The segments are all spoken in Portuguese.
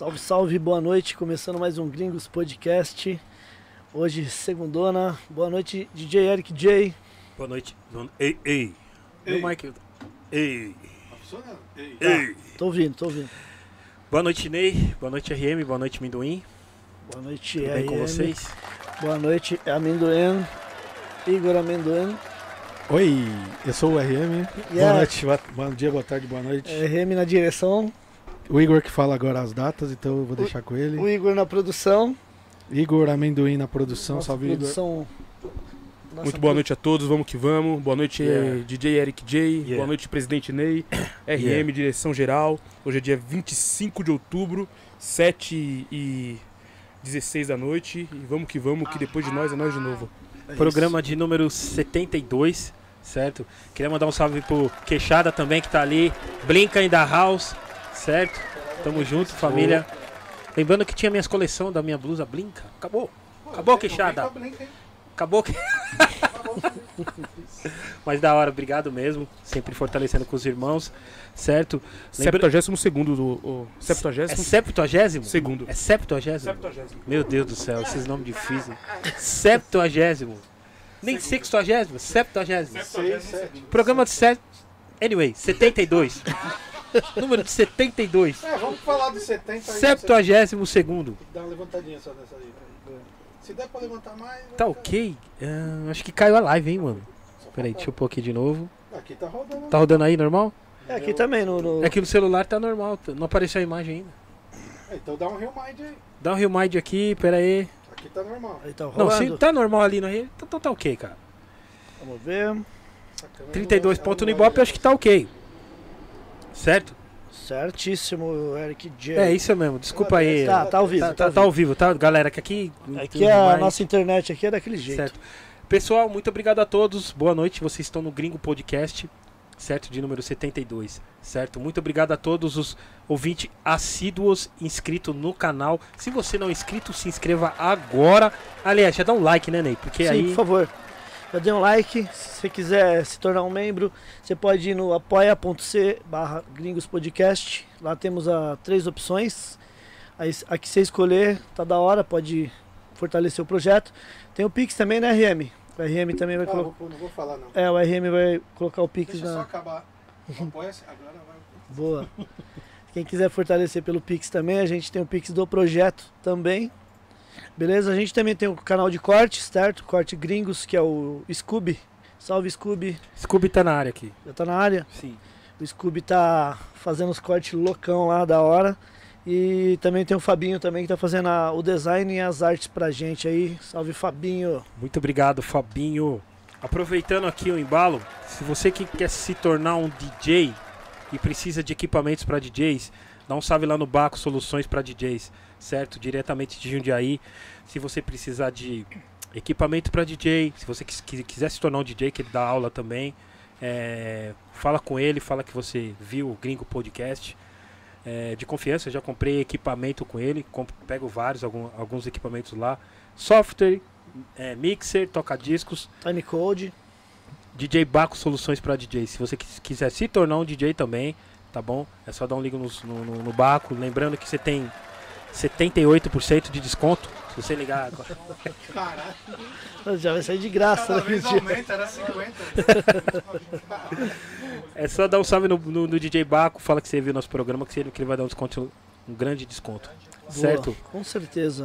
Salve, salve, boa noite. Começando mais um Gringos Podcast. Hoje, segundona. Boa noite, DJ Eric J. Boa noite. Ei. Meu mic. Ei. Ei. Tô ouvindo. Boa noite, Ney. Boa noite, RM. Boa noite, Amendoim. Boa noite, Tudo bem com vocês? Boa noite, Amendoim. Igor Amendoim. Oi, eu sou o RM. Boa noite, bom dia, boa tarde, boa noite. RM na direção. O Igor que fala agora as datas, então eu vou deixar com ele. O Igor na produção. Igor Amendoim na produção, Nossa salve produção, Igor. Muito boa noite a todos, vamos que vamos. Boa noite, DJ Eric J. Boa noite, presidente Ney. RM, direção geral. Hoje é dia 25 de outubro, 7h16 da noite. E vamos, que depois de nós é nós de novo. Programa de número 72, certo? Queria mandar um salve pro Queixada também, que tá ali. Blinka in the house, certo? Tamo junto, família. Lembrando que tinha minhas coleções da minha blusa Blinka. Acabou, Queixada. Acabou. Mas da hora, obrigado mesmo. Sempre fortalecendo com os irmãos, certo? 72º. 70º? É 70º? Segundo. É 70º? Meu Deus do céu, esses nomes difíceis. 70º. Nem 60º, 70º. Programa de 7. Anyway, 72. Número de 72. Vamos falar de 70 aí. 72º. Dá uma levantadinha só nessa aí. Se der pra levantar mais... Tá ok? Acho que caiu a live, hein, mano? Peraí, deixa eu pôr aqui de novo. Aqui tá rodando. Tá rodando aí, normal? É, aqui também. É que no celular tá normal, não apareceu a imagem ainda. Então dá um rewind aí. Dá um rewind aqui, pera aí. Aqui tá normal. Aí tá Não, rolando. se tá normal ali na rede, então tá ok, cara. Vamos ver. 32 pontos no Ibope, acho que tá ok. Certo? Certíssimo, Eric J. É isso mesmo, desculpa aí. Tá ao vivo. Tá ao vivo, tá, galera? Que aqui é a nossa internet aqui é daquele jeito. Certo. Pessoal, muito obrigado a todos. Boa noite, vocês estão no Gringo Podcast, certo? De número 72, certo? Muito obrigado a todos os ouvintes assíduos inscritos no canal. Se você não é inscrito, se inscreva agora. Aliás, já dá um like, né, Ney? Porque sim, aí... por favor. Já dê um like. Se você quiser se tornar um membro, você pode ir no apoia.c/gringospodcast. Lá temos 3 opções. A que você escolher, tá da hora, pode fortalecer o projeto. Tem o Pix também, né, RM? O RM também vai colocar. Não vou falar, não. O RM vai colocar o Pix. Deixa só acabar. Apoia-se, agora vai. Boa. Quem quiser fortalecer pelo Pix também, a gente tem o Pix do projeto também. Beleza? A gente também tem o canal de cortes, certo? Corte Gringos, que é o Scooby. Salve, Scooby. Scooby tá na área aqui. Já tá na área? Sim. O Scooby tá fazendo os cortes loucão lá, da hora. E também tem o Fabinho também, que tá fazendo o design e as artes pra gente aí. Salve, Fabinho. Muito obrigado, Fabinho. Aproveitando aqui o embalo, se você que quer se tornar um DJ e precisa de equipamentos para DJs, dá um salve lá no Baco Soluções para DJs, certo? Diretamente de Jundiaí. Se você precisar de equipamento para DJ, se você quiser se tornar um DJ, que ele dá aula também, fala com ele, fala que você viu o Gringo Podcast. De confiança, eu já comprei equipamento com ele, pego alguns equipamentos lá. Software, mixer, toca-discos. Timecode. DJ Baco Soluções para DJ. Se você quiser se tornar um DJ também, tá bom? É só dar um ligo no Baco. Lembrando que você tem 78% de desconto. Se você ligar agora. Caralho. Já vai sair de graça. Cada vez aumenta, era 50. É só dar um salve no DJ Baco, fala que você viu nosso programa, que ele vai dar um grande desconto. Boa, certo? Com certeza.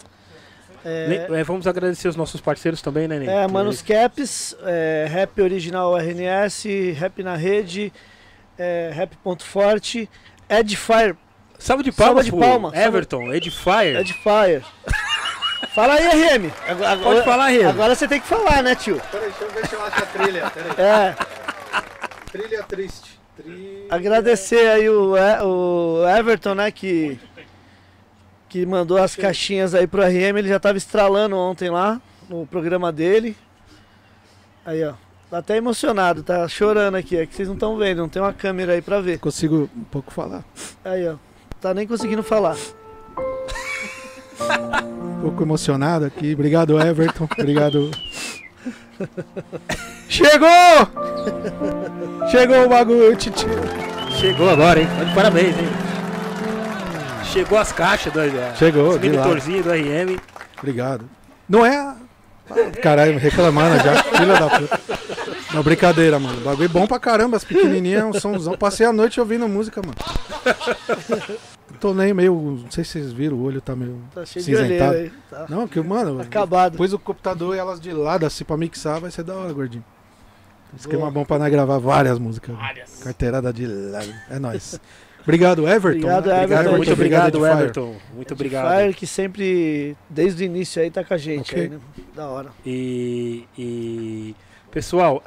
Vamos agradecer os nossos parceiros também, né, Ney? Manos Caps, Rap Original RNS, Rap na Rede, Rap Ponto Forte, Edifier. Salve de palmas, Everton, Edifier. Fala aí, RM. Pode falar, RM. Agora você tem que falar, né, tio? Peraí, deixa eu ver se eu acho a trilha. Peraí. Trilha triste. Agradecer aí o Everton, né, que mandou as caixinhas aí pro RM. Ele já tava estralando ontem lá no programa dele. Aí, ó. Tá até emocionado, tá chorando aqui. É que vocês não estão vendo, não tem uma câmera aí pra ver. Consigo um pouco falar. Aí, ó. Tá nem conseguindo falar. Um pouco emocionado aqui. Obrigado, Everton. Obrigado. Chegou! Chegou o bagulho, titio. Chegou agora, hein? Tá de parabéns, hein? Chegou as caixas do Chegou, os de lá. monitorzinhos do RM. Obrigado. Não é a... Caralho, reclamando já. Filha da puta. Não, brincadeira, mano. Bagulho bom pra caramba. As pequenininhas, um somzão. Passei a noite ouvindo música, mano. Tô nem meio... Não sei se vocês viram, o olho tá meio Tá cheio cinzentado. de olheira aí. Tá Não, que, mano... acabado. Pôs o computador e elas de lado, assim, pra mixar. Vai ser da hora, gordinho. Esquema Boa. bom pra nós gravar várias músicas. Várias. Carteirada de lado. É nóis. Obrigado, Everton. Obrigado, né? Everton. Muito obrigado, Edifier. Everton. Muito obrigado. Fire que sempre, desde o início aí, tá com a gente. Ok. Aí, né? Da hora. E pessoal,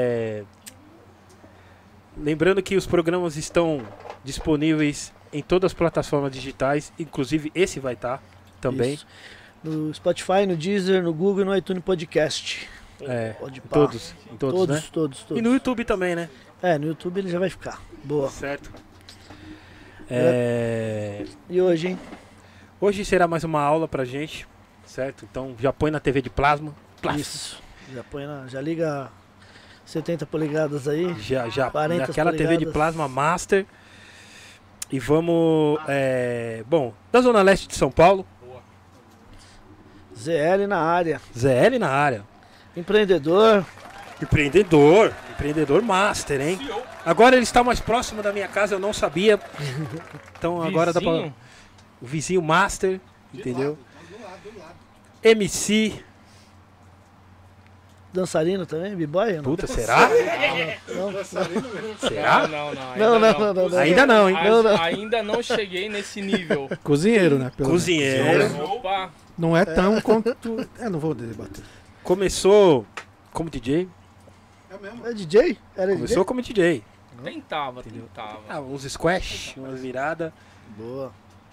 lembrando que os programas estão disponíveis em todas as plataformas digitais, inclusive esse vai estar também. Isso. No Spotify, no Deezer, no Google e no iTunes Podcast. Pode pá. Todos, né? Todos. E no YouTube também, né? No YouTube ele já vai ficar. Boa. Certo. E hoje, hein? Hoje será mais uma aula pra gente, certo? Então já põe na TV de plasma. Isso. Já liga 70 polegadas aí. Já 40 naquela TV de polegadas. plasma master. E vamos, bom, da Zona Leste de São Paulo, ZL na área. ZL na área. Empreendedor. Empreendedor master, hein? Agora ele está mais próximo da minha casa, eu não sabia. Então agora dá pra... Vizinho? O vizinho master, entendeu? MC. Dançarino também, b-boy? Não? Puta, será? Não. Será? Não. Ainda não, hein? Ainda não cheguei nesse nível. Cozinheiro, né? Pelo Cozinheiro. Opa, Não é tão quanto... não vou debater. Começou como DJ. É DJ? Era Começou como DJ. tentava. Uns squash, umas viradas. DJ? Boa.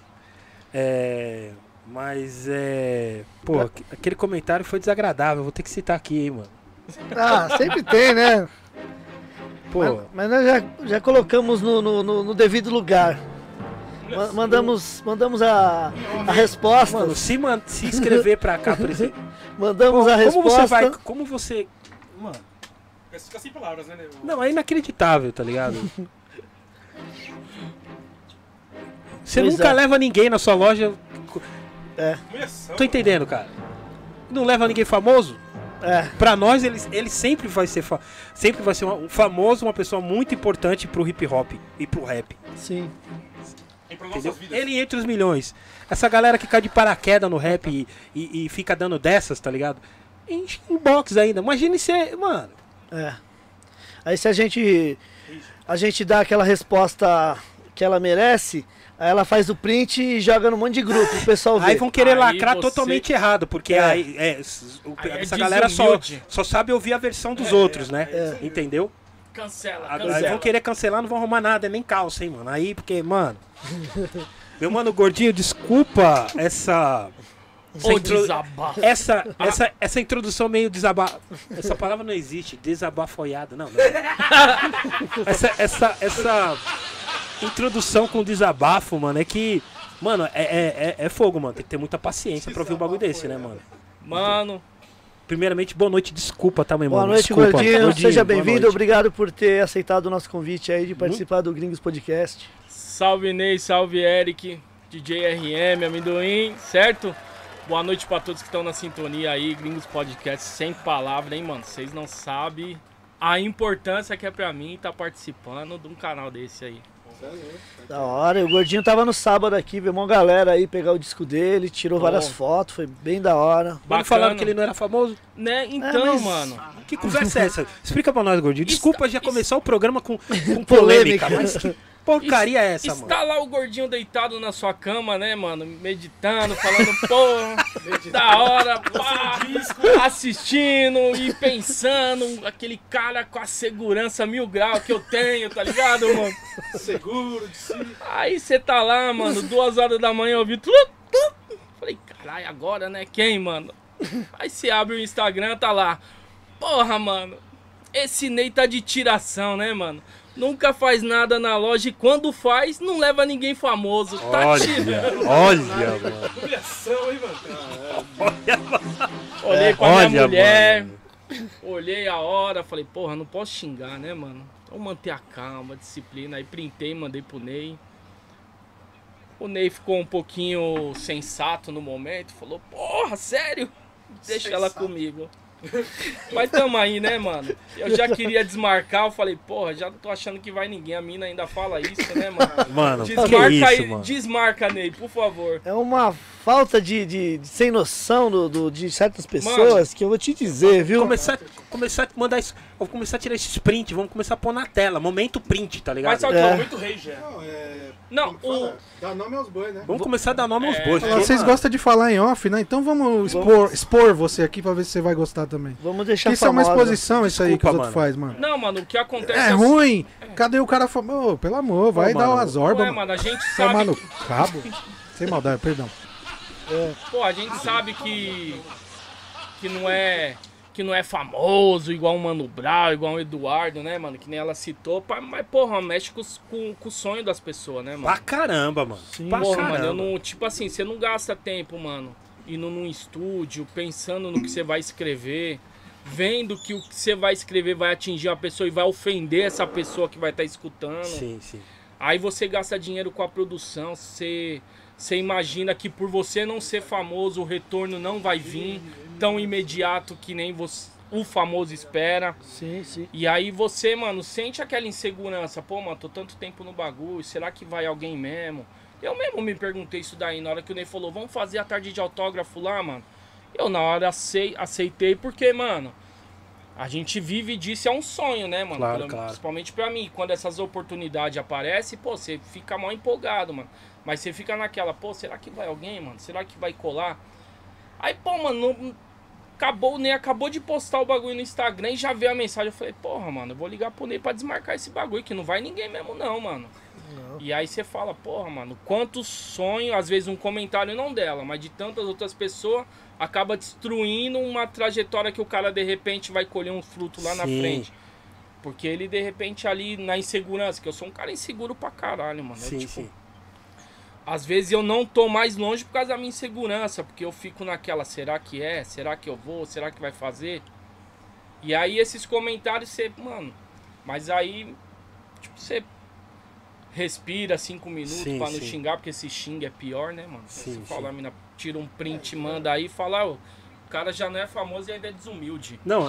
Mas pô, aquele comentário foi desagradável. Vou ter que citar aqui, hein, mano. Ah, sempre tem, né? Pô, Mas nós já colocamos no devido lugar. Mandamos a resposta. mano, se inscrever pra cá, por exemplo. Mandamos a Como resposta. você vai. Como você. Mano. Fica sem palavras, né? Não, é inacreditável, tá ligado? Você Pois nunca é. leva ninguém na sua loja. Humilhação. Tô entendendo, cara. Não leva ninguém famoso? É, Pra nós, ele sempre vai ser um famoso, uma pessoa muito importante pro hip hop e pro rap. sim. E para Entendeu? nossas vidas. Ele entre os milhões. Essa galera que cai de paraquedas no rap e fica dando dessas, tá ligado? Enche um box ainda. Imagine se. Mano. É. Aí se a gente dá aquela resposta que ela merece, aí ela faz o print e joga no monte de grupo, o pessoal vê. Aí vão querer Aí lacrar você- totalmente errado, porque É. essa galera desumilde. só sabe ouvir a versão dos outros, né? É. Entendeu? Cancela, Aí vão querer cancelar, não vão arrumar nada, nem calça, hein, mano. Aí, porque, mano. Meu mano gordinho, desculpa essa desabafo. essa introdução meio essa palavra não existe, desabafoiada, não. essa introdução com desabafo, mano, é que, mano, é fogo, mano, tem que ter muita paciência pra ouvir um bagulho desse, né, mano? Mano, Primeiramente, boa noite, desculpa, tá, meu irmão? Boa noite, Desculpa, gordinho. Seja boa bem-vindo. noite. Obrigado por ter aceitado o nosso convite aí de participar do Gringos Podcast. salve Ney, salve Eric, DJ RM, amendoim, certo? Boa noite pra todos que estão na sintonia aí, Gringos Podcast, sem palavra, hein, mano? Vocês não sabem a importância que é pra mim estar participando de um canal desse aí. Da hora. E o gordinho tava no sábado aqui, veio uma galera aí pegar o disco dele, tirou várias fotos, foi bem da hora. Mano, Bacana. falaram que ele não era famoso? Né? Então, mas- mano, Que conversa é essa? Explica pra nós, gordinho. Desculpa já Isso- começar o programa com Polêmica. polêmica, mas que porcaria é essa, mano? está lá o gordinho deitado na sua cama, né, mano? Meditando, falando, pô, da hora, pá, assistindo e pensando, aquele cara com a segurança 1000 graus que eu tenho, tá ligado, mano? Seguro de si. Aí você tá lá, mano, 2 horas da manhã, eu ouvi falei, caralho, agora, né? Quem, mano? Aí você abre o Instagram, tá lá. Porra, mano, esse Ney tá de tiração, né, mano? Nunca faz nada na loja e quando faz, não leva ninguém famoso. Tá tirando. olha, mano. Humilhação, hein, mano? Olhei pra Olha, minha mulher, mano. olhei a hora, falei, porra, não posso xingar, né, mano? Vamos manter a calma, a disciplina. Aí printei, mandei pro Ney. O Ney ficou um pouquinho sensato no momento, falou, porra, sério? Deixa ela comigo. Mas tamo aí, né, mano? Eu já queria desmarcar, eu falei, porra, já não tô achando que vai ninguém. A mina ainda fala isso, né, mano? Mano, Desmarca que isso, aí, mano? desmarca, Ney, por favor. É uma falta de sem noção de certas pessoas que eu vou te dizer, viu? Começar a mandar isso. Vou começar a tirar esse sprint, vamos começar a pôr na tela. Momento print, tá ligado? Mas sabe o que É. eu- Muito rei já. Não, o... Dá nome aos bois, né? Vamos começar a dar nome aos bois. Fala, porque, vocês mano, gostam de falar em off, né? Então vamos expor você aqui pra ver se você vai gostar também. Vamos deixar Isso é uma famosa. exposição, isso aí que os Desculpa, outros fazem, mano. Não, mano, o que acontece É assim- ruim. Cadê o cara falando? Ô, pelo amor, vai dar mano, uma zorba, Ué, mano. mano, a gente Tomar sabe... no cabo. Sem maldade, perdão. Pô, a gente sabe que não é famoso igual o Mano Brown, igual o Eduardo, né, mano? Que nem ela citou, mas, porra, mexe com o sonho das pessoas, né, mano? pra caramba, mano. Pra Porra, caramba. mano, eu não. Tipo assim, você não gasta tempo, mano, indo num estúdio, pensando no que você vai escrever, vendo que o que você vai escrever vai atingir uma pessoa e vai ofender essa pessoa que vai estar escutando. Sim, sim. Aí você gasta dinheiro com a produção, você imagina que por você não ser famoso, o retorno não vai vir tão imediato que nem o famoso espera. Sim, sim. E aí você, mano, sente aquela insegurança. Pô, mano, tô tanto tempo no bagulho, será que vai alguém mesmo? Eu mesmo me perguntei isso daí, na hora que o Ney falou, vamos fazer a tarde de autógrafo lá, mano. Eu na hora aceitei porque, mano, a gente vive disso, é um sonho, né, mano? Claro, claro. Principalmente pra mim, quando essas oportunidades aparecem, pô, você fica mal empolgado, mano. Mas você fica naquela, pô, será que vai alguém, mano? Será que vai colar? Aí, pô, mano, acabou, o Ney acabou de postar o bagulho no Instagram e já veio a mensagem. Eu falei, porra, mano, eu vou ligar pro Ney pra desmarcar esse bagulho, que não vai ninguém mesmo não, mano. Não. E aí você fala, porra, mano, quantos sonhos, às vezes um comentário não dela, mas de tantas outras pessoas, acaba destruindo uma trajetória que o cara de repente vai colher um fruto lá na Sim. frente. Porque ele de repente ali na insegurança, que eu sou um cara inseguro pra caralho, mano. Sim, Eu, tipo, sim. às vezes eu não tô mais longe por causa da minha insegurança, porque eu fico naquela, será que é? Será que eu vou? Será que vai fazer? E aí esses comentários você, mano, mas aí, tipo, você respira 5 minutos Sim, pra não sim. xingar, porque se xinga é pior, né, mano? Sim, Você sim. fala, a mina tira um print, manda aí e fala, ó, o cara já não é famoso e ainda é desumilde. Não,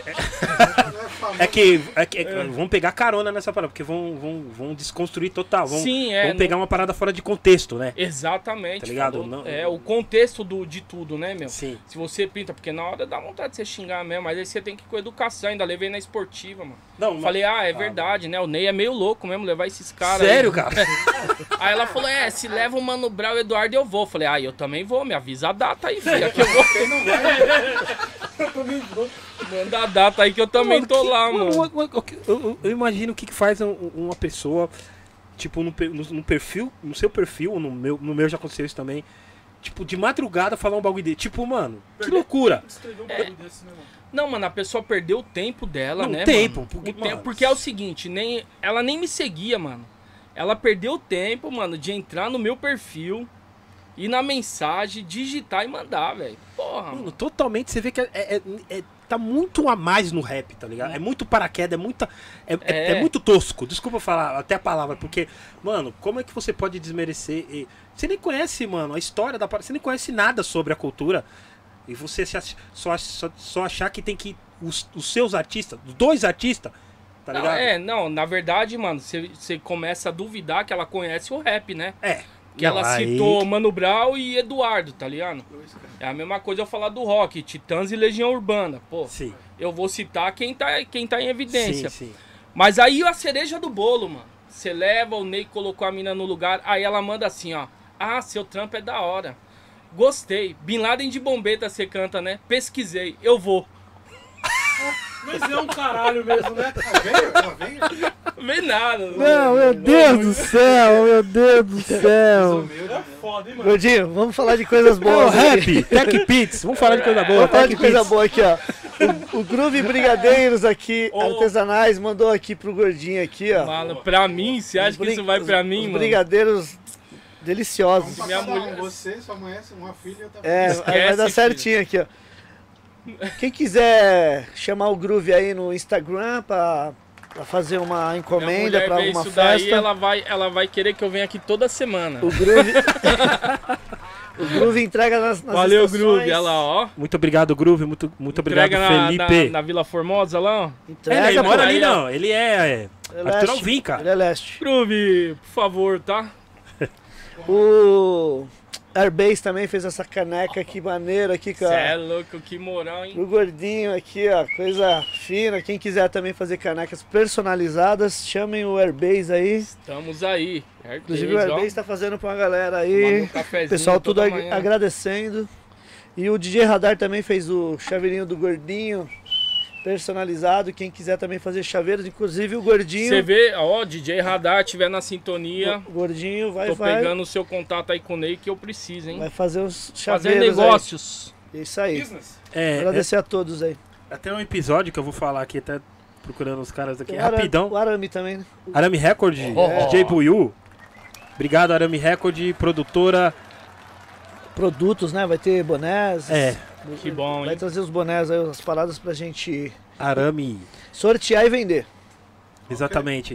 vão pegar carona nessa parada, porque vão desconstruir total. Sim, é, Vão pegar uma parada fora de contexto, né? Exatamente. Tá ligado? falou. Não- É, o contexto de tudo, né, meu? Sim. Se você pinta, porque na hora dá vontade de você xingar mesmo, mas aí você tem que ir com educação, ainda levei na esportiva, mano. Não, Falei, é verdade, né? O Ney é meio louco mesmo, levar esses caras. sério, aí. cara? Aí ela falou, se leva o Mano Brown e o Eduardo, eu vou. Falei, eu também vou, me avisa a data aí, filha, que eu vou. Manda a data aí que eu também tô lá, mano. Eu imagino o que faz uma pessoa, tipo, no perfil, no seu perfil, no meu já aconteceu isso também, tipo, de madrugada falar um bagulho dele. Tipo, mano, que loucura. Escreveu um bagulho desse, né, mano? Não, mano, a pessoa perdeu o tempo dela, Não, né, tempo, mano? porque, O tempo, mano, porque é o seguinte, ela nem me seguia, mano. Ela perdeu o tempo, mano, de entrar no meu perfil, ir na mensagem, digitar e mandar, velho. Porra, Mano, mano. totalmente, você vê que tá muito a mais no rap, tá ligado? É muito paraquedas, é muito tosco. Desculpa falar até a palavra, porque, mano, como é que você pode desmerecer? Você nem conhece, mano, a história da parada, você nem conhece nada sobre a cultura. E você só achar que tem que os seus artistas, os dois artistas, tá ligado? Não, na verdade, mano, você começa a duvidar que ela conhece o rap, né? Que Não, ela aí- citou Mano Brown e Eduardo, tá ligado? É a mesma coisa eu falar do rock, Titãs e Legião Urbana. Pô, Sim. eu vou citar quem tá em evidência. Sim, sim. Mas aí a cereja do bolo, mano. Você leva, o Ney colocou a mina no lugar, aí ela manda assim, ó. Seu trampo é da hora. Gostei. Bin Laden de Bombeta você canta, né? Pesquisei. Eu vou. Mas é um caralho mesmo, né? Vem nada. Não, meu Deus do céu, meu Deus do céu. É foda, hein, mano? Gordinho, vamos falar de coisas Ô, boas. aqui. rap, Tech Pits, vamos falar de coisa boa. Vamos falar Tech de coisa Pits. boa aqui, ó. O Groove Brigadeiros aqui, Ô. artesanais, mandou aqui pro Gordinho aqui, ó. Mano, pra mim, você acha que isso vai pra mim, os mano? brigadeiros deliciosos. Minha mulher- Você, sua mulher, uma filha, tá Vai dar filho. certinho aqui, ó. Quem quiser chamar o Groove aí no Instagram pra pra fazer uma Minha encomenda mulher pra vê alguma isso festa. daí, ela vai querer que eu venha aqui toda semana. O Groove... o Groove entrega nas Valeu, estações. Groove, olha lá, ó. Muito obrigado, Groove. Muito obrigado, Entrega Felipe. na Vila Formosa lá, ó. Entrega, Ele mora pô. ali, não. Ele é Ele é Arthur leste. Alvim, cara. Ele é leste. Groove, por favor, tá? O Airbase também fez essa caneca aqui, maneira aqui, Cê é cara. louco, que moral, hein? Pro gordinho aqui, ó, coisa fina. Quem quiser também fazer canecas personalizadas, chamem o Airbase aí. Estamos aí. Inclusive o Airbase tá fazendo pra uma galera Tomando aí. um cafezinho Pessoal tudo toda manhã. agradecendo. E o DJ Radar também fez o chaveirinho do gordinho personalizado. Quem quiser também fazer chaveiros, inclusive o gordinho. Você vê, ó, DJ Radar, tiver na sintonia. O gordinho vai, Tô pegando o seu contato aí com o Ney que eu preciso, hein? vai fazer os Fazer chaveiros. negócios. Aí. Isso aí. É, Agradecer a todos aí. até um episódio que eu vou falar aqui, até procurando os caras aqui. Tem o Rapidão. O Arame também, né? Arame Record, DJ Buiu. Obrigado, Arame Record, produtora. Produtos, né? Vai ter bonés. É, Que bom, Vai hein? trazer os bonés aí, as paradas pra gente Arame. sortear e vender. Exatamente.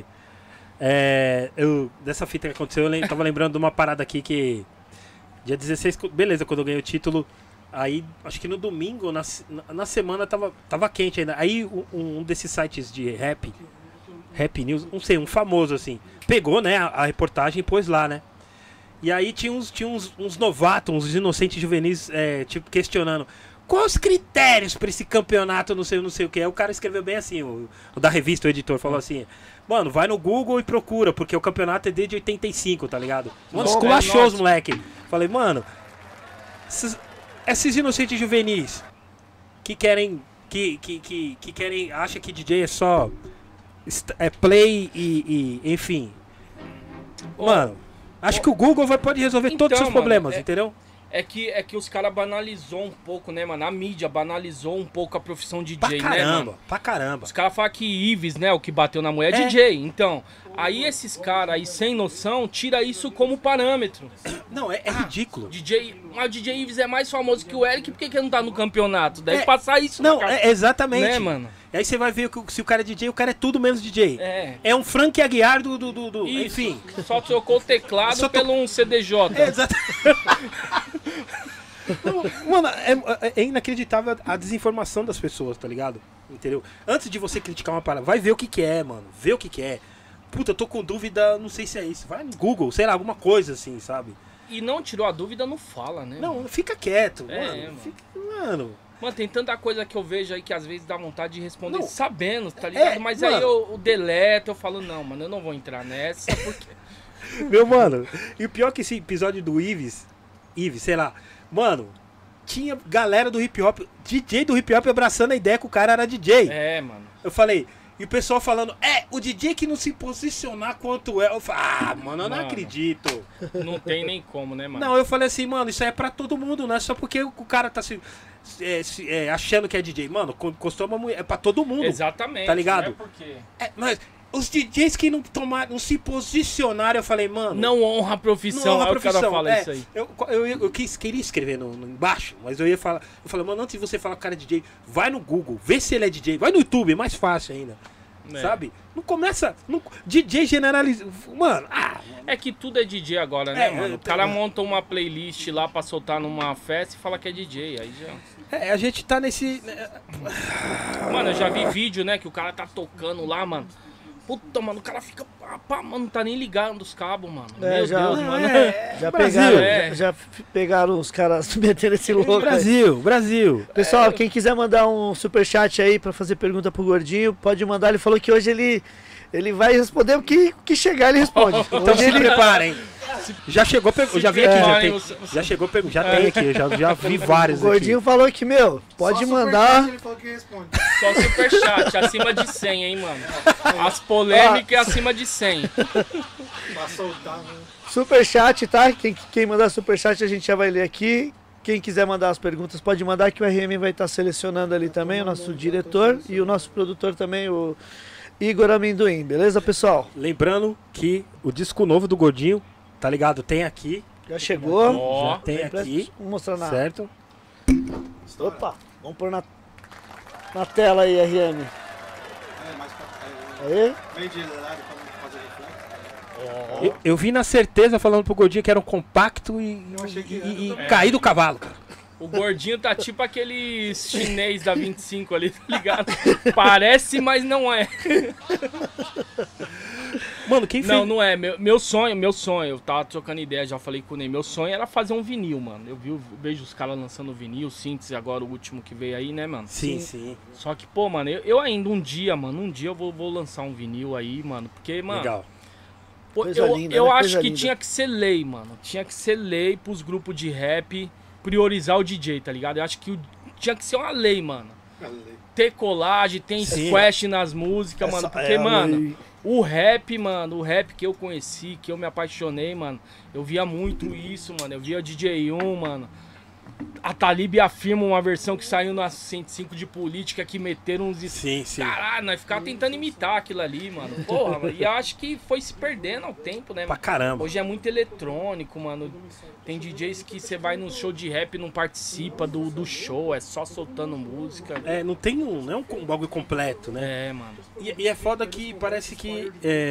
Dessa fita que aconteceu, tava lembrando de uma parada aqui que. Dia 16, beleza, quando eu ganhei o título. Aí, acho que no domingo, na semana, tava quente ainda. Aí um desses sites de rap News, não sei, um famoso assim, pegou, né, a reportagem e pôs lá, né? E aí tinha uns novatos, uns inocentes juvenis, tipo, questionando quais os critérios pra esse campeonato, não sei o que. Aí o cara escreveu bem assim, o da revista, o editor, falou assim: mano, vai no Google e procura, porque o campeonato é desde 85, tá ligado? Mano, esculachou os moleque. Falei, mano, esses inocentes juvenis que querem, acham que DJ é só play e enfim. Mano, acho que o Google pode resolver todos os seus mano, problemas, entendeu? É que os caras banalizou um pouco, né, mano? A mídia banalizou um pouco a profissão de Pra DJ, né, caramba, mano? pra caramba. Os caras falam que Ives, né, o que bateu na mulher é DJ. Então, aí esses caras aí sem noção tira isso como parâmetro. Não, é ridículo. Mas o DJ Ives é mais famoso que o Eric, por que ele não tá no campeonato? Deve passar isso Não, na cara. exatamente. Né, mano? E aí você vai ver que se o cara é DJ, o cara é tudo menos DJ. É. É um Frank Aguiar do Isso. enfim. Só trocou o teclado Só pelo um CDJ. Exato. Mano, é inacreditável a desinformação das pessoas, tá ligado? Entendeu? Antes de você criticar uma parada, vai ver o que é, mano. Vê o que é. Puta, eu tô com dúvida, não sei se é isso. Vai no Google, sei lá, alguma coisa assim, sabe? E não tirou a dúvida, não fala, né? Não, fica quieto, É, mano. mano. Mano, tem tanta coisa que eu vejo aí que às vezes dá vontade de responder Não. sabendo, tá ligado? É, Mas mano. aí eu deleto, eu falo, não, mano, eu não vou entrar nessa, porque... Meu mano, e o pior que esse episódio do Ives, sei lá, mano, tinha galera do hip hop, DJ do hip hop abraçando a ideia que o cara era DJ. É, mano. Eu falei, e o pessoal falando, o DJ que não se posicionar quanto é. Eu falei, mano, eu não Mano. acredito. Não tem nem como, né, mano? Não, eu falei assim, mano, isso aí é pra todo mundo, não é só porque o cara tá achando que é DJ. Mano, costuma é pra todo mundo. Exatamente. Tá ligado? Não é porque... Mas os DJs que não se posicionaram, eu falei, mano. Não honra a profissão, Não, a aí o cara profissão. fala isso aí. Eu queria escrever no embaixo, mas eu ia falar. Eu falei, mano, antes de você falar que o cara é DJ, vai no Google, vê se ele é DJ, vai no YouTube, é mais fácil ainda. É. Sabe? Não começa. DJ generaliza. Mano, É que tudo é DJ agora, né, É, mano? O cara monta uma playlist lá pra soltar numa festa e fala que é DJ, aí já... a gente tá nesse. Mano, eu já vi vídeo, né, que o cara tá tocando lá, mano. Puta, mano, o cara fica... Pá, mano, não tá nem ligando os cabos, mano. É, Meu já- Deus, mano. Já Brasil, pegaram, é. já pegaram os caras metendo esse louco aí. Brasil. Pessoal, quem quiser mandar um superchat aí pra fazer pergunta pro Gordinho, pode mandar. Ele falou que hoje ele vai responder o que chegar, ele responde. Então Hoje se ele... preparem. Já chegou, eu já vi aqui, preparem, já você- tem. Já chegou, já tem aqui, já vi vários O Gordinho aqui. falou que, meu, pode Só mandar. superchat, Ele falou que responde. Só superchat, acima de 100, hein, mano. As polêmicas é acima de 100. Pra soltar, né? Superchat, tá? Quem mandar superchat a gente já vai ler aqui. Quem quiser mandar as perguntas pode mandar, que o RM vai estar selecionando ali também, o nosso diretor e o nosso produtor também, o Igor Amendoim. Beleza, pessoal? Lembrando que o disco novo do Gordinho, tá ligado? Tem aqui. Já chegou. Ó, Já tem aqui. Vamos mostrar na... Certo? Opa, vamos pôr na tela aí, RM. É, mas Aí? Eu vi na certeza falando pro Gordinho que era um compacto e caí do cavalo, cara. O Gordinho tá tipo aquele chinês da 25 ali, tá ligado? Parece, mas não é. Mano, quem fez... Não é. Meu sonho, eu tava trocando ideia, já falei com o Ney. Meu sonho era fazer um vinil, mano. Eu vejo os caras lançando vinil, Síntese, agora o último que veio aí, né, mano? Sim. Só que, pô, mano, eu ainda um dia eu vou lançar um vinil aí, mano. Porque, mano... Legal. Pô, Coisa linda, eu né? acho Coisa que linda. tinha que ser lei, mano. Tinha que ser lei pros grupos de rap priorizar o DJ, tá ligado? Eu acho que tinha que ser uma lei, mano. Ter colagem, ter squash nas músicas, mano. Porque, mano, o rap que eu conheci, que eu me apaixonei, mano. Eu via muito isso, mano. Eu via DJ1, mano. A Talib afirma uma versão que saiu na 105 de política que meteram uns... Sim. Caralho, nós ficava tentando imitar aquilo ali, mano. Porra, mano. E eu acho que foi se perdendo ao tempo, né, Pra mano? caramba. Hoje é muito eletrônico, mano. Tem DJs que você vai num show de rap e não participa do show, é só soltando música. É, não é um bagulho completo, né? É, mano. E é foda que parece que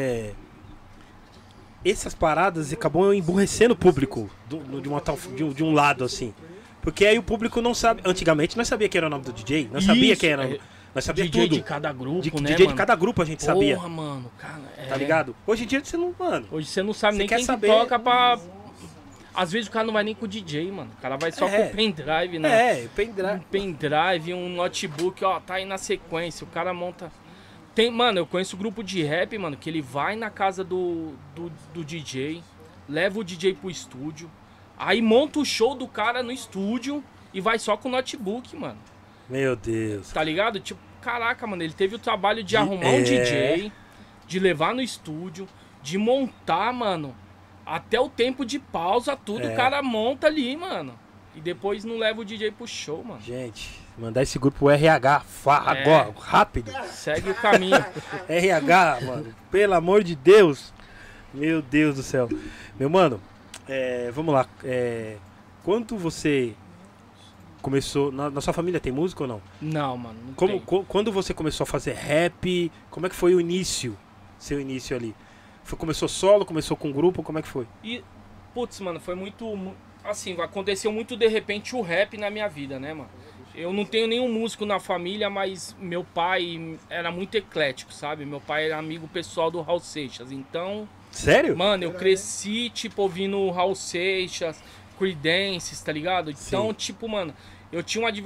essas paradas acabam emburrecendo o público de um lado, assim. Porque aí o público não sabe. Antigamente nós sabia quem era o nome do DJ, nós sabia Isso, quem era. Nós sabia DJ tudo. de cada grupo, né, DJ mano? de cada grupo a gente sabia. Porra, mano, cara. Tá ligado? Hoje em dia você não, mano. Hoje você não sabe Você nem quer quem saber- que toca pra... Às vezes o cara não vai nem com o DJ, mano. O cara vai só com o pendrive, né? É, pendrive. Um pendrive, um notebook, ó, tá aí na sequência. O cara monta... Mano, eu conheço grupo de rap, mano, que ele vai na casa do DJ, leva o DJ pro estúdio, aí monta o show do cara no estúdio e vai só com o notebook, mano. Meu Deus. Tá ligado? Tipo, caraca, mano, ele teve o trabalho de arrumar um DJ, de levar no estúdio, de montar, mano, até o tempo de pausa, tudo o cara monta ali, mano. E depois não leva o DJ pro show, mano. Gente, mandar esse grupo pro RH, agora, rápido. Segue o caminho. RH, mano, pelo amor de Deus. Meu Deus do céu. Meu mano, vamos lá. Quando você começou... Na sua família tem música ou não? Não, mano, não tem. Quando você começou a fazer rap, como é que foi o início? Seu início ali? Começou solo, começou com grupo, como é que foi? E, putz, mano, foi muito... Assim, aconteceu muito de repente o rap na minha vida, né, mano? Eu não tenho nenhum músico na família, mas meu pai era muito eclético, sabe? Meu pai era amigo pessoal do Raul Seixas, então... Sério? Mano, eu cresci, tipo, ouvindo Raul Seixas, Creedence, tá ligado? Então, tipo, mano, eu tinha uma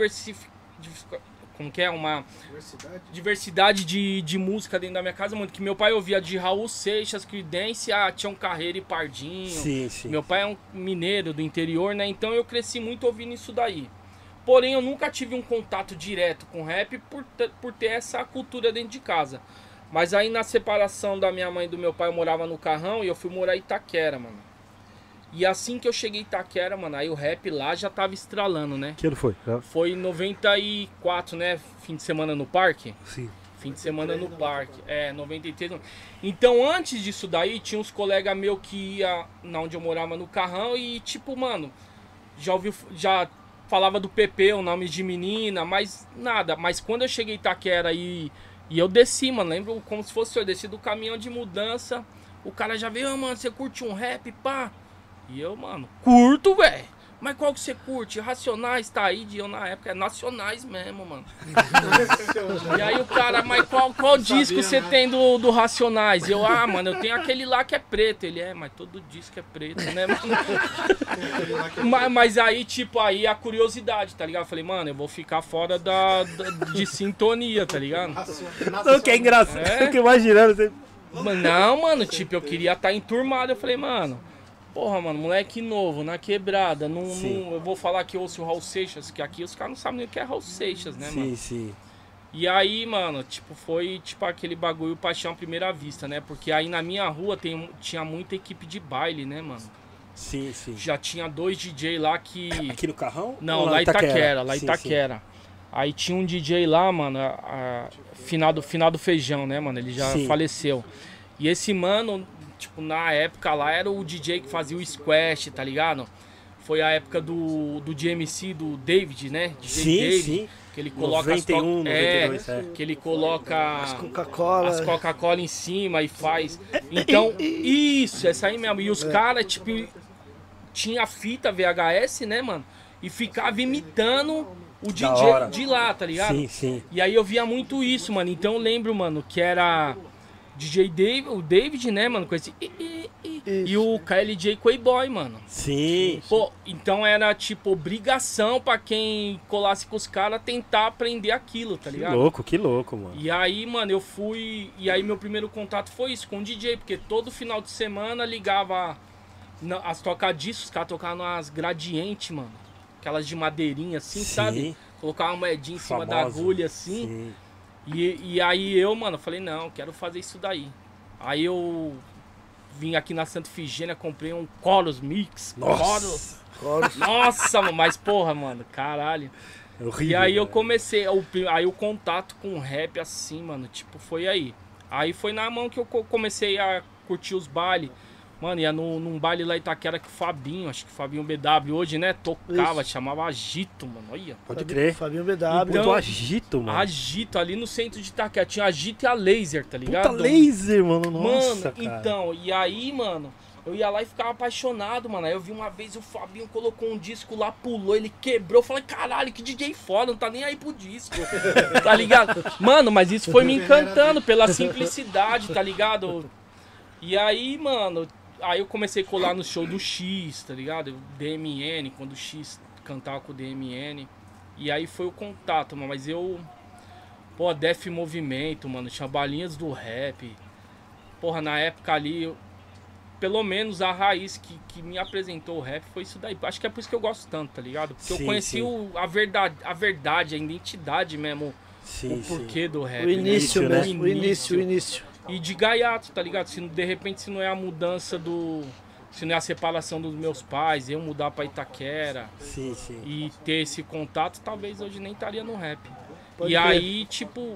como que é? Uma diversidade de música dentro da minha casa, mano, que meu pai ouvia de Raul Seixas, Creedence, Tião Carreira e Pardinho. Sim. Meu pai é um mineiro do interior, né? Então eu cresci muito ouvindo isso daí. Porém, eu nunca tive um contato direto com rap por ter essa cultura dentro de casa. Mas aí na separação da minha mãe e do meu pai, eu morava no Carrão e eu fui morar em Itaquera, mano. E assim que eu cheguei em Itaquera, mano, aí o rap lá já tava estralando, né? Que ano foi? Foi em 94, né? Fim de semana no parque? Sim. Fim de semana no parque. 93. Então, antes disso daí, tinha uns colegas meus que ia na onde eu morava no Carrão e, tipo, mano, já falava do PP, o nome de menina, mas nada. Mas quando eu cheguei em Itaquera e eu desci, mano, lembro como se fosse eu desci do caminhão de mudança, o cara já veio, mano, você curte um rap, pá? E eu, mano, curto, velho. Mas qual que você curte? Racionais tá aí, de eu na época, é Nacionais mesmo, mano. E aí o cara, mas qual disco você tem do Racionais? E eu, mano, eu tenho aquele lá que é preto. Ele, mas todo disco é preto, né, mano? mas aí, tipo, aí a curiosidade, tá ligado? Eu falei, mano, eu vou ficar fora de sintonia, tá ligado? Não, que é engraçado, eu fico imaginando. Você... Não, mano, tipo, eu queria estar enturmado. Eu falei, mano... Porra, mano, moleque novo, na quebrada, eu vou falar que eu ouço o Raul Seixas, que aqui os caras não sabem nem o que é Raul Seixas, né, mano? Sim. E aí, mano, tipo, foi tipo aquele bagulho paixão à primeira vista, né? Porque aí na minha rua tinha muita equipe de baile, né, mano? Sim. Já tinha 2 DJ lá que... Aqui no Carrão? Não, lá em Itaquera. Aí tinha um DJ lá, mano, finado Feijão, né, mano? Ele já faleceu. E esse mano... Tipo, na época lá era o DJ que fazia o squash, tá ligado? foi a época do DMC, do David, né? DJ Sim, David, sim. que ele coloca 91, 92, que ele coloca As Coca-Cola. as Coca-Cola em cima e faz. Então, isso, essa aí mesmo. E os caras, tipo, tinha fita VHS, né, mano? E ficava imitando o Da hora. DJ de lá, tá ligado? Sim, sim. E aí eu via muito isso, mano. Então eu lembro, mano, que era DJ David, o David, né, mano, com esse e o KLJ Quayboy, mano. Sim. Pô, então era tipo obrigação pra quem colasse com os caras tentar aprender aquilo, tá ligado? Que louco, mano. E aí, mano, eu fui. E aí meu primeiro contato foi isso, com o DJ, porque todo final de semana ligava as tocadiscos, os caras tocavam nas gradientes, mano. Aquelas de madeirinha assim, Sim. sabe? Colocava uma moedinha em cima da Famosa. agulha assim. Sim. E aí eu, mano, falei, não, quero fazer isso daí. Aí eu vim aqui na Santa Ifigênia, comprei um Chorus Mix. Nossa. Nossa, mano, mas porra, mano, caralho. É horrível, E aí eu velho. comecei, aí o contato com o rap assim, mano, tipo, foi aí. Aí foi na mão que eu comecei a curtir os bailes. Mano, ia num baile lá em Itaquera que o Fabinho, acho que o Fabinho BW hoje, né, tocava, Isso. chamava Agito, mano, olha. Pode crer. Fabinho BW. Então, Muito agito, mano. Agito, ali no centro de Itaquera, tinha Agito e a Laser, tá ligado? Puta laser, mano. Nossa, Mano, cara. então, e aí, mano, eu ia lá e ficava apaixonado, mano. Aí eu vi uma vez o Fabinho colocou um disco lá, pulou, ele quebrou. Eu falei, caralho, que DJ foda, não tá nem aí pro disco. Tá ligado? Mano, mas isso foi me encantando pela simplicidade, tá ligado? E aí, mano, aí eu comecei a colar no show do X, tá ligado? O DMN, quando o X cantava com o DMN. E aí foi o contato, mano. Mas eu. Pô, Def Movimento, mano, tinha balinhas do rap. Porra, na época ali, pelo menos a raiz que me apresentou o rap foi isso daí. Acho que é por isso que eu gosto tanto, tá ligado? Porque Sim, eu conheci sim. a verdade, a identidade mesmo, Sim, o porquê do rap. O início, né? mesmo. O início. E de gaiato, tá ligado? Se de repente se não é a mudança do... Se não é a separação dos meus pais, eu mudar pra Itaquera Sim, sim. e ter esse contato, talvez hoje nem estaria no rap. Pode E crer. aí, tipo,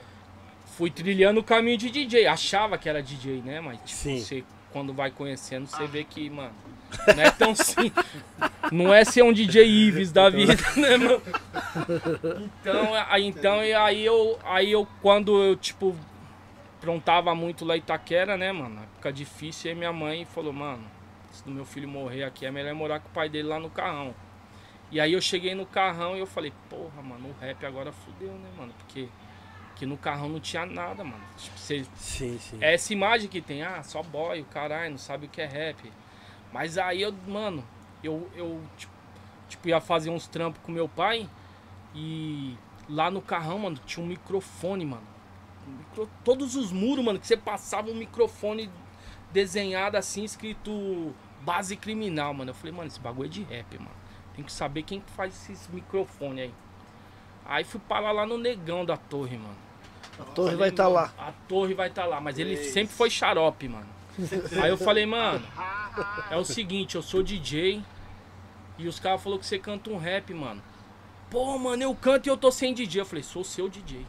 fui trilhando o caminho de DJ. Achava que era DJ, né? Mas, tipo, Sim. você, quando vai conhecendo, você vê que, mano, não é tão simples. Não é ser um DJ Ives da vida, né, mano? Então, aí eu, quando eu, tipo, aprontava muito lá em Itaquera, né, mano? Época difícil, aí minha mãe falou, mano, se do meu filho morrer aqui, é melhor morar com o pai dele lá no Carrão. E aí eu cheguei no Carrão e eu falei, porra, mano, o rap agora fudeu, né, mano? Porque no Carrão não tinha nada, mano. Tipo, Sim, sim. é essa imagem que tem, só boy, o caralho, não sabe o que é rap. Mas aí eu, mano, eu tipo, ia fazer uns trampos com meu pai e lá no Carrão, mano, tinha um microfone, mano. Todos os muros, mano, que você passava um microfone desenhado assim, escrito base criminal, mano. Eu falei, mano, esse bagulho é de rap, mano. Tem que saber quem que faz esses microfones aí. Aí fui parar lá no Negão da Torre, mano. A torre vai estar lá. A Torre vai estar lá, mas ele sempre foi xarope, mano. Aí eu falei, mano, é o seguinte, eu sou DJ e os caras falaram que você canta um rap, mano. Pô, mano, eu canto e eu tô sem DJ. Eu falei, sou seu DJ.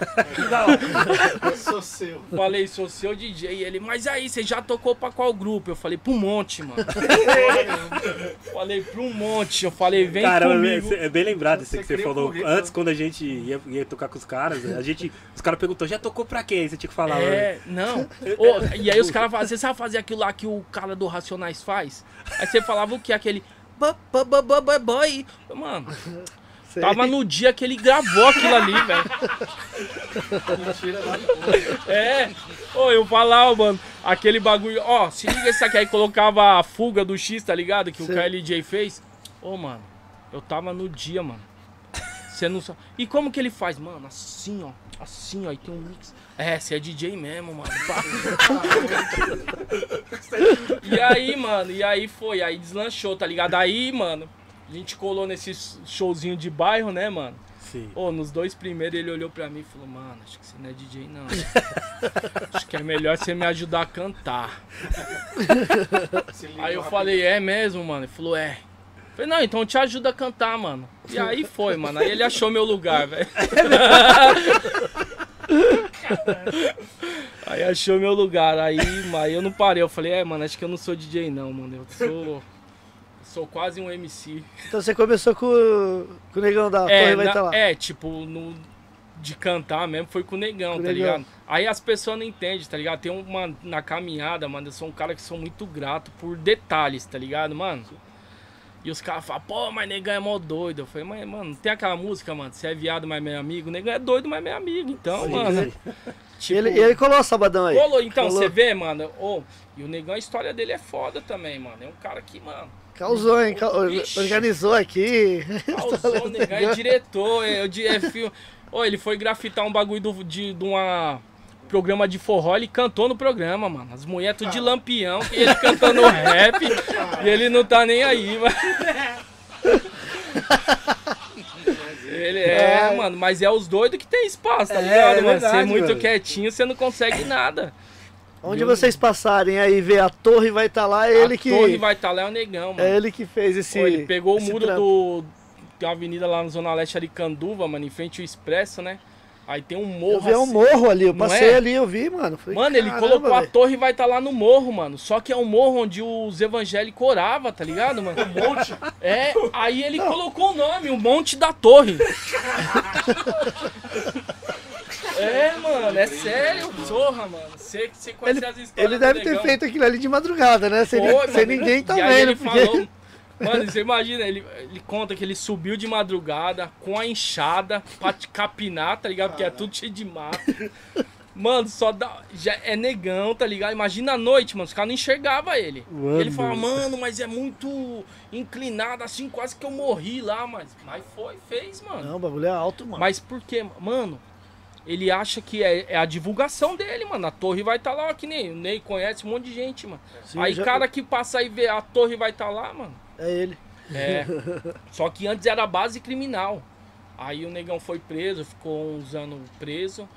Sou seu. Falei, sou seu DJ. E ele, mas aí, você já tocou pra qual grupo? Eu falei, pro Monte, mano. Falei, pro Monte. Eu falei, vem Caramba, comigo. é bem lembrado isso que você cria falou. currículo. Antes, quando a gente ia tocar com os caras, os caras perguntou, já tocou pra quem? Você tinha que falar. É, não. Ô, e aí os caras falavam, você sabe fazer aquilo lá que o cara do Racionais faz? Aí você falava o que? Aquele... Boy. Mano, Sei. tava no dia que ele gravou aquilo ali, velho. Mentira da porra. É. Ô, eu falava, mano, aquele bagulho... Ó, se liga esse aqui. Aí colocava a fuga do X, tá ligado? Que o Sim. KLJ fez. Ô, mano, eu tava no dia, mano. Você não sabe. E como que ele faz? Mano, assim, ó. Assim, ó. E tem um mix. É, você é DJ mesmo, mano. Pá. E aí, mano, foi. Aí deslanchou, tá ligado? Aí, mano, a gente colou nesse showzinho de bairro, né, mano? Sim. Ô, nos 2 primeiros ele olhou pra mim e falou, mano, acho que você não é DJ não. Acho que é melhor você me ajudar a cantar. Aí eu falei, é mesmo, mano? Ele falou, é. Eu falei, não, então eu te ajudo a cantar, mano. E aí foi, mano. Aí ele achou meu lugar, velho. Aí achou meu lugar. Aí eu não parei. Eu falei, mano, acho que eu não sou DJ não, mano. Eu Sou quase um MC. Então você começou com o Negão da Torre vai estar lá. Tipo, de cantar mesmo foi com o Negão, Com o tá Negão. ligado? Aí as pessoas não entendem, tá ligado? Tem uma na caminhada, mano, eu sou um cara que sou muito grato por detalhes, tá ligado, mano? E os caras falam, pô, mas Negão é mó doido. Eu falei, mas, mano, não tem aquela música, mano, você é viado, mas meu amigo. O Negão é doido, mas meu amigo. Então, Sim, mano. sim. Tipo, Ele colou o Sabadão aí. colou, então, Colou. você vê, mano. E o Negão, a história dele é foda também, mano. É um cara que, mano. Causou, hein? Ixi. Organizou aqui. Causou, o Negão é diretor, ele foi grafitar um bagulho de uma programa de forró, ele cantou no programa, mano. As mulheres tudo de lampião, e ele cantando rap, e ele não tá nem aí, mano. Ele mano, mas é os doidos que tem espaço, tá ligado, mano? verdade, Ser muito mano. quietinho, você não consegue nada. Onde vocês passarem aí ver a torre vai estar lá, é ele que. A torre vai estar lá, é o Negão, mano. É ele que fez esse. Pô, ele pegou o esse muro trampo. Tem uma avenida lá na Zona Leste, Aricanduva, mano, em frente ao Expresso, né? Aí tem um morro Eu vi um assim. morro ali, eu Não passei é? ali, eu vi, mano. Falei, Mano, ele caramba, colocou a velho. torre e vai estar lá no morro, mano. Só que é um morro onde os evangélicos oravam, tá ligado, mano? Um monte. Aí ele colocou o nome, o Monte da Torre. Mano, é sério. Porra, mano. Você conhece as histórias Ele do deve ter Negão. feito aquilo ali de madrugada, né? Sem, Foi, sem mano. ninguém tá E aí vendo, ele porque. falou, mano, você imagina, ele conta que ele subiu de madrugada com a enxada pra te capinar, tá ligado? Porque é tudo cheio de mato. Mano, já é Negão, tá ligado? Imagina a noite, mano, os caras não enxergavam ele. Mano. Ele fala, mano, mas é muito inclinado assim, quase que eu morri lá, mas fez, mano. Não, o bagulho é alto, mano. Mas por quê? Mano, ele acha que é a divulgação dele, mano. A torre vai estar lá, ó, que nem o Ney conhece um monte de gente, mano. Sim, Aí já- cara que passa aí vê a torre vai estar lá, mano. É ele. Só que antes era base criminal. Aí o Negão foi preso, ficou uns anos preso.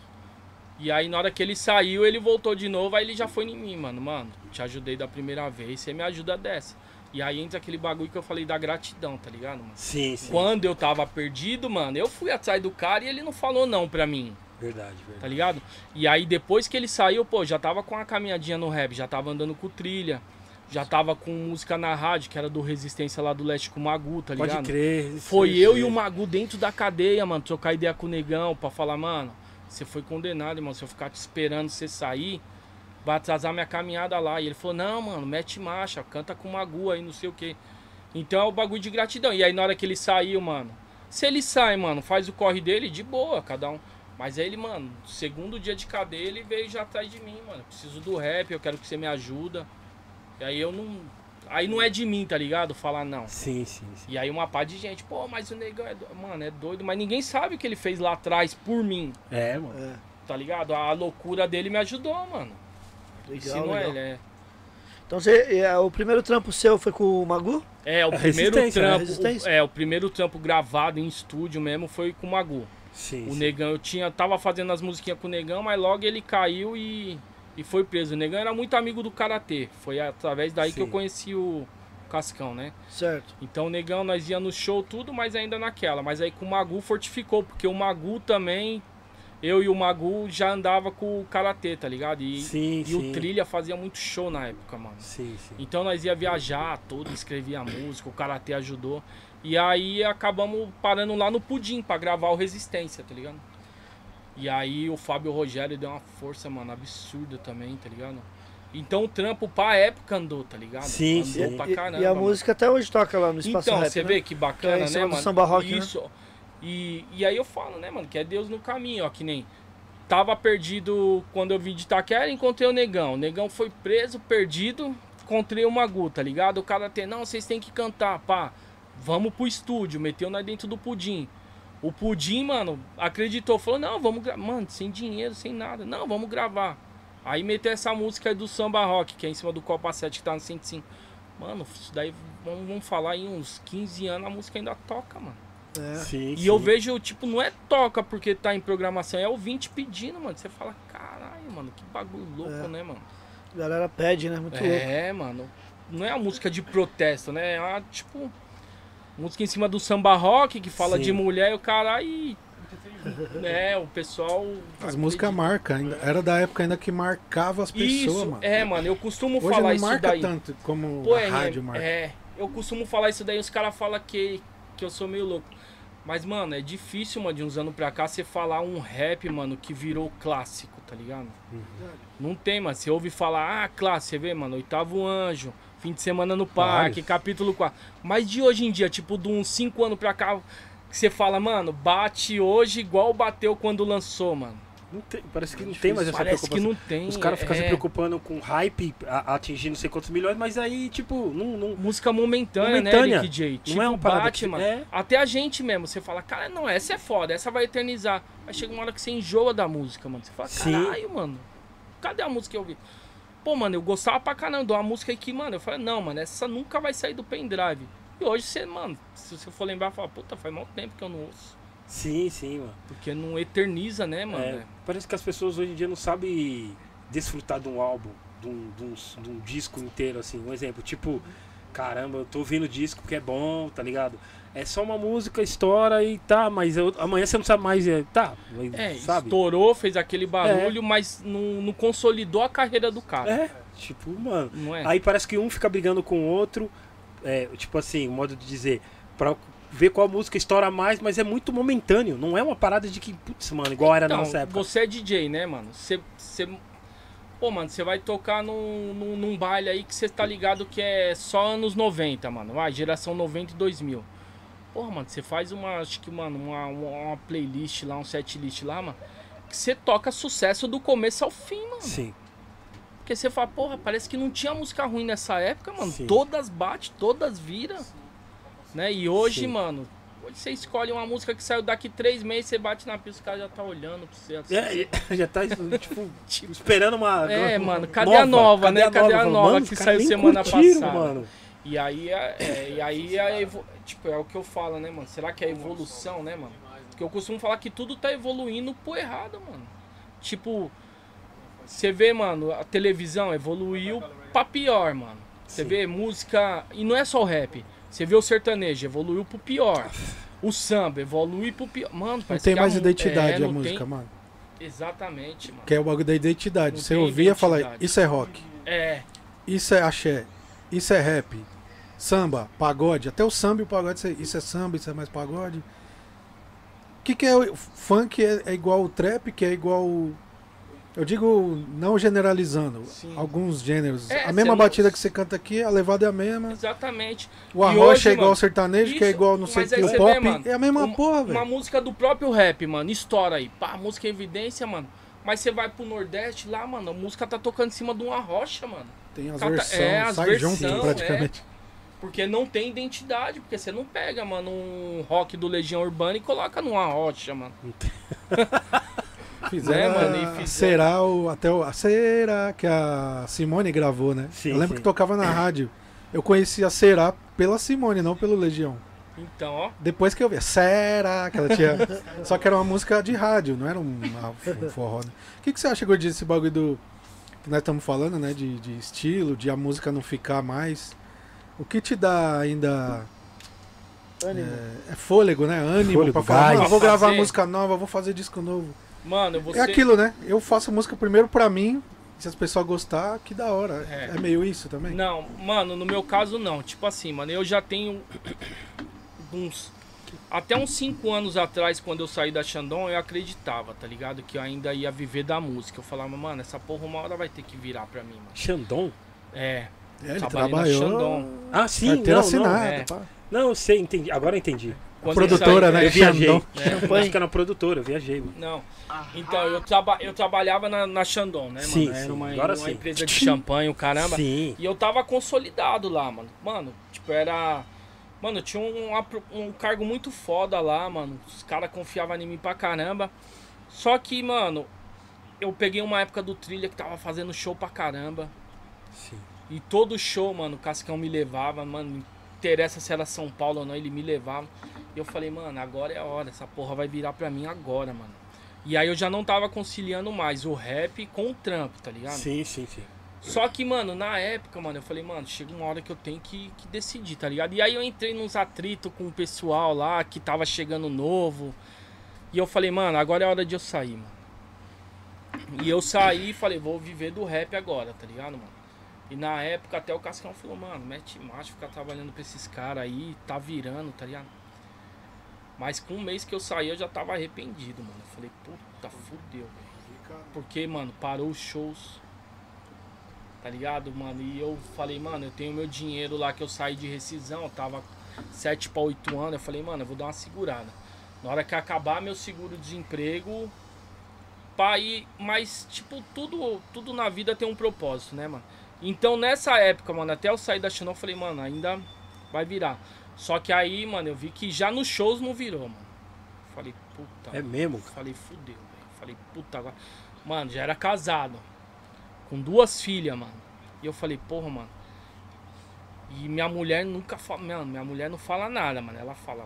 E aí na hora que ele saiu, ele voltou de novo, aí ele já foi em mim, mano. Mano, te ajudei da primeira vez, você me ajuda dessa. E aí entra aquele bagulho que eu falei da gratidão, tá ligado, mano? Sim, sim. Quando eu tava perdido, mano, eu fui atrás do cara e ele não falou não pra mim. Verdade, Tá verdade. ligado? E aí depois que ele saiu, pô, já tava com uma caminhadinha no rap, já tava andando com trilha, já tava com música na rádio, que era do Resistência lá do Leste com o Magu, tá ligado? Pode crer. Foi pode eu crer. e o Magu dentro da cadeia, mano, trocar ideia com o Negão pra falar, mano, você foi condenado, irmão, se eu ficar te esperando você sair, vai atrasar minha caminhada lá. E ele falou, não, mano, mete marcha, canta com o Magu aí, não sei o quê. Então é o bagulho de gratidão. E aí na hora que ele saiu, mano, se ele sai, mano, faz o corre dele, de boa, cada um. Mas aí ele, mano, segundo dia de cadeia, ele veio já atrás de mim, mano. Eu preciso do rap, eu quero que você me ajuda. E aí eu não... Aí não é de mim, tá ligado? Falar não. Sim, sim, sim. E aí uma pá de gente, pô, mas o Negão é doido. Mano, é doido. Mas ninguém sabe o que ele fez lá atrás por mim, É, mano. É, tá ligado? A loucura dele me ajudou, mano. Se legal, não é, legal. ele é... Então o primeiro trampo seu foi com o Magu? É, o A primeiro Resistência, né? trampo... Resistência. o primeiro trampo gravado em estúdio mesmo foi com o Magu. Sim, O sim. Negão, tava fazendo as musiquinhas com o Negão, mas logo ele caiu e foi preso. O Negão era muito amigo do Karatê. Foi através daí que Sim. eu conheci o Cascão, né? Certo. Então o Negão, nós ia no show tudo, mas ainda naquela. Mas aí com o Magu fortificou, porque o Magu também, eu e o Magu já andava com o Karatê, tá ligado? Sim, E sim. o Trilha fazia muito show na época, mano. Sim, sim. Então nós ia viajar, tudo, escrevia música, o Karatê ajudou. E aí acabamos parando lá no Pudim pra gravar o Resistência, tá ligado? E aí o Fábio Rogério deu uma força, mano, absurda também, tá ligado? Então o trampo pra época andou, tá ligado? Sim, andou sim. pra E caramba. a mano. música até hoje toca lá no Espaço Então, Rap, você né? vê que bacana, Que é em né, cima do mano? samba rock, né? Isso. E aí eu falo, né, mano, que é Deus no caminho, ó, que nem... Tava perdido quando eu vim de Itaquera, encontrei o Negão. O Negão foi preso, perdido, encontrei o Magu, tá ligado? O cara tem, não, vocês têm que cantar, pá. Vamos pro estúdio, meteu nós dentro do Pudim. O Pudim, mano, acreditou, falou, não, vamos gravar. Mano, sem dinheiro, sem nada. Não, vamos gravar. Aí meteu essa música aí do Samba Rock, que é em cima do Copa 7, que tá no 105. Mano, isso daí, vamos falar em uns 15 anos, a música ainda toca, mano. É. Sim, E eu vejo, tipo, não é toca porque tá em programação, é ouvinte pedindo, mano. Você fala, caralho, mano, que bagulho louco, É. né, mano? A galera pede, né? Muito louco. É, mano. Não é a música de protesto, né? É uma, tipo, música em cima do samba rock que fala Sim. de mulher e o cara e. É, o pessoal. As músicas acredita. marcam ainda. Era da época ainda que marcava as pessoas, Isso, mano. mano, eu costumo Hoje falar não isso marca daí. tanto como Pô, a rádio marca. eu costumo falar isso daí, os caras falam que eu sou meio louco. Mas, mano, é difícil, mano, de uns anos pra cá, você falar um rap, mano, que virou clássico, tá ligado? Não tem, mano. Você ouve falar, clássico, você vê, mano, Oitavo Anjo, Fim de Semana no Parque, capítulo 4. Mas de hoje em dia, tipo, de uns 5 anos pra cá, que você fala, mano, bate hoje igual bateu quando lançou, mano. Não tem, parece que não tem mais essa Parece preocupação. que não tem. Os caras ficam se preocupando com hype, atingindo não sei quantos milhões, mas aí, tipo, não... Música momentânea, né, Rick J? Tipo, Não é uma parada bate, que... mano. É. Até a gente mesmo, você fala, cara, não, essa é foda, essa vai eternizar. Aí chega uma hora que você enjoa da música, mano. Você fala, caralho, mano, cadê a música que eu vi? Pô, mano, eu gostava pra caramba de uma música que, mano, eu falei, não, mano, essa nunca vai sair do pendrive. E hoje você, mano, se você for lembrar, fala, puta, faz muito tempo que eu não ouço. Sim, mano. Porque não eterniza, né, mano? Parece que as pessoas hoje em dia não sabem desfrutar de um álbum, de um disco inteiro, assim. Um exemplo, tipo, caramba, eu tô ouvindo o disco porque é bom, tá ligado? É só uma música, estoura e tá, mas amanhã você não sabe mais, sabe? Estourou, fez aquele barulho, mas não consolidou a carreira do cara. Tipo, mano, Não é? aí parece que um fica brigando com o outro, tipo assim, modo de dizer, pra ver qual música estoura mais, mas é muito momentâneo, não é uma parada de que, putz, mano, igual era na nossa época. Você é DJ, né, mano? Pô, mano, você vai tocar num baile aí que você tá ligado que é só anos 90, mano. Geração 90 e 2000. Porra, mano, você faz uma playlist lá, um setlist lá, mano, que você toca sucesso do começo ao fim, mano. Sim. Porque você fala, porra, parece que não tinha música ruim nessa época, mano. Sim. Todas bate, todas viram. Né? E hoje, Sim. mano, hoje você escolhe uma música que saiu daqui 3 meses, você bate na pista, o cara já tá olhando pra você. Assim. Já tá, tipo, esperando uma... Mano, cadê a nova, né? Cadê a nova Mano, que os caras saiu nem semana curtiram, passada? Mano. E aí, tipo, é o que eu falo, né, mano? Será que é evolução, né, mano? Porque eu costumo falar que tudo tá evoluindo pro errado, mano. Tipo, você vê, mano, a televisão evoluiu pra pior, mano. Você vê música, e não é só o rap. Você vê o sertanejo, evoluiu pro pior. O samba evolui pro pior. Mano, Não parece tem que mais identidade a não música, tem... mano. Exatamente, mano. Que é o bagulho da identidade. Não Você tem ouvia e falar, identidade. isso é rock, isso é axé, isso é rap, samba, pagode. Até o samba e o pagode, isso é samba, isso é mais pagode. O que é o funk? É igual o trap, que é igual... Eu digo, não generalizando, Sim. alguns gêneros. É, A mesma você batida não- que você canta aqui, a levada é a mesma. Exatamente. O E arrocha hoje, é igual mano, o sertanejo, que é isso, igual não sei o mas aí que. O você pop vê, mano, é a mesma porra, Uma velho. música do próprio rap, mano, estoura aí. Pá, música em evidência, mano. Mas você vai pro Nordeste lá, mano, a música tá tocando em cima de uma rocha, mano. Tem as Cata- versões, as sai versão, junto praticamente. Porque não tem identidade, porque você não pega, mano, um rock do Legião Urbana e coloca numa rocha, mano. Fizeram, mano, e fizeram- Será que a Simone gravou, né? Sim, Eu lembro sim. que tocava na rádio. Eu conheci a Será pela Simone, não pelo Legião. Então, ó. Depois que eu vi, Será que ela tinha. Só que era uma música de rádio, não era um forró. Né? O que você acha, Gordinho, desse bagulho do. Que nós estamos falando, né? De estilo, de a música não ficar mais. O que te dá ainda. É fôlego, né? Ânimo Fôlego, pra falar, gás. "Não, eu vou gravar Fazer. música nova, eu vou fazer disco novo. Mano, eu vou É ser- aquilo, né? Eu faço música primeiro pra mim, se as pessoas gostar, que da hora. É. É meio isso também? Não, mano, no meu caso não. Tipo assim, mano, eu já tenho até uns 5 anos atrás, quando eu saí da Xandão, eu acreditava, tá ligado? Que eu ainda ia viver da música. Eu falava, mano, essa porra uma hora vai ter que virar pra mim, mano. Xandão? É. Ele Trabalhei na trabalhou. Xandão. Ah, sim, Carteira não, assinada. é. pá. não, eu sei, entendi. Agora eu entendi. Quando Produtora, eu saí- né? Eu viajei. Xandão. Eu acho que era produtora, eu viajei, mano. Não. Então, eu trabalhava na Xandão, né, mano? Sim, Era sim, uma agora uma sim. empresa de champanhe, o caramba. Sim. E eu tava consolidado lá, mano. Mano, tipo, era... Mano, eu tinha um cargo muito foda lá, mano. Os caras confiavam em mim pra caramba. Só que, mano, eu peguei uma época do Trilha que tava fazendo show pra caramba. Sim. E todo show, mano, o Cascão me levava, mano. Não interessa se era São Paulo ou não, ele me levava. E eu falei, mano, agora é a hora. Essa porra vai virar pra mim agora, mano. E aí eu já não tava conciliando mais o rap com o trampo, tá ligado? Sim, sim, sim. Só que, mano, na época, mano, eu falei, mano, chega uma hora que eu tenho que decidir, tá ligado? E aí eu entrei nos atritos com o pessoal lá que tava chegando novo. E eu falei, mano, agora é hora de eu sair, mano. E eu saí e falei, vou viver do rap agora, tá ligado, mano? E na época até o Cascão falou, mano, mete macho, ficar trabalhando pra esses caras aí, tá virando, tá ligado? Mas com um mês que eu saí, eu já tava arrependido, mano. Eu falei, puta, fudeu, velho. Porque, mano, parou os shows. Tá ligado, mano? E eu falei, mano, eu tenho meu dinheiro lá que eu saí de rescisão, eu tava 7 para 8 anos. Eu falei, mano, eu vou dar uma segurada. Na hora que acabar meu seguro-desemprego, pá, ir. Mas, tipo, tudo na vida tem um propósito, né, mano? Então, nessa época, mano, até eu sair da Xandão, eu falei, mano, ainda vai virar. Só que aí, mano, eu vi que já nos shows não virou, mano. Falei, puta. É mesmo? Falei, fudeu, velho. Falei, puta, agora. Mano, já era casado. Com 2 filhas, mano. E eu falei, porra, mano. E minha mulher nunca fala. Mano, minha mulher não fala nada, mano. Ela fala.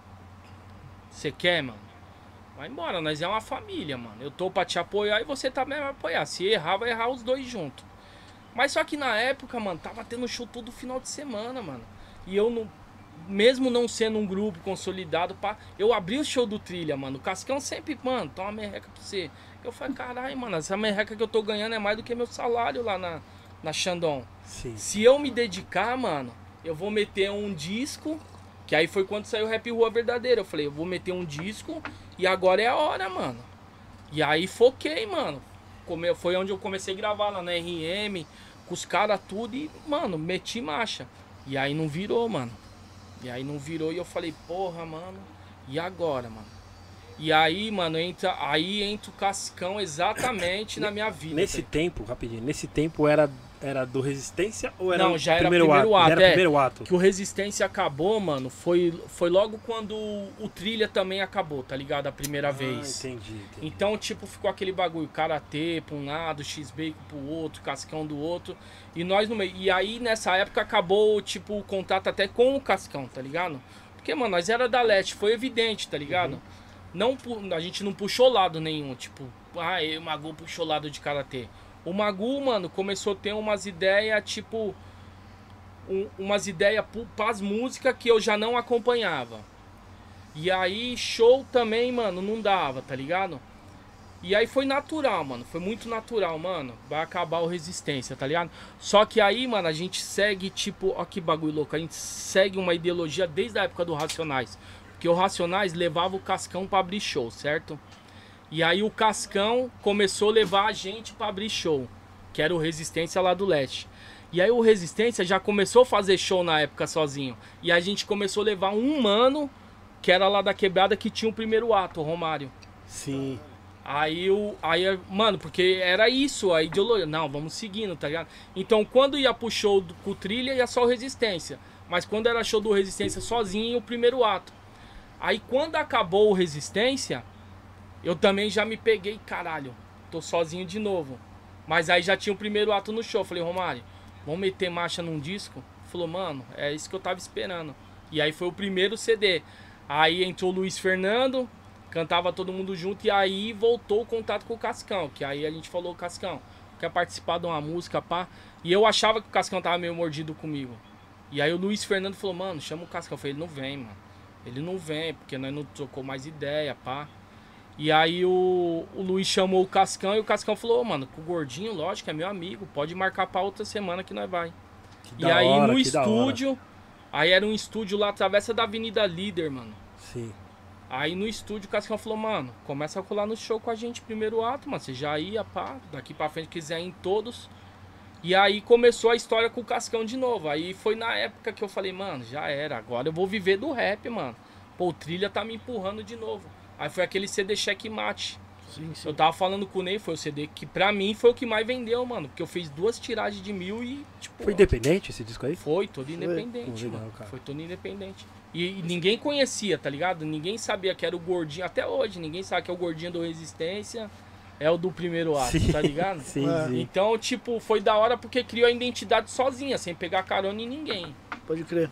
Você quer, mano? Vai embora, nós é uma família, mano. Eu tô pra te apoiar e você também vai apoiar. Se errar, vai errar os dois juntos. Mas só que na época, mano, tava tendo show todo final de semana, mano. E eu não. Mesmo não sendo um grupo consolidado, pá, eu abri o show do Trilha, mano. O Cascão sempre, mano, toma uma merreca pra você. Eu falei, caralho, mano, essa merreca que eu tô ganhando é mais do que meu salário lá na Xandão. Sim. Se eu me dedicar, mano, eu vou meter um disco, que aí foi quando saiu o Rap Rua Verdadeira. Eu falei, eu vou meter um disco e agora é a hora, mano. E aí foquei, mano. Foi onde eu comecei a gravar lá na RM, com os caras tudo e, mano, meti marcha. E aí não virou, mano. E aí não virou e eu falei, porra, mano, e agora, mano? E aí, mano, entra o Cascão exatamente na minha vida. Nesse tempo, rapidinho, nesse tempo era do Resistência ou era não, já era primeiro ato? ato. Era primeiro ato. Que o Resistência acabou, mano, foi logo quando o Trilha também acabou, tá ligado? A primeira vez. Entendi. Então, tipo, ficou aquele bagulho, Karatê pra um lado, X-Bacon pro outro, Cascão do outro, e nós no meio. E aí, nessa época, acabou, tipo, o contato até com o Cascão, tá ligado? Porque, mano, nós era da Leste, foi evidente, tá ligado? Não, a gente não puxou lado nenhum, tipo, o Magu puxou lado de Karatê. O Magu, mano, começou a ter umas ideias, tipo, umas ideias pras músicas que eu já não acompanhava. E aí, show também, mano, não dava, tá ligado? E aí foi natural, mano, foi muito natural, mano. Vai acabar o Resistência, tá ligado? Só que aí, mano, a gente segue, tipo, ó que bagulho louco, a gente segue uma ideologia desde a época do Racionais. Porque o Racionais levava o Cascão pra abrir show, certo? E aí o Cascão começou a levar a gente pra abrir show, que era o Resistência lá do Leste. E aí o Resistência já começou a fazer show na época sozinho. E a gente começou a levar um mano, que era lá da Quebrada, que tinha o primeiro ato, o Romário. Sim. Aí, mano, porque era isso, a ideologia. Não, vamos seguindo, tá ligado? Então quando ia pro show com o Trilha, ia só o Resistência. Mas quando era show do Resistência sozinho, ia o primeiro ato. Aí quando acabou o Resistência, eu também já me peguei, caralho, tô sozinho de novo. Mas aí já tinha o primeiro ato no show. Falei, Romário, vamos meter marcha num disco? Falou, mano, é isso que eu tava esperando. E aí foi o primeiro CD. Aí entrou o Luiz Fernando, cantava todo mundo junto. E aí voltou o contato com o Cascão. Que aí a gente falou, Cascão, quer participar de uma música, pá? E eu achava que o Cascão tava meio mordido comigo. E aí o Luiz Fernando falou, mano, chama o Cascão. Eu falei, ele não vem, mano. Ele não vem, porque nós não trocou mais ideia, pá. E aí o Luiz chamou o Cascão e o Cascão falou, mano, com o Gordinho, lógico, é meu amigo, pode marcar pra outra semana que nós vai. E aí no estúdio, aí era um estúdio lá, travessa da Avenida Líder, mano. Sim. Aí no estúdio o Cascão falou, mano, começa a colar no show com a gente, primeiro ato, mano, você já ia, pá, daqui pra frente quiser ir em todos. E aí começou a história com o Cascão de novo. Aí foi na época que eu falei, mano, já era, agora eu vou viver do rap, mano. Pô, o Trilha tá me empurrando de novo. Aí foi aquele CD Checkmate. Sim. Eu tava falando com o Ney, foi o CD que pra mim foi o que mais vendeu, mano. Porque eu fiz 2 tiragens de 1000 e, tipo... Foi independente esse disco aí? Foi, todo independente, Legal, mano. cara. Foi todo independente. E ninguém conhecia, tá ligado? Ninguém sabia que era o Gordinho, até hoje, ninguém sabe que é o Gordinho do Resistência. É o do primeiro ato, Sim, tá ligado? sim, sim. Então, tipo, foi da hora porque criou a identidade sozinha, sem pegar carona em ninguém. Pode crer.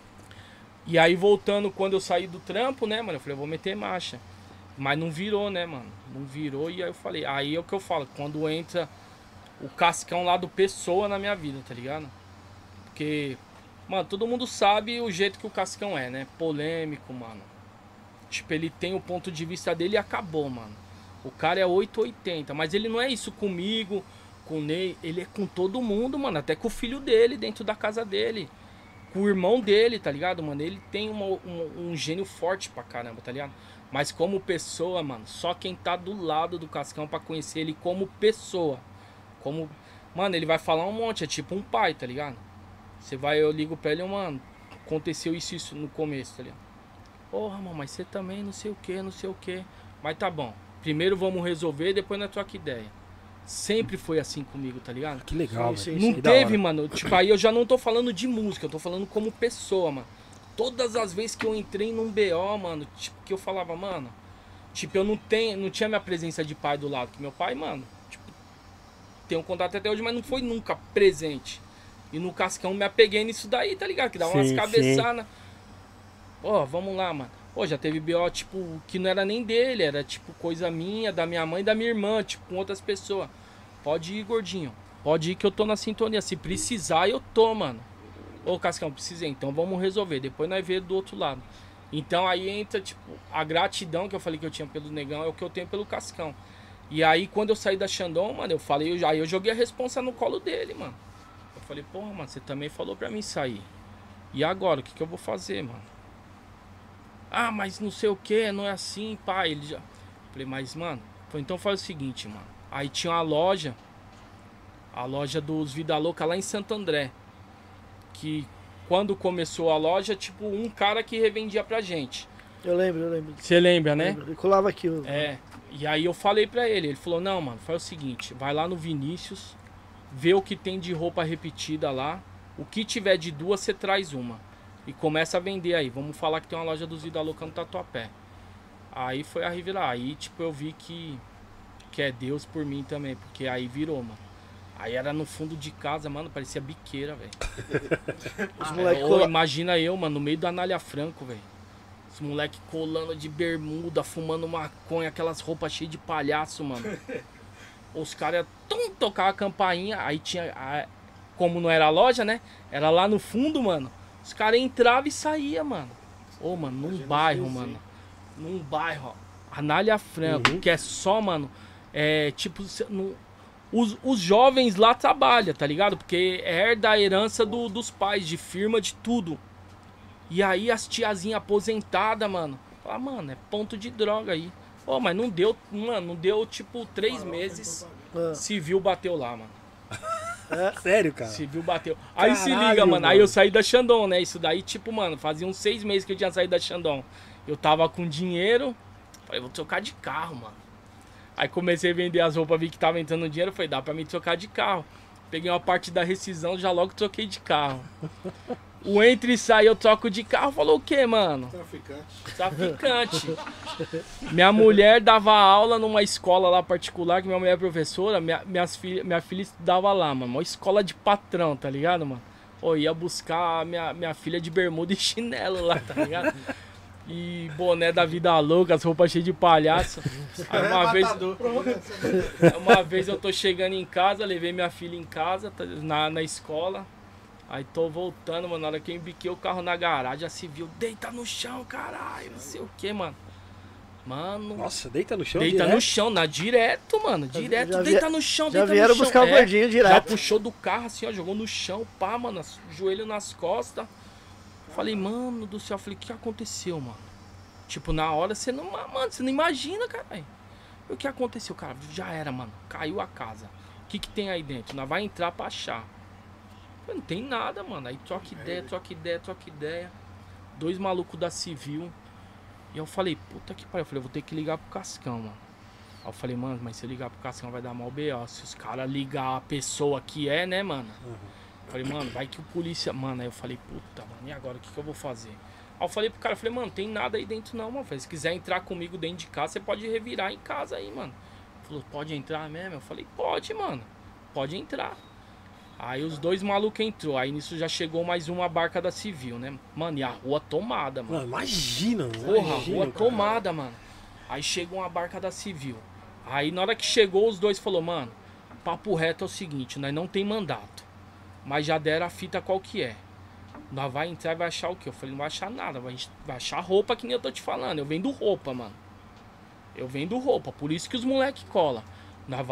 E aí, voltando, quando eu saí do trampo, né, mano, eu falei, eu vou meter marcha. Mas não virou, né, mano? Não virou e aí eu falei, aí é o que eu falo, quando entra o Cascão lá do Pessoa na minha vida, tá ligado? Porque, mano, todo mundo sabe o jeito que o Cascão é, né? Polêmico, mano. Tipo, ele tem o ponto de vista dele e acabou, mano. O cara é 880, mas ele não é isso comigo, com o Ney, ele é com todo mundo, mano. Até com o filho dele, dentro da casa dele. Com o irmão dele, tá ligado, mano? Ele tem um gênio forte pra caramba, tá ligado? Mas como pessoa, mano, só quem tá do lado do Cascão pra conhecer ele como pessoa. Como... Mano, ele vai falar um monte, é tipo um pai, tá ligado? Você vai, eu ligo pra ele, mano, aconteceu isso no começo, tá ligado? Porra, mano, mas você também não sei o que, não sei o que. Mas tá bom, primeiro vamos resolver, depois nós troca ideia. Sempre foi assim comigo, tá ligado? Que legal, Sim, velho. sim, Não Que da teve, hora. mano, tipo, aí eu já não tô falando de música, eu tô falando como pessoa, mano. Todas as vezes que eu entrei num BO, mano, tipo, que eu falava, mano, tipo, eu não tinha minha presença de pai do lado, que meu pai, mano, tipo, tem um contato até hoje, mas não foi nunca presente. E no Cascão me apeguei nisso daí, tá ligado? Que dá umas Sim, cabeçadas. Pô, vamos lá, mano. Pô, já teve BO, tipo, que não era nem dele, era tipo coisa minha, da minha mãe e da minha irmã, tipo, com outras pessoas. Pode ir, gordinho. Pode ir que eu tô na sintonia. Se precisar, eu tô, mano. Ô, Cascão, precisei. Então vamos resolver. Depois nós vemos do outro lado. Então aí entra, tipo, a gratidão que eu falei que eu tinha pelo Negão é o que eu tenho pelo Cascão. E aí, quando eu saí da Xandão, mano, eu falei, aí eu joguei a responsa no colo dele, mano. Eu falei, porra, mano, você também falou pra mim sair. E agora, o que eu vou fazer, mano? Ah, mas não sei o que, não é assim, pai. Ele já... Eu falei, mas, mano, então faz o seguinte, mano. Aí tinha uma loja, a loja dos Vida Louca lá em Santo André. Que quando começou a loja, tipo, um cara que revendia pra gente. Eu lembro. Você lembra, né? Ele colava aqui. É. E aí eu falei pra ele, ele falou, não, mano, faz o seguinte, vai lá no Vinícius, vê o que tem de roupa repetida lá. O que tiver de duas, você traz uma. E começa a vender aí. Vamos falar que tem uma loja dos Vida Louca no Tatuapé. Aí foi a revirar. Aí, tipo, eu vi que é Deus por mim também. Porque aí virou, mano. Aí era no fundo de casa, mano. Parecia biqueira, velho. Os moleques Imagina eu, mano, no meio da Anália Franco, velho. Os moleques colando de bermuda, fumando maconha, aquelas roupas cheias de palhaço, mano. Os caras tocavam a campainha. Aí tinha... Como não era loja, né? Era lá no fundo, mano. Os caras entravam e saíam, mano. Ô, mano, num bairro, mano. Num bairro, ó. Anália Franco, que é só, mano. É tipo. Os jovens lá trabalham, tá ligado? Porque herda a herança dos pais, de firma, de tudo. E aí as tiazinhas aposentadas, mano. Fala, mano, é ponto de droga aí. Ô, mas não deu, mano, não deu tipo 3 meses. Civil bateu lá, mano. Sério, cara? Civil bateu. Aí se Caralho, liga, mano. Aí mano. eu saí da Xandão, né? Isso daí, tipo, mano, fazia uns 6 meses que eu tinha saído da Xandão. Eu tava com dinheiro. Falei, vou trocar de carro, mano. Aí comecei a vender as roupas, vi que tava entrando dinheiro. Falei, dá pra me trocar de carro. Peguei uma parte da rescisão, já logo troquei de carro. O entre e sai, eu troco de carro. Falou o quê, mano? Traficante. Minha mulher dava aula numa escola lá particular, que minha mulher é professora. Minha filha estudava lá, mano. Uma escola de patrão, tá ligado, mano? Pô, ia buscar minha filha de bermuda e chinelo lá, tá ligado? E boné da Vida Louca, as roupas cheias de palhaço. Aí uma vez eu tô chegando em casa, levei minha filha em casa, na escola. Aí tô voltando, mano, na hora que eu embiquei o carro na garagem, já se viu, deita no chão, caralho, não sei o que, mano. Mano... Nossa, deita no chão Deita direto? no chão, direto, mano, direto, Já deita no chão, já deita vieram no chão. buscar o gordinho direto. Já puxou do carro assim, ó, jogou no chão, pá, mano, joelho nas costas. Falei, mano do céu, falei, o que aconteceu, mano? Tipo, na hora você não, mano, você não imagina, caralho. O que aconteceu, cara? Já era, mano, caiu a casa. O que tem aí dentro? Nós vai entrar pra achar. Não tem nada, mano. Aí troca ideia. 2 malucos da Civil. E eu falei, puta que pariu. Eu falei, eu vou ter que ligar pro Cascão, mano. Aí eu falei, mano, mas se eu ligar pro Cascão vai dar mal B.O. Se os caras ligar a pessoa que é, né, mano? Eu falei, mano, vai que o polícia... Mano, aí eu falei, puta, mano, e agora? O que eu vou fazer? Aí eu falei pro cara, eu falei, mano, tem nada aí dentro não, mano. Se quiser entrar comigo dentro de casa, você pode revirar em casa aí, mano. Ele falou, pode entrar mesmo? Eu falei, pode, mano. Pode entrar. Aí os 2 malucos entrou, aí nisso já chegou mais uma barca da Civil, né? Mano, e a rua tomada, mano. Mano, imagina, Porra, imagina, rua cara. tomada, mano. Aí chegou uma barca da Civil. Aí na hora que chegou, os 2 falou, mano, papo reto é o seguinte, nós não tem mandato. Mas já deram a fita qual que é. Nós vai entrar e vai achar o quê? Eu falei, não vai achar nada, vai achar roupa que nem eu tô te falando. Eu vendo roupa, mano. Eu vendo roupa, por isso que os moleque cola. Nós vai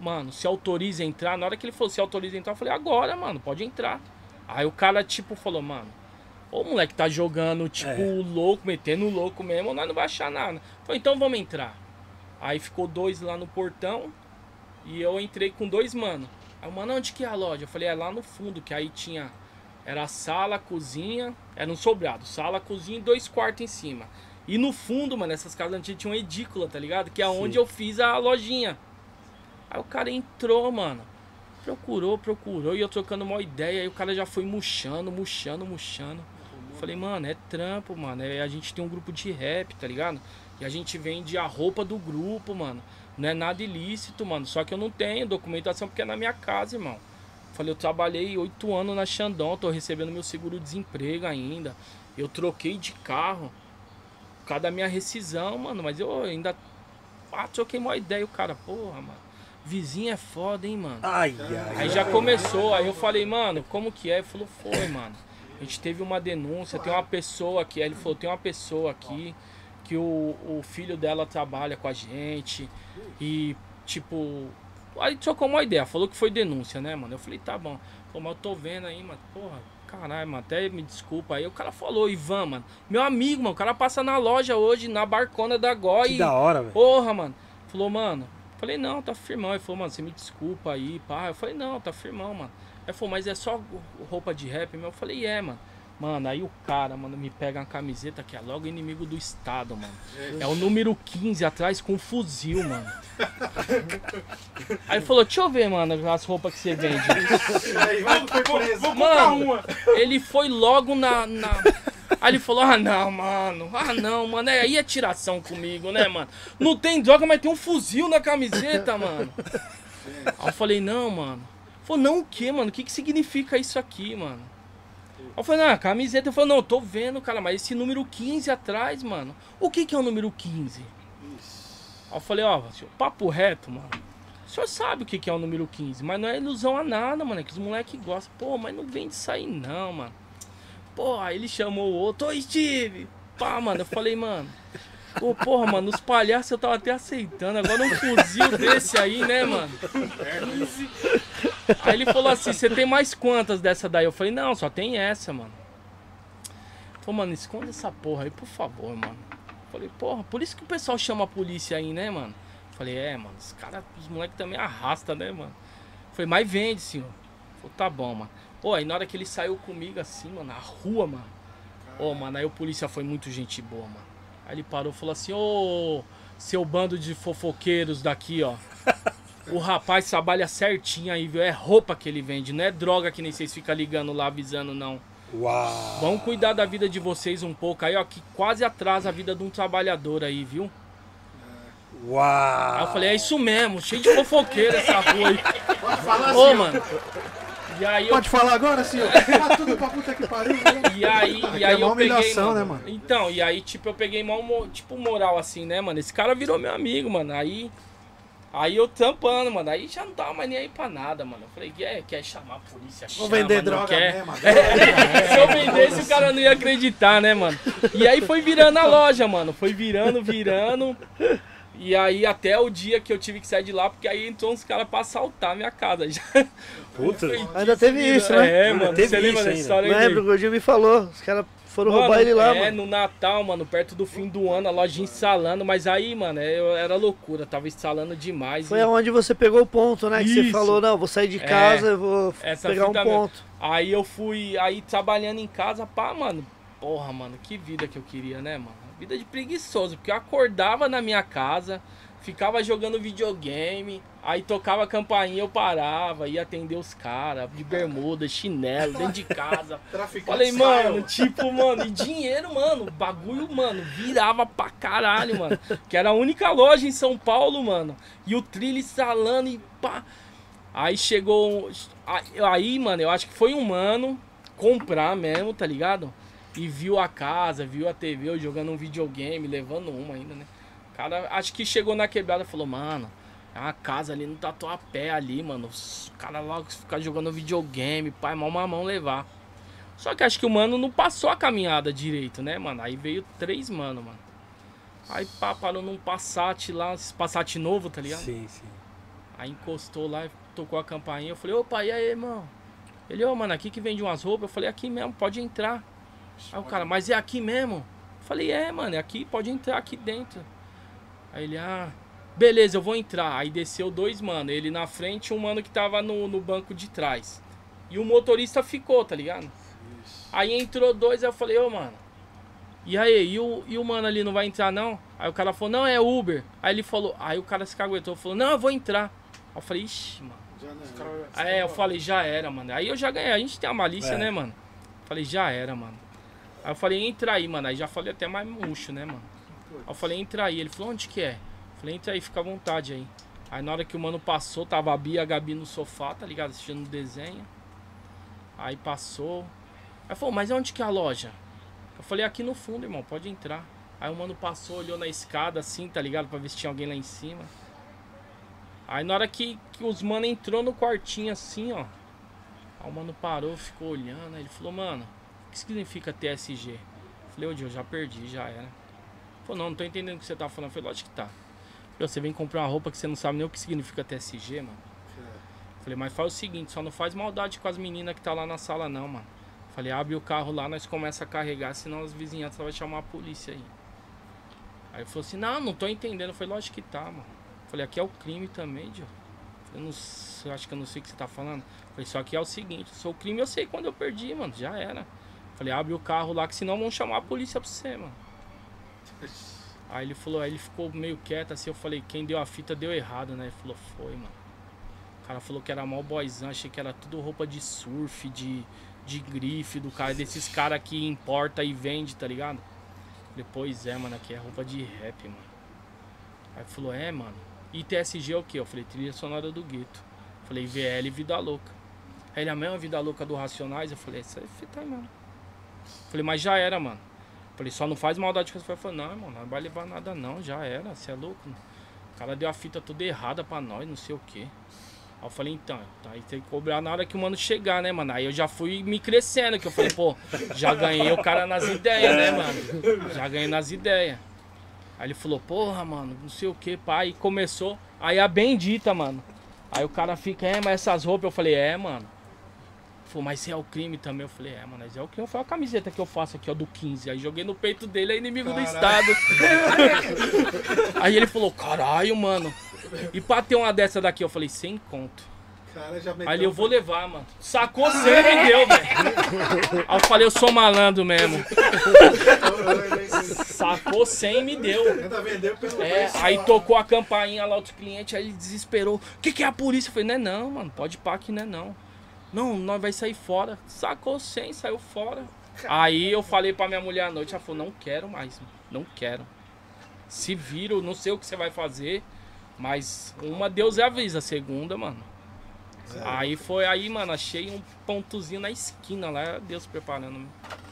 mano, se autoriza a entrar. Na hora que ele falou, se autoriza a entrar, eu falei, agora, mano, pode entrar. Aí o cara, tipo, falou, mano, o moleque tá jogando, tipo, louco, metendo louco mesmo, nós não vai achar nada. Falei, então vamos entrar. Aí ficou 2 lá no portão e eu entrei com 2 mano. Aí o mano, onde que é a loja? Eu falei, é lá no fundo, que aí tinha, era sala, cozinha, era um sobrado, sala, cozinha e 2 quartos em cima. E no fundo, mano, essas casas antigas tinham uma edícula, tá ligado? Que é onde eu fiz a lojinha. Aí o cara entrou, mano. Procurou, e eu trocando uma ideia. Aí o cara já foi murchando. Falei, mano, é trampo, mano. A gente tem um grupo de rap, tá ligado? E a gente vende a roupa do grupo, mano. Não é nada ilícito, mano. Só que eu não tenho documentação porque é na minha casa, irmão. Falei, eu trabalhei 8 anos na Xandão. Tô recebendo meu seguro-desemprego ainda. Eu troquei de carro por causa da minha rescisão, mano. Mas eu ainda troquei uma ideia. O cara, porra, mano. Vizinho é foda, hein, mano. Aí já começou, aí eu falei, mano, como que é? Ele falou, foi, mano. A gente teve uma denúncia, tem uma pessoa aqui. Aí ele falou, tem uma pessoa aqui que o filho dela trabalha com a gente. E, tipo... Aí trocou uma ideia, falou que foi denúncia, né, mano? Eu falei, tá bom. Falou, mas eu tô vendo aí, mano. Porra, caralho, mano, até me desculpa. Aí o cara falou, Ivan, mano, meu amigo, mano, o cara passa na loja hoje, na Barcona da Goi. Que da hora, velho. Porra, mano. Falou, mano... Falei, não, tá firmão. Ele falou, mano, você me desculpa aí, pá. Eu falei, não, tá firmão, mano. Ele falou, mas é só roupa de rap, meu? Eu falei, mano. Mano, aí o cara, mano, me pega uma camiseta que é logo inimigo do Estado, mano. É o número 15 atrás com um fuzil, mano. Aí ele falou, deixa eu ver, mano, as roupas que você vende. Mano, ele foi logo na... Aí ele falou, ah não, mano, aí é tiração comigo, né, mano? Não tem droga, mas tem um fuzil na camiseta, mano. Aí eu falei, não, mano. Ele falou, não o quê, mano? O que significa isso aqui, mano? Aí eu falei, não, a camiseta. Eu falei, não, eu tô vendo, cara, mas esse número 15 atrás, mano. O que é o número 15? Aí eu falei, ó, papo reto, mano. O senhor sabe o que é o número 15, mas não é ilusão a nada, mano. É que os moleques gostam. Pô, mas não vem disso aí não, mano. Pô, aí ele chamou o outro, ô Steve! Pá, mano, eu falei, mano. Ô, porra, mano, os palhaços eu tava até aceitando. Agora um fuzil desse aí, né, mano? Aí ele falou assim, você tem mais quantas dessa daí? Eu falei, não, só tem essa, mano. Ele falou, mano, esconde essa porra aí, por favor, mano. Eu falei, porra, por isso que o pessoal chama a polícia aí, né, mano? Eu falei, mano, os moleques também arrastam, né, mano? Eu falei, mas vende, senhor. Ele falou, tá bom, mano. Pô, aí na hora que ele saiu comigo assim, mano, na rua, mano. Ô, mano, aí o polícia foi muito gente boa, mano. Aí ele parou e falou assim, ô, seu bando de fofoqueiros daqui, ó. O rapaz trabalha certinho aí, viu? É roupa que ele vende, não é droga que nem vocês ficam ligando lá, avisando, não. Uau. Vamos cuidar da vida de vocês um pouco aí, ó, que quase atrasa a vida de um trabalhador aí, viu? Uau. Aí eu falei, é isso mesmo, cheio de fofoqueiro essa rua aí. Pode falar Ô, assim, mano. E aí Pode falar agora, senhor? Ah, tudo pra puta que pariu. E aí é eu uma peguei, humilhação, mano. né, mano? Então, e aí, tipo, eu peguei tipo, moral assim, né, mano? Esse cara virou meu amigo, mano. Aí eu tampando, mano. Aí já não tava mais nem aí pra nada, mano. Eu falei, quer chamar a polícia? Vou Chama, vender não droga quer. mesmo. Se eu vendesse, o cara não ia acreditar, né, mano? E aí foi virando a loja, mano. Foi virando. E aí até o dia que eu tive que sair de lá, porque aí entrou uns caras pra assaltar a minha casa. Já. Puta. Ainda teve isso, né? É, mano. Teve Você lembra isso dessa ainda. história aí? Lembro, o Gordinho me falou. Os caras foram roubar ele lá, mano. No Natal, mano, perto do fim do ano, a lojinha instalando. Mas aí, mano, era loucura. Tava instalando demais. Foi aonde você pegou o ponto, né? Que você Isso. falou, não, vou sair de casa, eu vou essa pegar um fita mesmo. ponto. Aí eu fui, aí trabalhando em casa, pá, mano. Porra, mano, que vida que eu queria, né, mano? Vida de preguiçoso, porque eu acordava na minha casa, ficava jogando videogame, aí tocava a campainha, eu parava, ia atender os caras, de bermuda, chinelo, dentro de casa. Falei, mano, tipo, mano, e dinheiro, mano, bagulho, mano, virava pra caralho, mano. Que era a única loja em São Paulo, mano. E o trilho instalando e pá. Aí chegou, aí, mano, eu acho que foi um mano comprar mesmo, tá ligado? E viu a casa, viu a TV, eu jogando um videogame, levando uma ainda, né? Cara, acho que chegou na quebrada e falou, mano, é uma casa ali no Tatuapé ali, mano. Os caras logo ficam jogando videogame, pai, mal mamão levar. Só que acho que o mano não passou a caminhada direito, né, mano? Aí veio 3 mano, mano. Aí pá, parou num Passat lá, esse Passat novo, tá ligado? Sim, sim. Aí encostou lá, tocou a campainha. Eu falei, opa, e aí, irmão? Ele, ô, mano, aqui que vende umas roupas. Eu falei, aqui mesmo, pode entrar. Aí o cara, mas é aqui mesmo? Eu falei, é, mano, é aqui, pode entrar aqui dentro. Aí ele, beleza, eu vou entrar. Aí desceu 2 mano, ele na frente e um mano que tava no banco de trás. E o motorista ficou, tá ligado? Aí entrou 2, aí eu falei, ô, mano, e aí, e o mano ali não vai entrar não? Aí o cara falou, não, é Uber. Aí ele falou, aí o cara se caguetou, falou, não, eu vou entrar. Aí eu falei, ixi, mano. Aí eu falei, já era, mano. Aí eu já ganhei, a gente tem a malícia, né, mano? Falei, já era, mano. Aí eu falei, entra aí, mano. Aí já falei até mais murcho, né, mano? Aí eu falei, entra aí. Ele falou, onde que é? Eu falei, entra aí, fica à vontade aí. Aí na hora que o mano passou, tava a Bia e a Gabi no sofá, tá ligado? Assistindo o desenho. Aí passou. Aí falou, mas onde que é a loja? Eu falei, aqui no fundo, irmão, pode entrar. Aí o mano passou, olhou na escada assim, tá ligado? Pra ver se tinha alguém lá em cima. Aí na hora que os mano entrou no quartinho assim, ó. Aí o mano parou, ficou olhando. Aí ele falou, mano, o que significa TSG? Eu falei, ô, Dio, eu já perdi, já era. Ele falou, não tô entendendo o que você tá falando. Eu falei, lógico que tá. Eu falei, você vem comprar uma roupa que você não sabe nem o que significa TSG, mano. Eu falei, mas faz o seguinte, só não faz maldade com as meninas que tá lá na sala não, mano. Eu falei, abre o carro lá, nós começa a carregar, senão as vizinhanças vão chamar a polícia aí. Aí ele falou assim, não tô entendendo. Eu falei, lógico que tá, mano. Eu falei, aqui é o crime também, Dio. Eu acho que eu não sei o que você tá falando. Eu falei, só que é o seguinte, sou o crime eu sei quando eu perdi, mano, já era. Eu falei, abre o carro lá, que senão vão chamar a polícia pra você, mano. Aí ele falou, aí ele ficou meio quieto assim, eu falei, quem deu a fita deu errado, né? Ele falou, foi, mano. O cara falou que era mal boyzão, achei que era tudo roupa de surf, de grife do cara, desses caras que importa e vende, tá ligado? Depois mano, aqui é roupa de rap, mano. Aí falou, mano. E TSG é o que? Eu falei, trilha sonora do gueto. Falei, VL Vida Louca. Aí ele, a mesma Vida Louca do Racionais? Eu falei, essa é fita aí, mano. Falei, mas já era, mano. Falei, só não faz maldade com você. Falei, não, irmão, não vai levar nada não, já era, você é louco, mano. O cara deu a fita toda errada pra nós, não sei o que. Aí eu falei, então, aí tem que cobrar na hora que o mano chegar, né, mano? Aí eu já fui me crescendo, que eu falei, pô, já ganhei o cara nas ideias, né, mano? Já ganhei nas ideias. Aí ele falou, porra, mano, não sei o que, pai. E começou, aí a bendita, mano. Aí o cara fica, mas essas roupas, eu falei, mano. Falou, mas você é o crime também? Eu falei, mano, mas é o crime. Foi a camiseta que eu faço aqui, ó, do 15. Aí joguei no peito dele, é inimigo do Estado. Aí ele falou, caralho, mano. E pra ter uma dessa daqui, eu falei, 100 conto. Aí eu vou levar, mano. Sacou 100 e me deu, velho. Aí eu falei, eu sou malandro mesmo. Sacou 100 e me deu. Aí tocou a campainha lá, outro cliente, aí ele desesperou. O que é a polícia? Eu falei, não, mano, pode pá que não é não. Não, nós vai sair fora. Sacou 100, saiu fora. Aí eu falei pra minha mulher à noite, ela falou, não quero mais, mano. Não quero. Se vira, eu não sei o que você vai fazer. Mas uma Deus avisa, a segunda, mano. Aí foi aí, mano, achei um pontozinho na esquina lá, Deus preparando.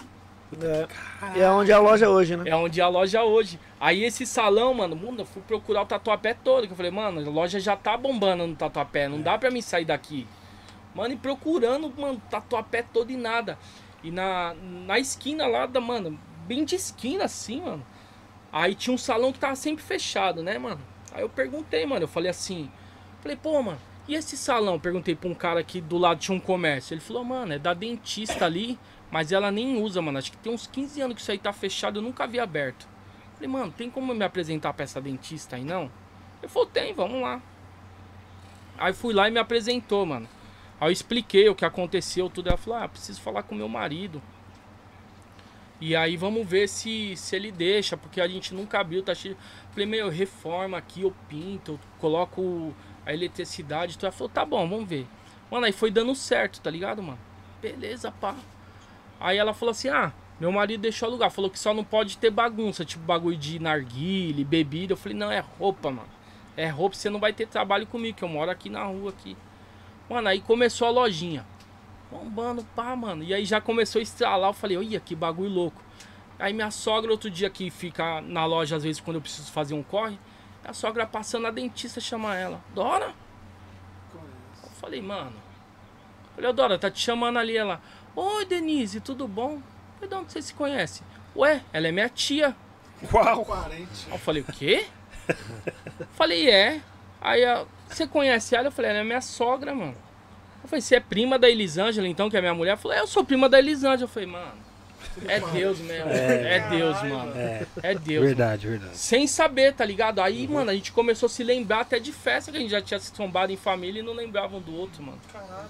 E é onde é a loja hoje, né? É onde é a loja hoje. Aí esse salão, mano, eu fui procurar o Tatuapé todo. Que eu falei, mano, a loja já tá bombando no Tatuapé, não dá pra mim sair daqui. Mano, e procurando, mano, Tatuapé todo e nada. E na esquina lá, mano, bem de esquina assim, mano. Aí tinha um salão que tava sempre fechado, né, mano? Aí eu perguntei, mano, eu falei assim, pô, mano, e esse salão? Perguntei pra um cara que do lado tinha um comércio. Ele falou, mano, é da dentista ali, mas ela nem usa, mano. Acho que tem uns 15 anos que isso aí tá fechado, eu nunca vi aberto. Eu falei, mano, tem como me apresentar pra essa dentista aí, não? Ele falou, tem, vamos lá. Aí fui lá e me apresentou, mano. Aí eu expliquei o que aconteceu, tudo. Ela falou, preciso falar com meu marido. E aí vamos ver se ele deixa, porque a gente nunca abriu, tá cheio. Falei, meu, reforma aqui, eu pinto, eu coloco a eletricidade. Ela falou, tá bom, vamos ver. Mano, aí foi dando certo, tá ligado, mano? Beleza, pá. Aí ela falou assim, meu marido deixou alugar. Falou que só não pode ter bagunça, tipo bagulho de narguile, bebida. Eu falei, não, é roupa, mano. É roupa, você não vai ter trabalho comigo, que eu moro aqui na rua, aqui. Mano, aí começou a lojinha. Bombando, pá, mano. E aí já começou a estralar. Eu falei, olha que bagulho louco. Aí minha sogra, outro dia que fica na loja, às vezes, quando eu preciso fazer um corre, a sogra passando, a dentista chama ela. Dora? Eu falei, mano. Falei, Dora, tá te chamando ali. Ela, oi, Denise, tudo bom? Eu falei, de onde você se conhece? Ué, ela é minha tia. Uau! Eu falei, o quê? Falei, é. Aí você conhece ela? Eu falei, ela é minha sogra, mano. Eu falei, você é prima da Elisângela, então, que é minha mulher? Eu falei, eu sou prima da Elisângela. Eu falei, mano, é Deus mesmo. É Deus, mano. É Deus. Verdade, verdade. Sem saber, tá ligado? Aí, mano, a gente começou a se lembrar até de festa, que a gente já tinha se trombado em família e não lembrava um do outro, mano.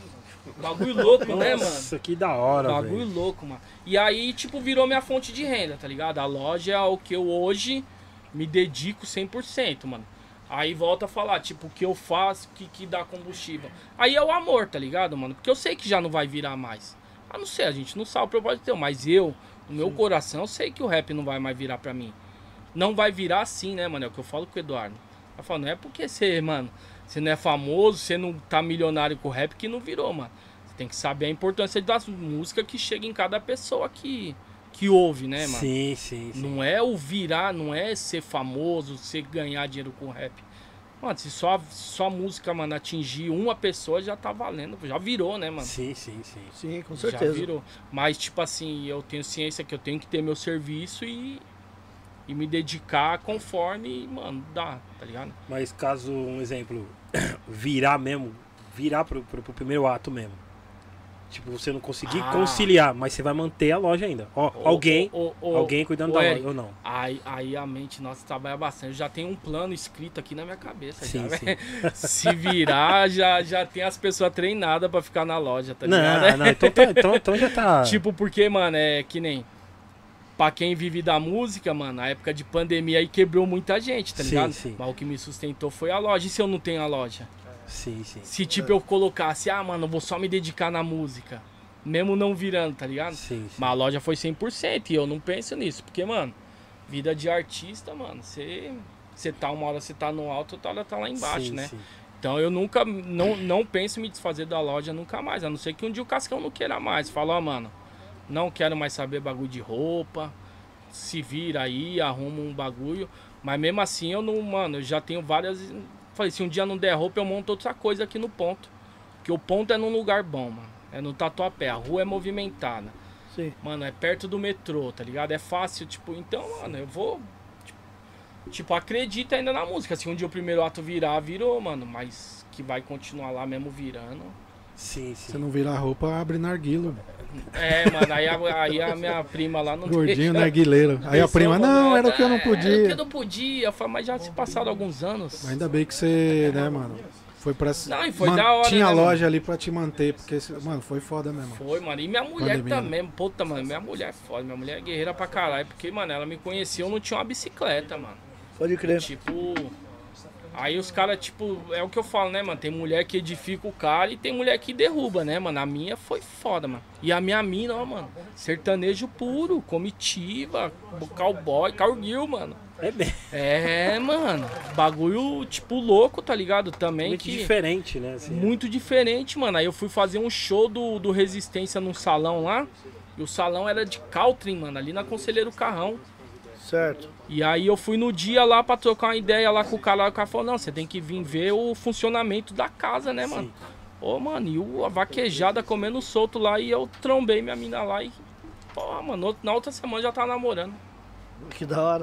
Bagulho louco, né, mano? Nossa, que da hora, velho. Bagulho louco, mano. E aí, tipo, virou minha fonte de renda, tá ligado? A loja é o que eu hoje me dedico 100%, mano. Aí volta a falar, tipo, o que eu faço, que dá combustível. Aí é o amor, tá ligado, mano? Porque eu sei que já não vai virar mais. A não ser, a gente não sabe o propósito teu, mas eu, no meu coração, eu sei que o rap não vai mais virar pra mim. Não vai virar assim, né, mano? É o que eu falo com o Eduardo. Eu falo, não é porque você, mano, você não é famoso, você não tá milionário com o rap que não virou, mano. Você tem que saber a importância das músicas que chega em cada pessoa que ouve, né, mano? Sim, sim, sim. Não é o virar, não é ser famoso, você ganhar dinheiro com rap. Mano, se só música, mano, atingir uma pessoa, já tá valendo. Já virou, né, mano? Sim, sim, sim. Sim, com certeza. Já virou. Mas, tipo assim, eu tenho ciência que eu tenho que ter meu serviço e me dedicar conforme, mano, dá, tá ligado? Mas caso, um exemplo, virar mesmo, virar pro primeiro ato mesmo. Tipo, você não conseguir conciliar, mas você vai manter a loja ainda. Ó, alguém cuidando da loja, ou não? Aí a mente nossa trabalha bastante. Eu já tenho um plano escrito aqui na minha cabeça. Sim, já, sim. Se virar, já tem as pessoas treinadas pra ficar na loja, tá ligado? Não, então já tá... Tipo, porque, mano, é que nem... Pra quem vive da música, mano, a época de pandemia aí quebrou muita gente, tá Sim, ligado? sim. Mas o que me sustentou foi a loja. E se eu não tenho a loja? Sim, sim. Se tipo eu colocasse, mano, eu vou só me dedicar na música, mesmo não virando, tá ligado? Sim, sim. Mas a loja foi 100% e eu não penso nisso, porque, mano, vida de artista, mano, você tá uma hora você tá no alto, outra hora tá lá embaixo, Sim, né? sim. Então eu nunca, não penso em me desfazer da loja nunca mais, a não ser que um dia o Cascão não queira mais. Fala, ó, mano, não quero mais saber bagulho de roupa, se vira aí, arruma um bagulho, mas mesmo assim eu não, mano, eu já tenho várias... Falei, se um dia não der roupa, eu monto outra coisa aqui no ponto. Porque o ponto é num lugar bom, mano. É no Tatuapé. A rua é movimentada. Sim. Mano, é perto do metrô, tá ligado? É fácil, tipo... Então, mano, eu vou... Tipo, acredita ainda na música. Se um dia o primeiro ato virar, virou, mano. Mas que vai continuar lá mesmo virando. Sim, Se sim. não virar roupa, abre narguilo. É, mano, aí a minha prima lá não Gordinho, deixa. narguileiro. Aí a prima, não, era o que eu não Era o que podia. eu não podia. Eu falei, mas já se passaram alguns anos. Ainda bem que você, né, mano, foi pra... Não, e foi da hora, tinha né, loja ali pra te manter, porque, mano, foi foda mesmo. Foi, mano. E minha mulher Pandemia, também. Puta, mano. Minha mulher é foda. Minha mulher é guerreira pra caralho. Porque, mano, ela me conhecia, eu não tinha uma bicicleta, mano. Pode crer. Tipo... Aí os caras, tipo... É o que eu falo, né, mano? Tem mulher que edifica o cara e tem mulher que derruba, né, mano? A minha foi foda, mano. E a minha mina, ó, mano. Sertanejo puro, comitiva, cowboy, cowgirl, mano. É bem Mano. Bagulho, tipo, louco, tá ligado? Também muito que... diferente, né? Assim, Muito diferente, mano. Aí eu fui fazer um show do Resistência num salão lá. E o salão era de Caltrim, mano, ali na Conselheiro Carrão. Certo. E aí eu fui no dia lá pra trocar uma ideia lá com o cara. O cara falou, não, você tem que vir ver o funcionamento da casa, né, mano? Ô, mano, e a vaquejada comendo solto lá. E eu trombei minha mina lá e... Pô, mano, na outra semana já tava namorando. Que da hora.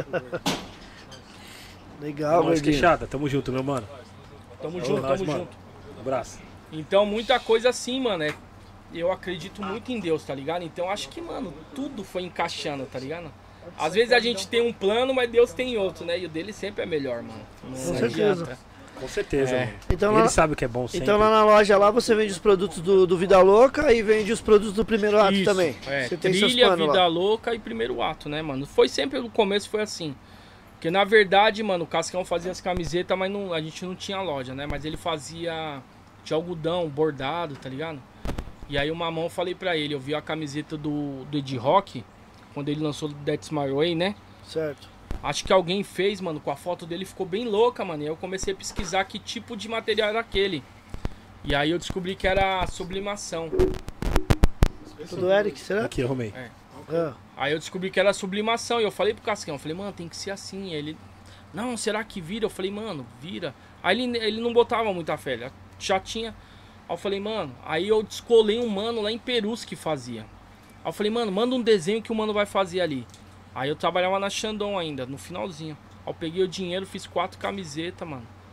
Legal, Vamos, gordinho. queixada. Tamo junto, meu mano. Tamo junto, nós, tamo mano. junto. Abraço. Então, muita coisa assim, mano, eu acredito muito em Deus, tá ligado? Então, acho que, mano, tudo foi encaixando, tá ligado? Às vezes a gente tem um plano, mas Deus tem outro, né? E o dele sempre é melhor, mano. Não Com certeza. adianta. Com certeza, É. mano. Então, Ele lá, sabe o que é bom sempre. então lá na loja lá você vende os produtos do Vida Louca e vende os produtos do primeiro ato Isso, também. É, Você tem seus trilha, planos vida lá. louca e primeiro ato, né, mano? Foi sempre, no começo foi assim. Porque na verdade, mano, o Cascão fazia as camisetas, mas a gente não tinha loja, né? Mas ele fazia de algodão, bordado, tá ligado? E aí uma mão eu falei pra ele, eu vi a camiseta do Ed Rock, quando ele lançou That's My Way, né? Certo. Acho que alguém fez, mano, com a foto dele, ficou bem louca, mano. E aí eu comecei a pesquisar que tipo de material era aquele. E aí eu descobri que era sublimação. Tudo Eric, será? Aqui, arrumei. Ah, Aí eu descobri que era sublimação. E eu falei pro Cascão, eu falei, mano, tem que ser assim. Aí ele, não, será que vira? Eu falei, mano, vira. Aí ele não botava muita fé, ele já tinha. Aí eu falei, mano, aí eu descolei um mano lá em Perus que fazia. Aí eu falei, mano, manda um desenho que o mano vai fazer ali. Aí eu trabalhava na Xandão ainda, no finalzinho. Aí eu peguei o dinheiro, fiz 4 camisetas, mano.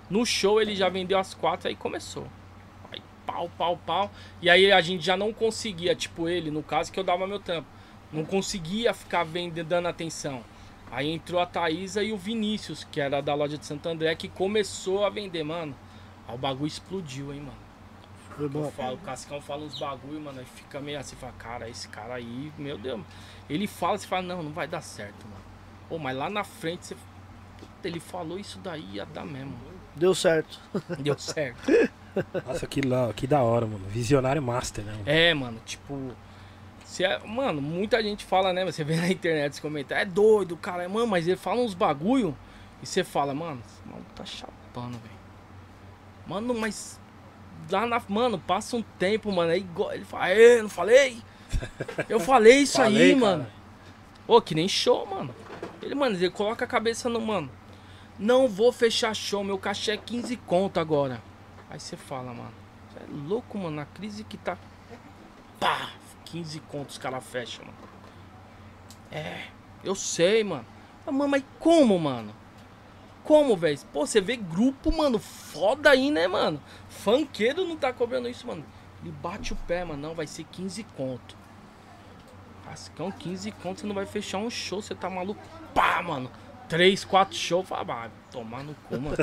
No show ele já vendeu as 4, aí começou. Aí pau. E aí a gente já não conseguia, tipo ele, no caso que eu dava meu trampo. Não conseguia ficar dando atenção. Aí entrou a Thaísa e o Vinícius, que era da loja de Santo André, que começou a vender, mano. Aí o bagulho explodiu, hein, mano. Foi bom. O Cascão fala uns bagulho, mano, aí fica meio assim, fala, cara, esse cara aí, meu Deus. Ele fala, você fala, não vai dar certo, mano. Pô, mas lá na frente, você... Puta, ele falou isso daí, ia dar mesmo. Deu certo. Deu certo. Nossa, que da hora, mano. Visionário master, né? É, mano, tipo... Mano, muita gente fala, né? Você vê na internet os comentários, é doido, cara. Mano, mas ele fala uns bagulho e você fala, mano, esse maluco tá chapando, velho. Mano, mas... Mano, passa um tempo, mano, aí ele fala, não falei? Eu falei isso aí, cara. mano. Ô, que nem show, mano. Ele coloca a cabeça no, mano. Não vou fechar show, meu cachê é 15 conto agora. Aí você fala, mano, você é louco, mano, na crise que tá... Pá! 15 contos os caras fecham, mano. É, eu sei, mano. Mas como, mano? Como, velho? Pô, você vê grupo, mano, foda aí, né, mano? Funkeiro não tá cobrando isso, mano. Ele bate o pé, mano. Não, vai ser 15 conto. Cascão, 15 conto, você não vai fechar um show, você tá maluco? Pá, mano. 3, 4 shows, vai tomar no cu, mano.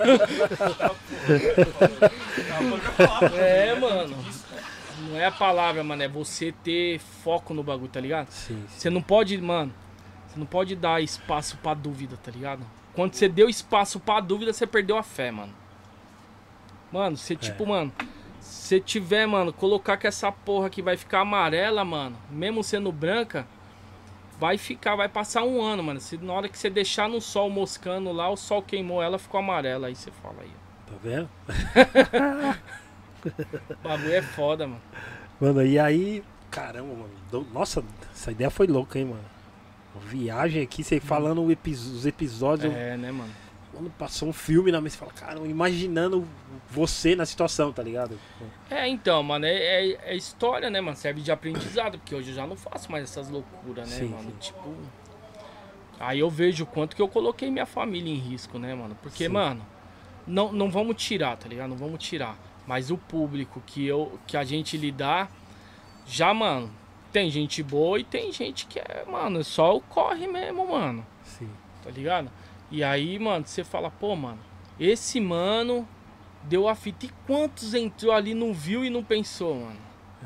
É, mano. Não é a palavra, mano, é você ter foco no bagulho, tá ligado? Sim. Você não pode, mano, você não pode dar espaço pra dúvida, tá ligado? Quando você deu espaço pra dúvida, você perdeu a fé, mano. Mano, você tipo, mano, se tiver, mano, colocar que essa porra aqui vai ficar amarela, mano, mesmo sendo branca, vai passar um ano, mano. Se na hora que você deixar no sol moscando lá, o sol queimou ela, ficou amarela, aí você fala aí. Tá vendo? O bagulho é foda, mano. Mano, e aí... Caramba, mano. Nossa, essa ideia foi louca, hein, mano. Uma viagem aqui, você falando os episódios... É, né, mano? Quando passou um filme na mesa, você fala, cara, imaginando você na situação, tá ligado? É, então, mano, é história, né, mano? Serve de aprendizado, porque hoje eu já não faço mais essas loucuras, né, Sim, mano? sim. Tipo... Aí eu vejo o quanto que eu coloquei minha família em risco, né, mano? Porque, Sim. mano, não vamos tirar, tá ligado? Não vamos tirar. Mas o público que a gente lidar, já, mano, tem gente boa e tem gente que é, mano, só o corre mesmo, mano. Sim. Tá ligado? E aí, mano, você fala, pô, mano, esse mano deu a fita. E quantos entrou ali, não viu e não pensou, mano?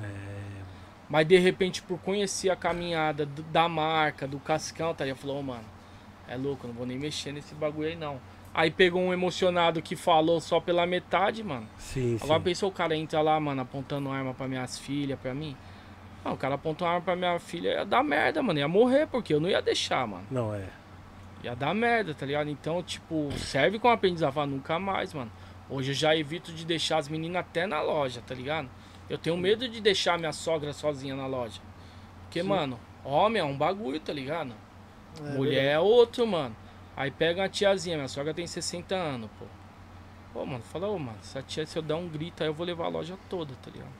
Mas de repente, por conhecer a caminhada da marca, do Cascão, tá ligado? Falou, oh, mano, é louco, eu não vou nem mexer nesse bagulho aí, não. Aí pegou um emocionado que falou só pela metade, mano. Sim, Agora sim. pensou o cara entra lá, mano, apontando arma pra minhas filhas, pra mim. Não, o cara apontou arma pra minha filha, ia dar merda, mano. Ia morrer, porque eu não ia deixar, mano. Não, é. Ia dar merda, tá ligado? Então, tipo, serve como aprendizado, fala, nunca mais, mano. Hoje eu já evito de deixar as meninas até na loja, tá ligado? Eu tenho medo de deixar minha sogra sozinha na loja. Porque, mano, homem é um bagulho, tá ligado? Mulher é outro, mano. Aí pega uma tiazinha, minha sogra tem 60 anos, pô. Pô, mano, fala, ô, mano, essa tia, se eu der um grito, aí eu vou levar a loja toda, tá ligado?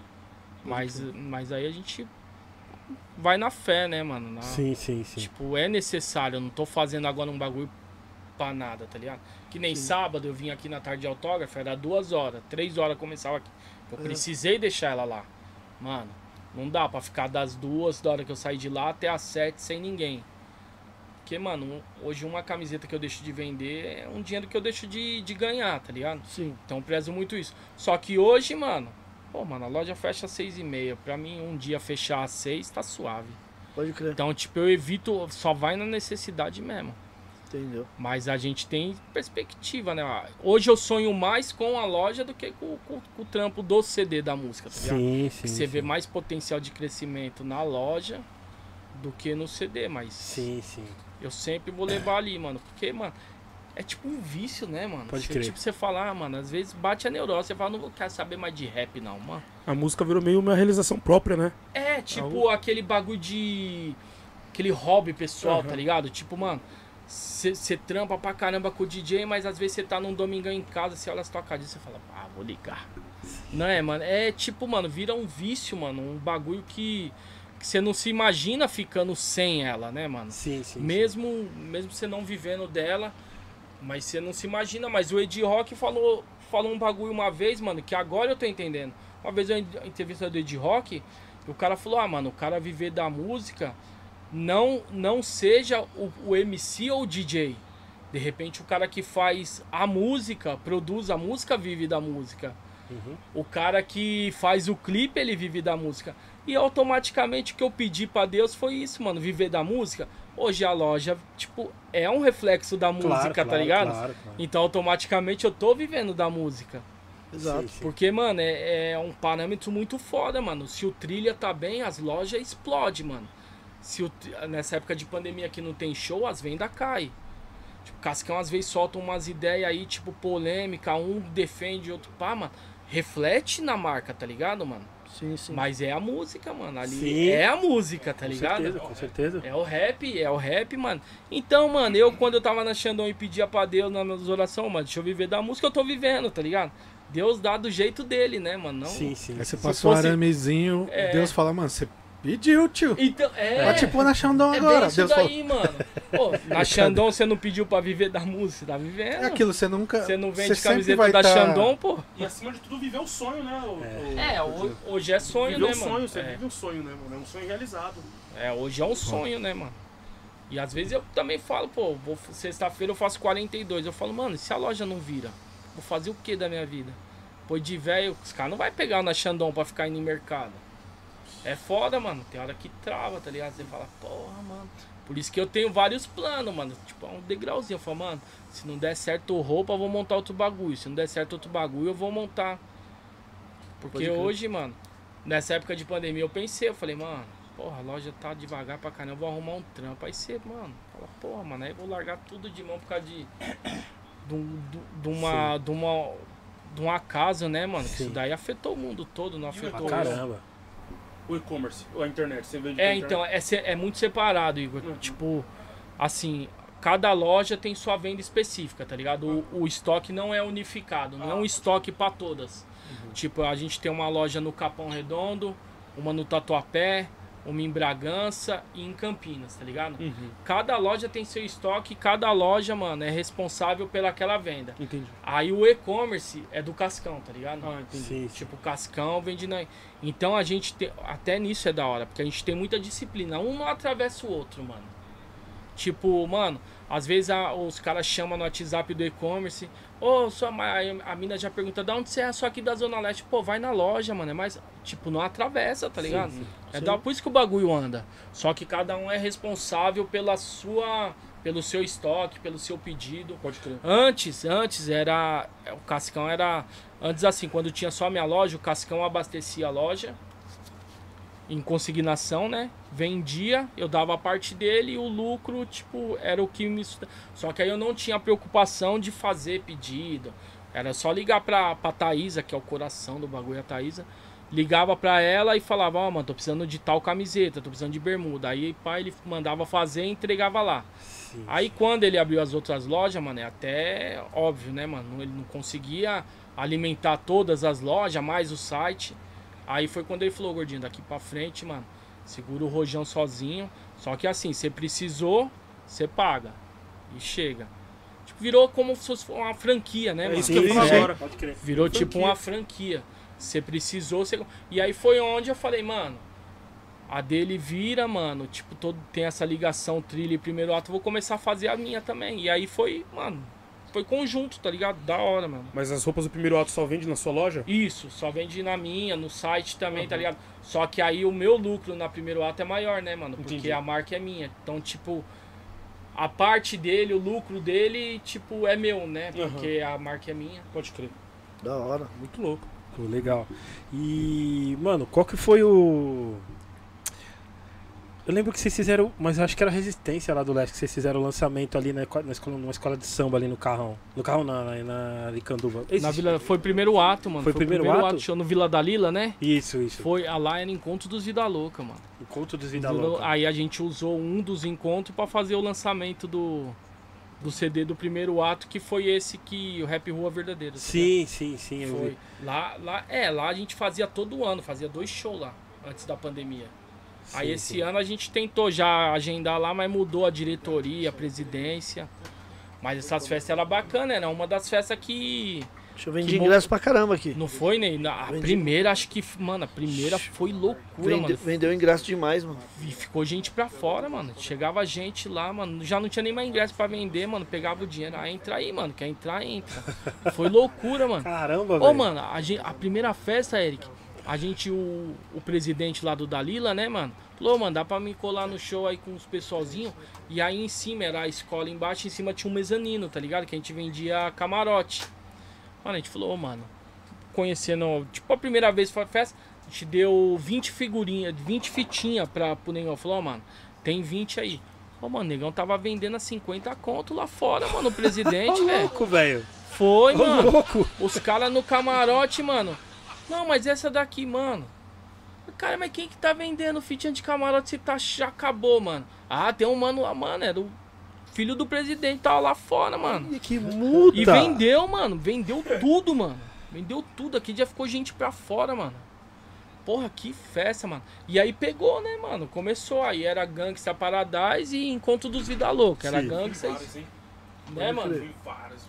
Mas aí a gente vai na fé, né, mano? Sim, sim, sim. Tipo, é necessário, eu não tô fazendo agora um bagulho pra nada, tá ligado? Que nem sábado eu vim aqui na tarde de autógrafo, era 2 horas, 3 horas começava aqui. Eu precisei deixar ela lá. Mano, não dá pra ficar das 2 da hora que eu saí de lá até as 7 sem ninguém. Porque, mano, hoje uma camiseta que eu deixo de vender é um dinheiro que eu deixo de ganhar, tá ligado? Sim. Então eu prezo muito isso. Só que hoje, mano, pô, mano, a loja fecha às 6h30. Pra mim, um dia fechar às 6 tá suave. Pode crer. Então, tipo, eu evito, só vai na necessidade mesmo. Entendeu? Mas a gente tem perspectiva, né? Hoje eu sonho mais com a loja do que com o trampo do CD da música, tá ligado? Sim, Porque sim. você vê mais potencial de crescimento na loja do que no CD, mas Sim, sim. eu sempre vou levar ali, mano. Porque, mano, é tipo um vício, né, mano? Pode Você, crer. tipo, você fala, mano, às vezes bate a neurose, você fala, não quero saber mais de rap, não, mano. A música virou meio uma realização própria, né? É, tipo, aquele bagulho de... aquele hobby pessoal, tá ligado? Tipo, mano, você trampa pra caramba com o DJ, mas às vezes você tá num domingão em casa, você olha as tocadinhas e você fala, ah, vou ligar. Não é, mano? É tipo, mano, vira um vício, mano. Um bagulho que você não se imagina ficando sem ela, né, mano? Sim, sim. Mesmo você não vivendo dela, Mas você não se imagina, mas o Ed Rock falou um bagulho uma vez, mano, que agora eu tô entendendo. Uma vez eu entrevista do Ed Rock, e o cara falou, mano, o cara viver da música não seja o MC ou o DJ. De repente o cara que faz a música, produz a música, vive da música. O cara que faz o clipe, ele vive da música. E automaticamente o que eu pedi pra Deus foi isso, mano, viver da música. Hoje a loja, tipo, é um reflexo da música, tá ligado? Claro. Então automaticamente eu tô vivendo da música. Exato. Sim. Porque, mano, é um parâmetro muito foda, mano. Se o trilha tá bem, as lojas explodem, mano. Nessa época de pandemia que não tem show, as vendas caem. Tipo, Cascão às vezes solta umas ideias aí, tipo, polêmica, um defende, outro pá, mano. Reflete na marca, tá ligado, mano? Sim, sim. Mas é a música, mano. Ali Sim. é a música, tá ligado? Com certeza. É o rap, mano. Então, mano, quando eu tava na Xandão e pedia pra Deus nas minhas orações, mano, deixa eu viver da música, eu tô vivendo, tá ligado? Deus dá do jeito dele, né, mano? Não... Sim. Aí você Se passou um fosse- aramezinho, Deus fala, mano, você pediu, tio. Então, Vai te pôr na Xandão é agora. bem isso Deus falou. daí, mano. Pô, na Xandão você não pediu pra viver da música, você tá vivendo. É aquilo, você nunca. Você não vende você sempre camiseta vai da tá- Xandão, pô. E acima de tudo, viver o sonho, né? Hoje é sonho, Viver né, o mano? sonho, você É. vive um sonho, né, mano? É um sonho realizado. Hoje é um sonho, né, mano? E às vezes eu também falo, pô, sexta-feira eu faço 42. Eu falo, mano, e se a loja não vira? Vou fazer o que da minha vida? Pois de velho, os caras não vai pegar na Xandão pra ficar indo em mercado. É foda, mano. Tem hora que trava, tá ligado? Você fala, porra, mano. Por isso que eu tenho vários planos, mano. Tipo, é um degrauzinho. Eu falo, mano, se não der certo roupa, eu vou montar outro bagulho. Se não der certo outro bagulho, eu vou montar. Porque hoje, mano, nessa época de pandemia, eu pensei, eu falei, mano, porra, a loja tá devagar pra caramba, eu vou arrumar um trampo. Aí você, mano, fala, porra, mano, aí eu vou largar tudo de mão por causa de um acaso, né, mano? Que Sim. isso daí afetou o mundo todo, não afetou Pra eu. caramba. O e-commerce, ou a internet, você vende Então, é muito separado, Igor. Tipo, assim, cada loja tem sua venda específica, tá ligado? O estoque não é unificado, não é um estoque pra todas. Tipo, a gente tem uma loja no Capão Redondo, uma no Tatuapé, uma em Bragança e em Campinas, tá ligado? Cada loja tem seu estoque, cada loja, mano, é responsável pelaquela venda. Entendi. Aí o e-commerce é do Cascão, tá ligado? Entendi. Sim. Tipo, o Cascão vende na... Então a gente tem... Até nisso é da hora, porque a gente tem muita disciplina. Um não atravessa o outro, mano. Tipo, mano, às vezes os caras chamam no WhatsApp do e-commerce. A mina já pergunta, de onde você é? Só aqui da Zona Leste. Pô, vai na loja, mano. É mais... Tipo, não atravessa, tá ligado? Por isso que o bagulho anda. Só que cada um é responsável pelo seu estoque, pelo seu pedido. Pode crer. Antes era... O Cascão era... Antes assim, quando tinha só a minha loja, o Cascão abastecia a loja em consignação, né? Vendia, eu dava a parte dele e o lucro, tipo, era o que me... Só que aí eu não tinha preocupação de fazer pedido. Era só ligar pra Thaísa, que é o coração do bagulho, a Thaísa. Ligava pra ela e falava, ó, mano, tô precisando de tal camiseta, tô precisando de bermuda. Aí, pai, ele mandava fazer e entregava lá. Sim. Aí quando ele abriu as outras lojas, mano, é até óbvio, né, mano? Ele não conseguia alimentar todas as lojas, mais o site. Aí foi quando ele falou, gordinho, daqui pra frente, mano, segura o rojão sozinho. Só que assim, você precisou, você paga. E chega. Tipo, virou como se fosse uma franquia, né, É mano? isso que eu ia falar Sim. agora. Pode crer. Virou tipo uma franquia. Você precisou, você... E aí foi onde eu falei, mano, a dele vira, mano, tipo, tem essa ligação trilha e primeiro ato, eu vou começar a fazer a minha também. E aí foi, mano, foi conjunto, tá ligado? Da hora, mano. Mas as roupas do primeiro ato só vende na sua loja? Isso, só vende na minha, no site também, tá ligado? Só que aí o meu lucro na primeiro ato é maior, né, mano? Porque Entendi. a marca é minha. Então, tipo, a parte dele, o lucro dele, tipo, é meu, né? Porque a marca é minha. Pode crer. Da hora. Muito louco. Pô, legal. E, mano, qual que foi o... Eu lembro que vocês fizeram, mas eu acho que era Resistência lá do Leste, que vocês fizeram o lançamento ali na escola, numa escola de samba ali no Carrão. No Carrão não, na Aricanduva. Na Vila, foi o primeiro ato, mano. Foi o primeiro ato? Show no Vila da Lila, né? Isso. Foi, lá era Encontro dos Vida Louca, mano. Encontro dos Vida Louca. Aí a gente usou um dos encontros pra fazer o lançamento do CD do primeiro ato, que foi esse que o Rap Rua Verdadeiro. tá Sim, eu ligado? Foi. vi. Lá a gente fazia todo ano, fazia 2 shows lá, antes da pandemia. Aí esse ano a gente tentou já agendar lá, mas mudou a diretoria, a presidência. Mas essas festas eram bacanas, era uma das festas que... Deixa eu vender ingresso pra caramba aqui. Não foi, Ney? A primeira, acho que, mano, a primeira foi loucura, mano. Vendeu ingresso demais, mano. E ficou gente pra fora, mano. Chegava gente lá, mano. Já não tinha nem mais ingresso pra vender, mano. Pegava o dinheiro. Ah, entra aí, mano. Quer entrar, entra. Foi loucura, mano. Caramba, Ô, velho. mano, a primeira festa, Eric, a gente, o presidente lá do Dalila, né, mano? Falou, mano, dá pra me colar no show aí com os pessoalzinhos. E aí em cima era a escola, embaixo, em cima tinha um mezanino, tá ligado? Que a gente vendia camarote. Mano, a gente falou, mano, conhecendo, tipo, a primeira vez foi a festa, a gente deu 20 figurinhas, 20 fitinhas pro Negão. Falou, mano, tem 20 aí. Ô, mano, o Negão tava vendendo a 50 conto lá fora, mano, o presidente, velho. Louco, velho. Foi, mano. Louco. Os caras no camarote, mano. Não, mas essa daqui, mano. Cara, mas quem que tá vendendo fitinha de camarote se tá, já acabou, mano? Ah, tem um mano lá, mano, era o filho do presidente, tava lá fora, mano. Ih, que muda! E vendeu, mano. Vendeu tudo, mano. Vendeu tudo. Aqui já ficou gente pra fora, mano. Porra, que festa, mano. E aí pegou, né, mano? Começou. Aí era Gangsta Paradise e Encontro dos Vida Louca. Era Sim. Gangsta. Né, mano? Vários.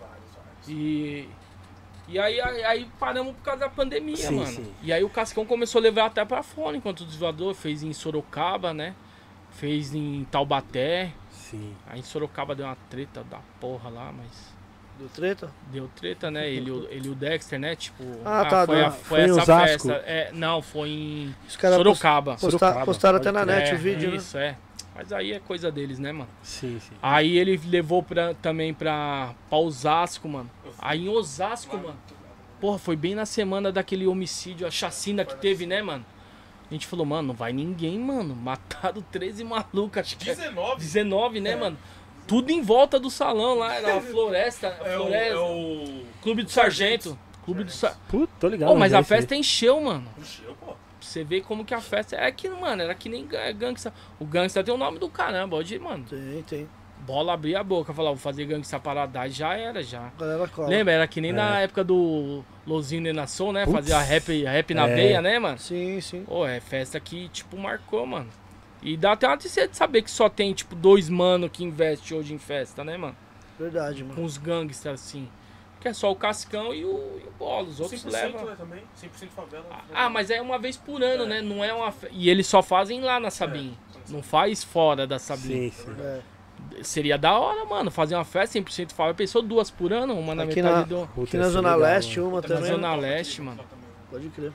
E aí paramos por causa da pandemia, Sim, mano. sim. E aí o Cascão começou a levar até pra fora Encontro dos Vida Louca. Fez em Sorocaba, né? Fez em Taubaté. Sim. Aí em Sorocaba deu uma treta da porra lá, mas... Deu treta? Deu treta, né? Ele e o Dexter, né? Tipo, Tá, foi foi em essa Osasco? festa. Não, foi em Os caras Sorocaba. Sorocaba, postaram pode até na crer. net o vídeo, Isso, é. Mas aí é coisa deles, né, mano? Sim, sim. Aí ele levou também pra Osasco, mano. Aí em Osasco, mano. Porra, foi bem na semana daquele homicídio, a chacina que teve, né, mano? A gente falou, mano, não vai ninguém, mano. Mataram 13 malucos, acho que 19, né, mano? Tudo em volta do salão lá, era a floresta. Clube do Sargento. Clube do Sargento. Puta, tô ligado. Ô, mas onde é a isso aí. festa encheu, mano. Você vê como que a festa... É que, mano, era que nem Gangsta. O Gangsta tem o nome do caramba, hoje, mano. Tem. Bola abria a boca, falava, vou fazer Gangsta Paradise, já era, já. A galera cola. Lembra? Era que nem na época do Lozinho e Nação, né? Fazia rap na veia, né, mano? Sim. Pô, é festa que, tipo, marcou, mano. E dá até uma tristeza de saber que só tem, tipo, 2 mano que investe hoje em festa, né, mano? Verdade, mano. Com os gangsters, assim. Que é só o Cascão e o Bolo. Os outros 100% levam... né, também? 100% favela. Ah, mas é uma vez por ano, né? Não é uma... E eles só fazem lá na Sabim. Não faz fora da Sabim. Sim. É. Seria da hora, mano, fazer uma festa 100% favela. Pensou 2 por ano? Uma na Aqui metade na- do... Puta, Aqui na ia ser Zona legal, Leste, mano. uma Na também. Zona Leste, mano. Pode crer.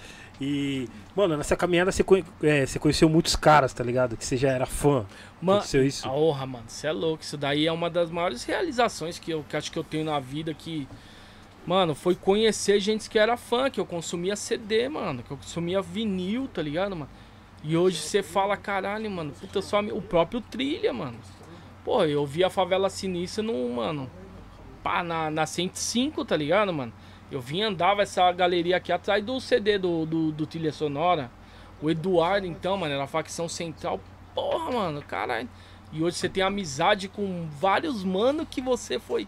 E, mano, nessa caminhada você conheceu muitos caras, tá ligado? Que você já era fã. Mano, Aconteceu isso? Porra, mano, você é louco. Isso daí é uma das maiores realizações que eu acho que eu tenho na vida. Que, mano, foi conhecer gente que era fã, que eu consumia CD, mano. Que eu consumia vinil, tá ligado, mano? E hoje você fala, caralho, mano, puta, só o próprio Trilha, mano. Pô, eu vi a Favela Sinistra mano, pá, na 105, tá ligado, mano? Eu vim, andava essa galeria aqui atrás do CD do Trilha Sonora. O Eduardo, então, mano, era a facção central. Porra, mano, caralho. E hoje você tem amizade com vários mano que você foi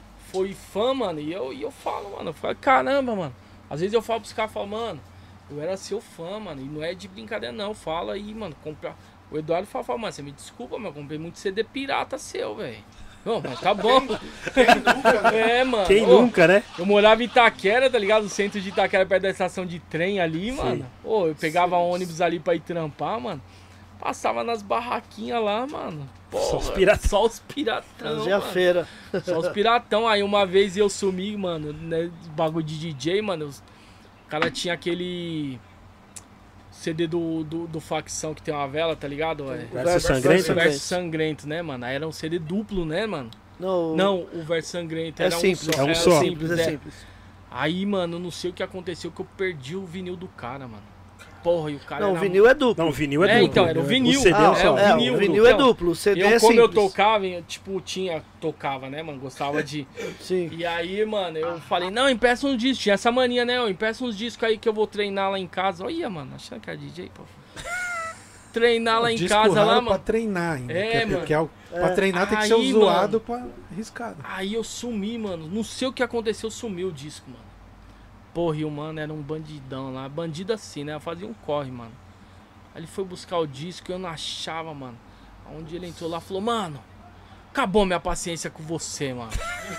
fã, mano. E eu falo, mano, eu falo, caramba, mano. Às vezes eu falo pros caras, falo, mano, eu era seu fã, mano. E não é de brincadeira, não. Fala aí, mano, comprar. O Eduardo fala, mano, você me desculpa, mas eu comprei muito CD pirata seu, velho. Não, mas tá bom. É, mano. Quem Ô, nunca, né? eu morava em Itaquera, tá ligado? No centro de Itaquera, perto da estação de trem ali, mano. Ô, eu pegava ônibus ali pra ir trampar, mano. Passava nas barraquinhas lá, mano. Porra, Só os piratão. Só os piratão, Fazia mano. feira. Só os piratão. Aí uma vez eu sumi, mano, né? Bagulho de DJ, mano. O cara tinha aquele CD do Facção que tem uma vela, tá ligado? É. Verso Sangrento? Verso Sangrento, né, mano? Aí era um CD duplo, né, mano? Não, Não, o Verso Sangrento é era simples. É um era só. Simples, é é. simples. Aí, mano, não sei o que aconteceu que eu perdi o vinil do cara, mano. Porra, e o cara Não, o era... vinil é duplo. Não, o vinil é É, duplo. então, era o vinil. O CD é um só. é, o vinil, vinil é então. duplo, o CD Eu, é como simples. eu tocava, eu, tipo, tocava, né, mano? Gostava de... Sim. E aí, mano, eu falei, não, empresta uns discos. Tinha essa mania, né? Eu empresta uns discos aí que eu vou treinar lá em casa. Olha, mano, achando que era DJ, pô. Treinar lá em Disco casa, raro lá, pra mano. treinar ainda. É, mano. Porque pra treinar tem que ser Aí, zoado pra arriscado. Aí eu sumi, mano. Não sei o que aconteceu, sumiu o disco, mano. Porra, e o mano era um bandidão lá. Bandido assim, né? Eu fazia um corre, mano. Aí ele foi buscar o disco e eu não achava, mano. Onde ele entrou lá, falou, mano, acabou minha paciência com você, mano.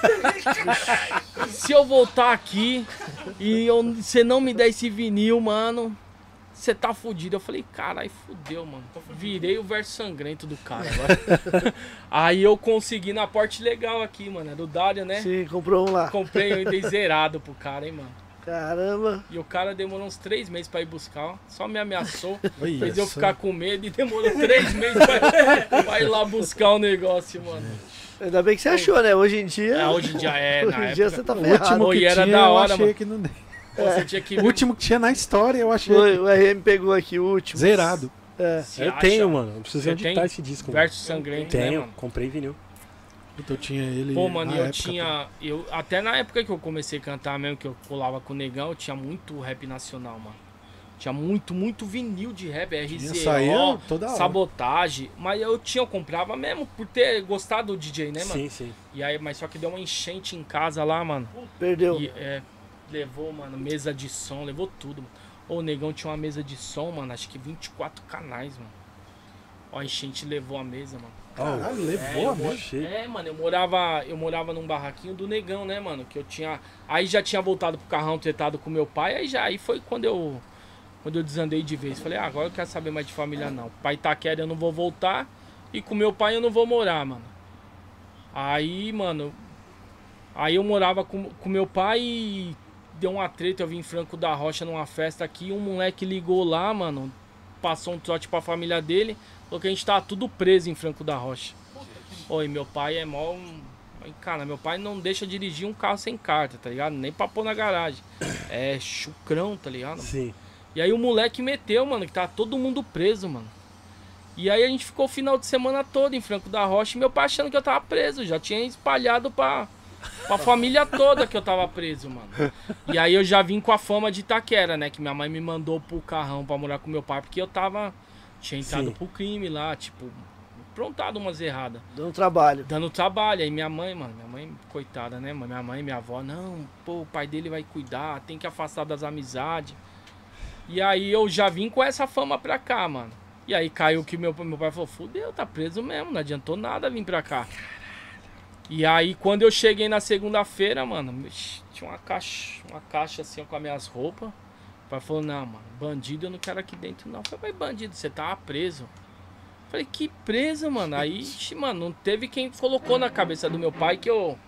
Se eu voltar aqui e você não me der esse vinil, mano, você tá fudido. Eu falei, caralho, fudeu, mano. Virei o verso sangrento do cara agora. Aí eu consegui na Porte Legal aqui, mano. Era do Dário, né? Sim, comprou um lá. Comprei, eu ainda zerado pro cara, hein, mano. Caramba. E o cara demorou uns 3 meses pra ir buscar, ó. Só me ameaçou, Olha fez eu só. ficar com medo e demorou 3 meses pra ir lá buscar o negócio, mano. Ainda bem que você achou, né? Hoje em dia. Hoje em dia na Hoje em dia época. você tá O ferrado. último Oi, que era tinha, da eu hora, achei mano. que não deu. Você tinha que O último que tinha na história, eu achei Foi, o RM pegou aqui o último. zerado. É. Se Eu acha tenho, mano. Eu preciso Você editar tem? esse disco. mano. Verso sangrento, né, Tenho, mano? comprei vinil. Puta, eu tinha ele. Pô, mano, na eu época, tinha. Até na época que eu comecei a cantar mesmo, que eu colava com o Negão, eu tinha muito rap nacional, mano. Tinha muito vinil de rap, saía RZO, toda hora. Sabotagem. Mas eu comprava mesmo por ter gostado do DJ, né, mano? Sim, sim. E aí, mas só que deu uma enchente em casa lá, mano. Perdeu. E, levou, mano, mesa de som, levou tudo, mano. Ô, o Negão tinha uma mesa de som, mano, acho que 24 canais, mano. Ó, a enchente levou a mesa, mano. Caralho, levou a mão. Mano, eu morava num barraquinho do Negão, né, mano? Que eu tinha. Aí já tinha voltado pro carrão tretado com meu pai, aí foi quando eu desandei de vez. Falei, agora eu quero saber mais de família não. Pai Itaquera eu não vou voltar e com meu pai eu não vou morar, mano. Aí, mano, aí eu morava com meu pai e deu uma treta, eu vim em Franco da Rocha numa festa aqui, um moleque ligou lá, mano, passou um trote pra família dele, falou que a gente tava tudo preso em Franco da Rocha. Oi, meu pai é mó... Cara, meu pai não deixa dirigir um carro sem carta, tá ligado? Nem pra pôr na garagem. É chucrão, tá ligado? Sim. E aí o moleque meteu, mano, que tava todo mundo preso, mano. E aí a gente ficou o final de semana todo em Franco da Rocha e meu pai achando que eu tava preso. Já tinha espalhado pra família toda que eu tava preso, mano. E aí eu já vim com a fama de Itaquera, né? Que minha mãe me mandou pro carrão pra morar com meu pai, porque eu tinha entrado Sim. pro crime lá, tipo, aprontado umas erradas. Dando trabalho. Dando trabalho. Aí minha mãe, coitada, né? Minha mãe e minha avó, não, pô, o pai dele vai cuidar, tem que afastar das amizades. E aí eu já vim com essa fama pra cá, mano. E aí caiu que meu pai falou, fudeu, tá preso mesmo, não adiantou nada vir pra cá. E aí quando eu cheguei na segunda-feira, mano, tinha uma caixa assim com as minhas roupas. O pai falou, não, mano, bandido eu não quero aqui dentro não. Eu falei, mas bandido, você tava preso. Eu falei, que preso, mano? Aí, mano, não teve quem colocou na cabeça do meu pai que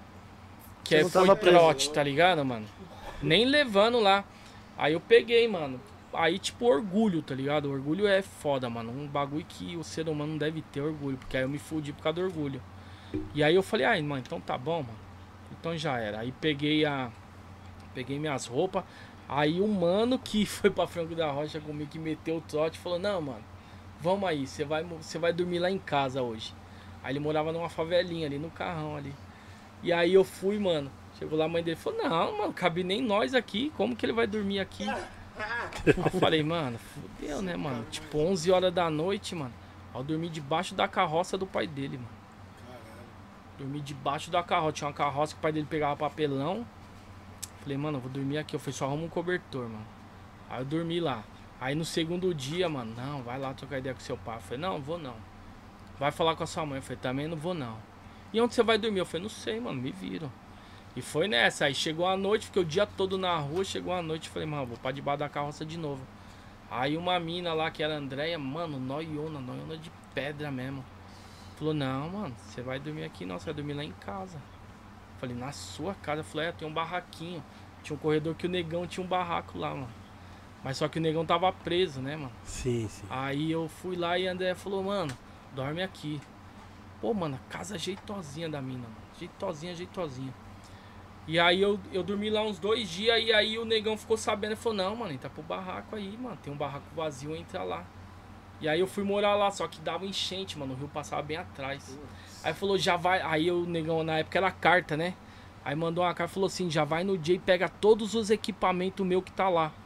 Você não foi tava preso. trote, tá ligado, mano? Nem levando lá. Aí eu peguei, mano. Aí, tipo, orgulho, tá ligado? Orgulho é foda, mano. Um bagulho que o ser humano não deve ter orgulho. Porque aí eu me fudi por causa do orgulho. E aí eu falei, ai, mano, então tá bom, mano. Então já era. Aí peguei minhas roupas. Aí o mano que foi pra Franco da Rocha comigo, que meteu o trote, falou, não, mano, vamos aí, você vai dormir lá em casa hoje. Aí ele morava numa favelinha ali, no carrão ali. E aí eu fui, mano. Chegou lá, a mãe dele falou, não, mano, cabe nem nós aqui. Como que ele vai dormir aqui? Eu falei, mano, fudeu, né, mano? Tipo, 11 horas da noite, mano. Eu dormi debaixo da carroça do pai dele, mano. Dormi debaixo da carroça. Tinha uma carroça que o pai dele pegava papelão. Falei, mano, eu vou dormir aqui. Eu falei, só arruma um cobertor, mano. Aí eu dormi lá. Aí no segundo dia, mano, não, vai lá trocar ideia com seu pai. Eu falei, não, vou não. Vai falar com a sua mãe. Eu falei, também não vou não. E onde você vai dormir? Eu falei, não sei, mano, me viram. E foi nessa, aí chegou a noite, fiquei o dia todo na rua, chegou a noite, falei, mano, vou pra debaixo da carroça de novo. Aí uma mina lá, que era a Andréia, mano, noiona de pedra mesmo. Falou, não, mano, você vai dormir aqui não, você vai dormir lá em casa. Falei, na sua casa? Eu falei, tem um barraquinho. Tinha um corredor que o Negão tinha um barraco lá, mano. Mas só que o Negão tava preso, né, mano? Sim, sim. Aí eu fui lá e a Andréia falou, mano, dorme aqui. Pô, mano, casa jeitosinha da mina, mano. Jeitosinha. E aí eu dormi lá uns 2 dias e aí o Negão ficou sabendo e falou, não, mano, ele tá pro barraco aí, mano. Tem um barraco vazio, entra lá. E aí eu fui morar lá, só que dava enchente, mano. O rio passava bem atrás. Aí falou, já vai. Aí o Negão, na época era carta, né? Aí mandou uma carta e falou assim, já vai no dia e pega todos os equipamentos meu que tá lá.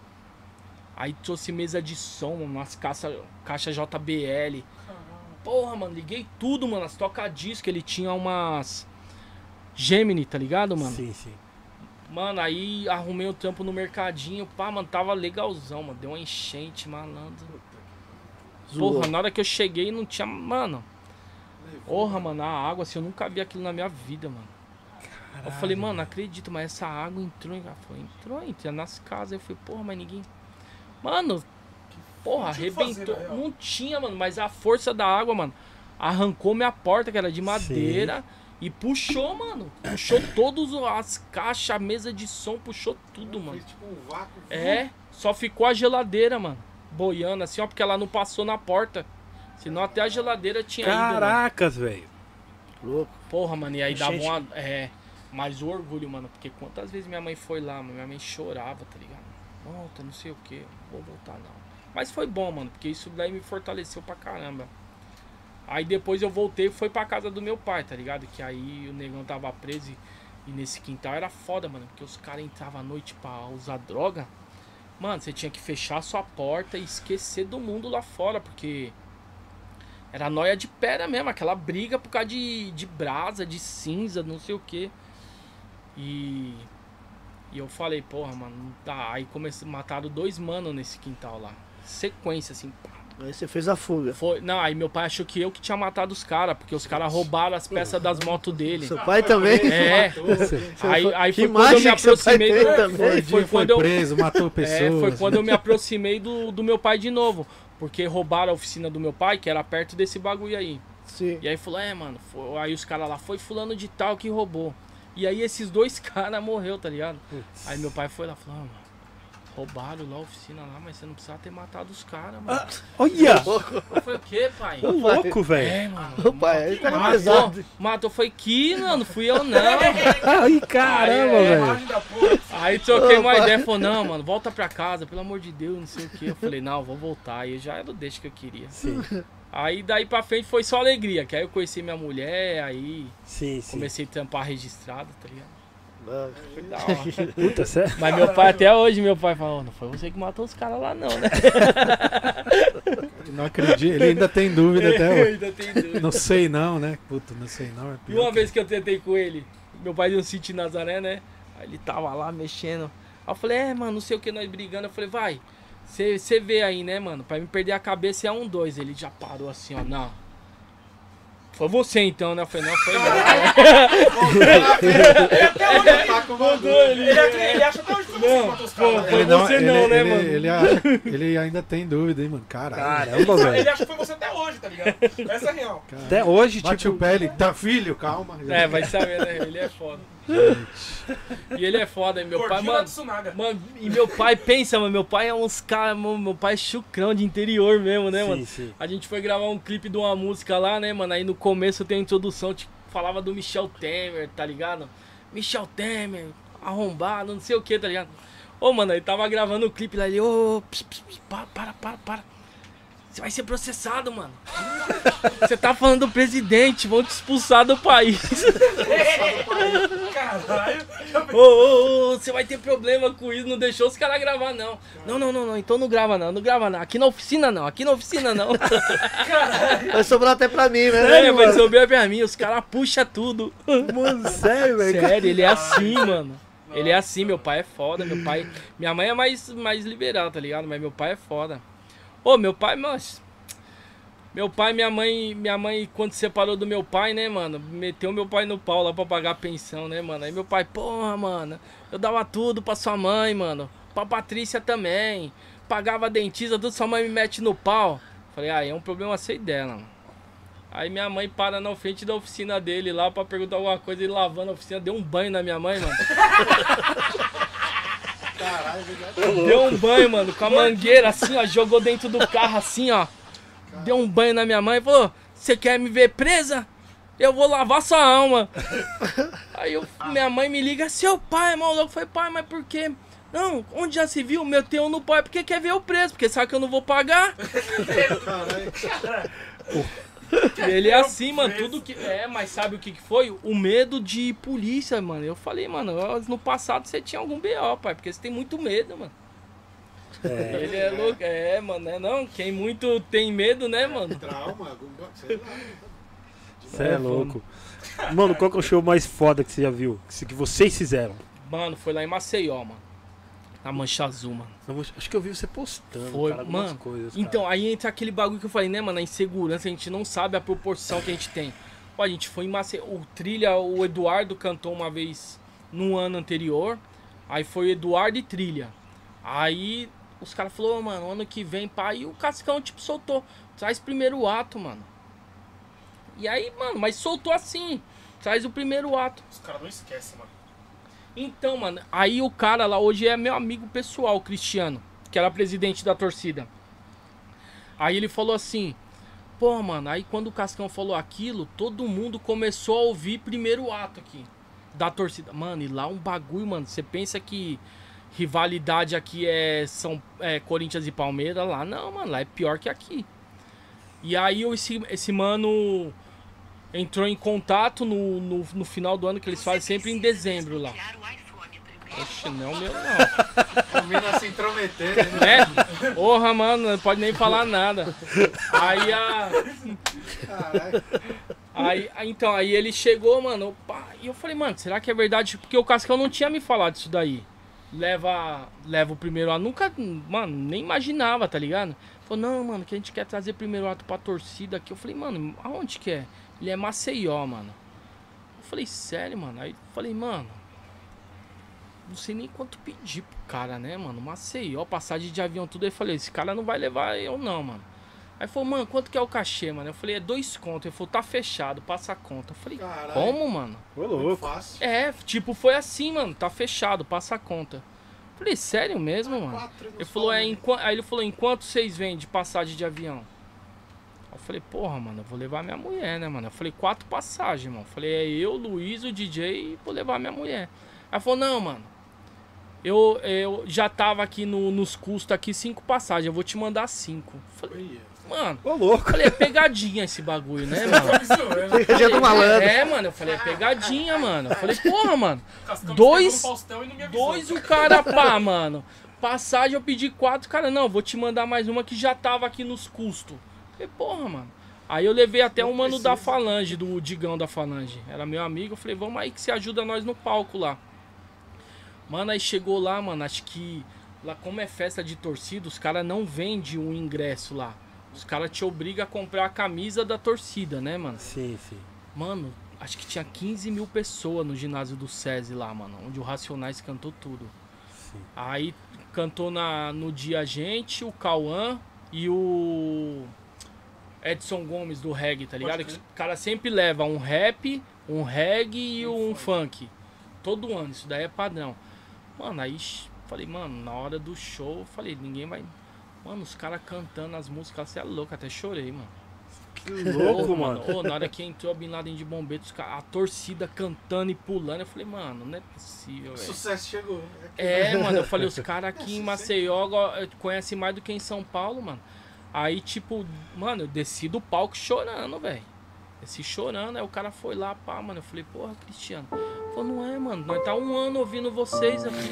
Aí trouxe mesa de som, umas caixa JBL. Porra, mano, liguei tudo, mano. As toca-disco, ele tinha umas Gemini, tá ligado, mano? Sim, sim. Mano, aí arrumei o trampo no mercadinho. Pá, mano, tava legalzão, mano. Deu uma enchente, malandro. Zoou. Porra, na hora que eu cheguei não tinha... Mano, Porra, mano, a água, assim, eu nunca vi aquilo na minha vida, mano. Eu falei, mano, não acredito, mas essa água entrou, entrou nas casas. Eu falei, porra, mas ninguém... Mano, porra, arrebentou. Não tinha, mano, mas a força da água, mano, arrancou minha porta, que era de madeira, sim, e puxou, mano. Puxou todas as caixas, a mesa de som, puxou tudo, mano. Fez tipo um vácuo. É, só ficou a geladeira, mano, boiando assim, ó, porque ela não passou na porta. Senão até a geladeira tinha ido. Caracas, velho. Louco. Porra, mano, e aí dava uma... Mas o orgulho, mano, porque quantas vezes minha mãe foi lá, mano, minha mãe chorava, tá ligado? Volta, não sei o que, vou voltar não. Mas foi bom, mano, porque isso daí me fortaleceu pra caramba. Aí depois eu voltei e fui pra casa do meu pai, tá ligado? Que aí o negão tava preso e nesse quintal era foda, mano, porque os caras entravam à noite pra usar droga. Mano, você tinha que fechar a sua porta e esquecer do mundo lá fora, porque... Era nóia de pedra mesmo, aquela briga por causa de brasa, de cinza, não sei o que. E eu falei, porra, mano, não tá. Aí mataram 2 manos nesse quintal lá. Sequência, assim, pá. Aí você fez a fuga. Não, aí meu pai achou que eu que tinha matado os caras, porque os caras roubaram as peças das motos dele. Seu pai também? É. Aí foi quando eu me aproximei foi quando preso, matou pessoas. Foi quando eu me aproximei do meu pai de novo. Porque roubaram a oficina do meu pai, que era perto desse bagulho aí. Sim. E aí falou, mano, aí os caras lá, foi fulano de tal que roubou. E aí esses 2 caras morreu, tá ligado? Aí meu pai foi lá e falou, mano, roubaram lá a oficina lá, mas você não precisava ter matado os caras, mano. Olha! Eu falei, o quê, pai? Ô, louco, velho. Mano. O pai, aí tá pesado. Matou, foi que, mano, fui eu não. Ai, caramba, velho. Aí troquei uma ideia, falou, não, mano, volta pra casa, pelo amor de Deus, não sei o que. Eu falei, não, vou voltar. Aí já era o deixa que eu queria. Sim. Aí daí pra frente foi só alegria, que aí eu conheci minha mulher, aí sim. Comecei a tampar registrado, tá ligado? Foi da hora. Puta, sério? Mas meu pai, até hoje, meu pai falou, não foi você que matou os caras lá não, né? Não acredito, ele ainda tem dúvida até hoje. Ainda tem dúvida. Não sei não, né? Puta, não sei não. E uma vez que eu tentei com ele, meu pai deu um sítio em Nazaré, né? Aí ele tava lá mexendo. Aí eu falei, mano, não sei o que, nós brigando. Eu falei, vai, você vê aí, né, mano? Pra me perder a cabeça é 1-2. Ele já parou assim, ó, não. Foi você então, né? Eu falei, não, foi não. Ele acha até hoje que foi você que matou os caras. Foi você não, né, mano? Ele ainda tem dúvida, hein, mano? Caramba, velho. Ele acha que foi você até hoje, tá ligado? Essa é real. Até hoje, bate tipo... o pé, ele tá filho, calma. Vai saber, né? Ele é foda. E ele é foda, e meu pai, mano, e meu pai, pensa, mano, meu pai é uns caras, meu pai é chucrão de interior mesmo, né, mano? Sim. A gente foi gravar um clipe de uma música lá, né, mano? Aí no começo tem a introdução, tipo, falava do Michel Temer, tá ligado? Michel Temer, arrombado, não sei o que, tá ligado? Ô, mano, ele tava gravando o clipe lá, ele, para. Você vai ser processado, mano. Você tá falando do presidente, vão te expulsar do país. Caralho. Você vai ter problema com isso, não deixou os caras gravar, não. Não, então não grava não. Aqui na oficina não. Caralho. Vai sobrar até pra mim, né? Vai sobrar pra mim, os caras puxam tudo. Mano, sério, velho? Sério, ele é assim, mano. Ele é assim, meu pai é foda, minha mãe é mais liberal, tá ligado? Mas meu pai é foda. Meu pai, minha mãe, quando separou do meu pai, né, mano, meteu meu pai no pau lá pra pagar a pensão, né, mano. Aí meu pai, porra, mano, eu dava tudo pra sua mãe, mano, pra Patrícia também, pagava dentista, tudo, sua mãe me mete no pau. Falei, é um problema sei dela, mano. Aí minha mãe para na frente da oficina dele lá pra perguntar alguma coisa, ele lavando a oficina, deu um banho na minha mãe, mano. Caralho, deu um banho, mano, com a mangueira assim, ó, jogou dentro do carro assim, ó. Deu um banho na minha mãe e falou, você quer me ver presa? Eu vou lavar sua alma. Aí minha mãe me liga, seu pai, maluco. Eu falei, pai, mas por quê? Não, onde já se viu, meteu no pai, porque quer ver eu preso, porque sabe que eu não vou pagar. Ele é assim, mano, tudo que... mas sabe o que foi? O medo de polícia, mano. Eu falei, mano, no passado você tinha algum BO, pai, porque você tem muito medo, mano. Ele é louco, mano, né? Não, quem muito tem medo, né, mano? Trauma, sei lá. Você é louco. Mano, qual que é o show mais foda que você já viu? Que vocês fizeram? Mano, foi lá em Maceió, mano. Na Mancha Azul, mano. Acho que eu vi você postando, foi, cara, algumas mano, coisas, então, cara. Aí entra aquele bagulho que eu falei, né, mano? A insegurança, a gente não sabe a proporção que a gente tem. Pô, a gente foi em Maceió. O Trilha, o Eduardo cantou uma vez no ano anterior. Aí foi Eduardo e Trilha. Aí os caras falaram, mano, ano que vem, pá. E o Cascão, tipo, soltou. Traz primeiro ato, mano. E aí, mano, mas soltou assim. Traz o primeiro ato. Os caras não esquecem, mano. Então, mano, aí o cara lá hoje é meu amigo pessoal, o Cristiano, que era presidente da torcida. Aí ele falou assim, pô, mano, aí quando o Cascão falou aquilo, todo mundo começou a ouvir primeiro ato aqui da torcida. Mano, e lá um bagulho, mano, você pensa que rivalidade aqui são Corinthians e Palmeiras, lá não, mano, lá é pior que aqui. E aí esse mano entrou em contato no final do ano, que eles fazem sempre em dezembro lá. Oxe, não, meu não. O mina se intrometendo, né? Porra, mano, não pode nem falar nada. Aí ele chegou, mano, pá, e eu falei, mano, será que é verdade? Porque o Cascão não tinha me falado disso daí. Leva o primeiro ato. Nunca, mano, nem imaginava, tá ligado? Falou, não, mano, que a gente quer trazer primeiro ato pra torcida aqui. Eu falei, mano, aonde que é? Ele é Maceió, mano. Eu falei, sério, mano? Aí eu falei, mano, não sei nem quanto pedir pro cara, né, mano? Maceió, passagem de avião, tudo. Aí eu falei, esse cara não vai levar eu não, mano. Aí falou, mano, quanto que é o cachê, mano? Eu falei, é 2 contos. Ele falou, tá fechado, passa a conta. Eu falei, caralho, como, mano? Ô, louco. Fácil. Tipo, foi assim, mano, tá fechado, passa a conta. Eu falei, sério mesmo, mano? Ele falou, aí ele falou, em quanto vocês vendem passagem de avião? Eu falei, porra, mano, eu vou levar minha mulher, né, mano? Eu falei, 4 passagens, mano. Eu falei, é eu, Luiz, o DJ e vou levar minha mulher. Aí falou, não, mano, eu já tava aqui nos custos aqui 5 passagens, eu vou te mandar 5. Eu falei, mano, Ô, louco. falei, é pegadinha esse bagulho, né, mano? Pegadinha do malandro. Mano, eu falei, é pegadinha, mano. Eu falei, porra, mano, Cascão me 2 pegou no Faustão e não me avisou. 2 o cara, pá, mano. Passagem eu pedi 4, cara, não, vou te mandar mais uma que já tava aqui nos custos. Eu falei, porra, mano. Aí eu levei até um mano da Falange, do Digão da Falange. Era meu amigo, eu falei, vamos aí que você ajuda nós no palco lá. Mano, aí chegou lá, mano, acho que lá como é festa de torcida, os caras não vendem um ingresso lá. Os caras te obrigam a comprar a camisa da torcida, né, mano? Sim, sim. Mano, acho que tinha 15 mil pessoas no ginásio do SESI lá, mano. Onde o Racionais cantou tudo. Sim. Aí cantou no dia a gente, o Cauã e o Edson Gomes do reggae, tá ligado? Que o cara sempre leva um rap, um reggae e um funk. Todo ano, isso daí é padrão. Mano, aí falei, mano, na hora do show, falei, ninguém vai... Mano, os caras cantando as músicas, você é louco, até chorei, mano. Que louco, Porra, mano. Ô, na hora que entrou a Bin Laden de bombeiro, a torcida cantando e pulando, eu falei, mano, não é possível, velho. Sucesso chegou. Mano, eu falei, os caras aqui em Maceió conhecem mais do que em São Paulo, mano. Aí, tipo, mano, eu desci do palco chorando, velho. Desci chorando, aí o cara foi lá, pá, mano. Eu falei, porra, Cristiano. Falou, não é, mano, nós tá 1 ano ouvindo vocês aqui.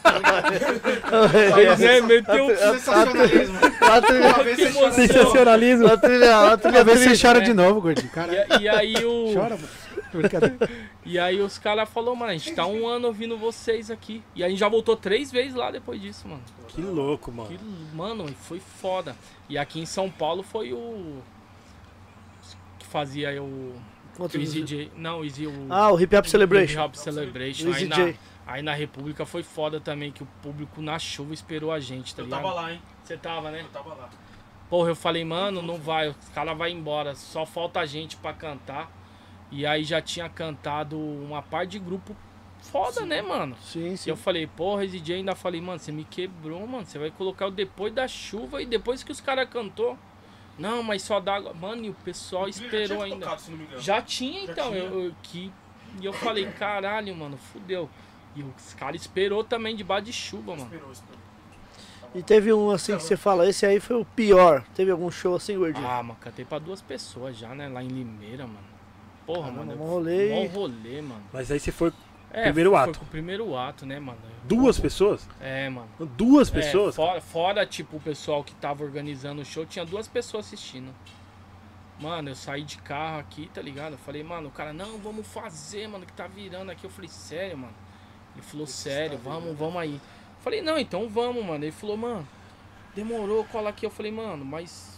Aí, né, meteu Sensacionalismo. que emoção. Sensacionalismo. Uma vez você chora de novo, gordinho. Caralho. E aí o... Chora, mano. Brincadeira. E aí os caras falaram, mano, a gente tá 1 ano ouvindo vocês aqui. E aí a gente já voltou 3 vezes lá depois disso, mano. Que louco, mano. Mano, foi foda. E aqui em São Paulo foi o... que fazia o Easy J. Não, o Easy... O Hip Hop Celebration. Hip Hop Celebration. O Easy J. Aí na República foi foda também, que o público na chuva esperou a gente, tá Eu ligado? tava lá, hein? Você tava, né? Eu tava lá. Porra, eu falei, mano, não vai, os caras vai embora, só falta a gente pra cantar. E aí já tinha cantado uma parte de grupo foda, né, mano? Sim, E sim. eu falei, porra, esse DJ ainda falei, mano, você me quebrou, mano. Você vai colocar o depois da chuva e depois que os caras cantou. Não, mas só dá água. Mano, e o pessoal esperou ainda. Tocado, se não me engano. Já tinha, então. tinha. E eu falei, caralho, mano, fudeu. E os caras esperou também debaixo de chuva, mano. Esperou. E teve um assim que você fala, esse aí foi o pior. Teve algum show assim, gordinho? Ah, mano, cantei pra 2 pessoas já, né? Lá em Limeira, mano. Porra, mano. um rolê. Bom rolê, mano. Mas aí você foi primeiro foi ato. com o primeiro ato, né, mano? 2 pessoas? É, mano. 2 pessoas? Fora, tipo, o pessoal que tava organizando o show, tinha 2 pessoas assistindo. Mano, eu saí de carro aqui, tá ligado? Eu falei, mano, o cara, não, vamos fazer, mano, que tá virando aqui. Eu falei, sério, mano? Ele falou, sério, vamos aí. Eu falei, não, então vamos, mano. Ele falou, mano, demorou, cola aqui. Eu falei, mano, mas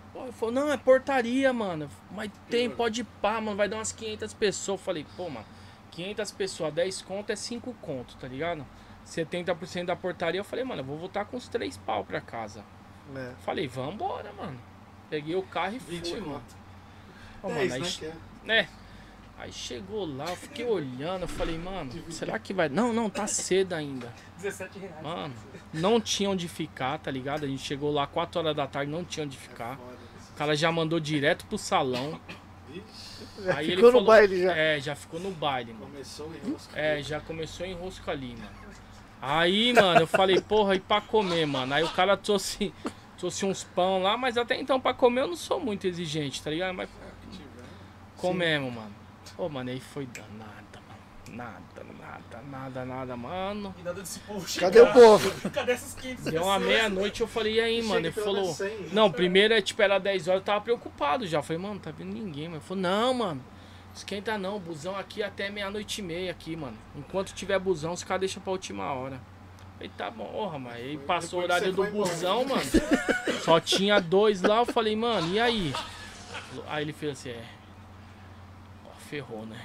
Pô, ele falou, não, é portaria, mano. Mas tem, pode ir pá, mano, vai dar umas 500 pessoas. Eu falei, pô, mano, 500 pessoas, 10 conto é 5 conto, tá ligado? 70% da portaria, eu falei, mano, eu vou voltar com uns 3 pau pra casa. É. Falei, vambora, mano. Peguei o carro e fui, mano. Ó, mano, 10, aí, né? Que é. né? Aí chegou lá, eu fiquei olhando, eu falei, mano, será que vai... Não, tá cedo ainda. R$17. Mano, não tinha onde ficar, tá ligado? A gente chegou lá 4 horas da tarde, não tinha onde ficar. O cara já mandou direto pro salão. Já Aí ele ficou no falou- baile já. É, já ficou no baile, mano. Começou o enrosco. É, já começou em enrosco ali, mano. Aí, mano, eu falei, porra, e pra comer, mano? Aí o cara trouxe uns pão lá, mas até então pra comer eu não sou muito exigente, tá ligado? Mas comemos, mano. Pô, mano, aí foi danada, mano. Nada, mano. E nada de se puxar. Cadê o povo? Cadê essas 500 Deu uma pessoas? meia-noite, eu falei, e aí, mano? Ele pelo falou, menos 100, não, primeiro é tipo, era 10 horas, eu tava preocupado já. Falei, mano, tá vendo ninguém, mano. Ele falou, não, mano, esquenta não, busão aqui até meia-noite e meia aqui, mano. Enquanto tiver busão, os caras deixam pra última hora. Falei, tá bom, porra, mas aí passou o Depois horário você do foi embora. busão, mano. Só tinha 2 lá, eu falei, mano, e aí? Aí ele fez assim, ó, ferrou, né?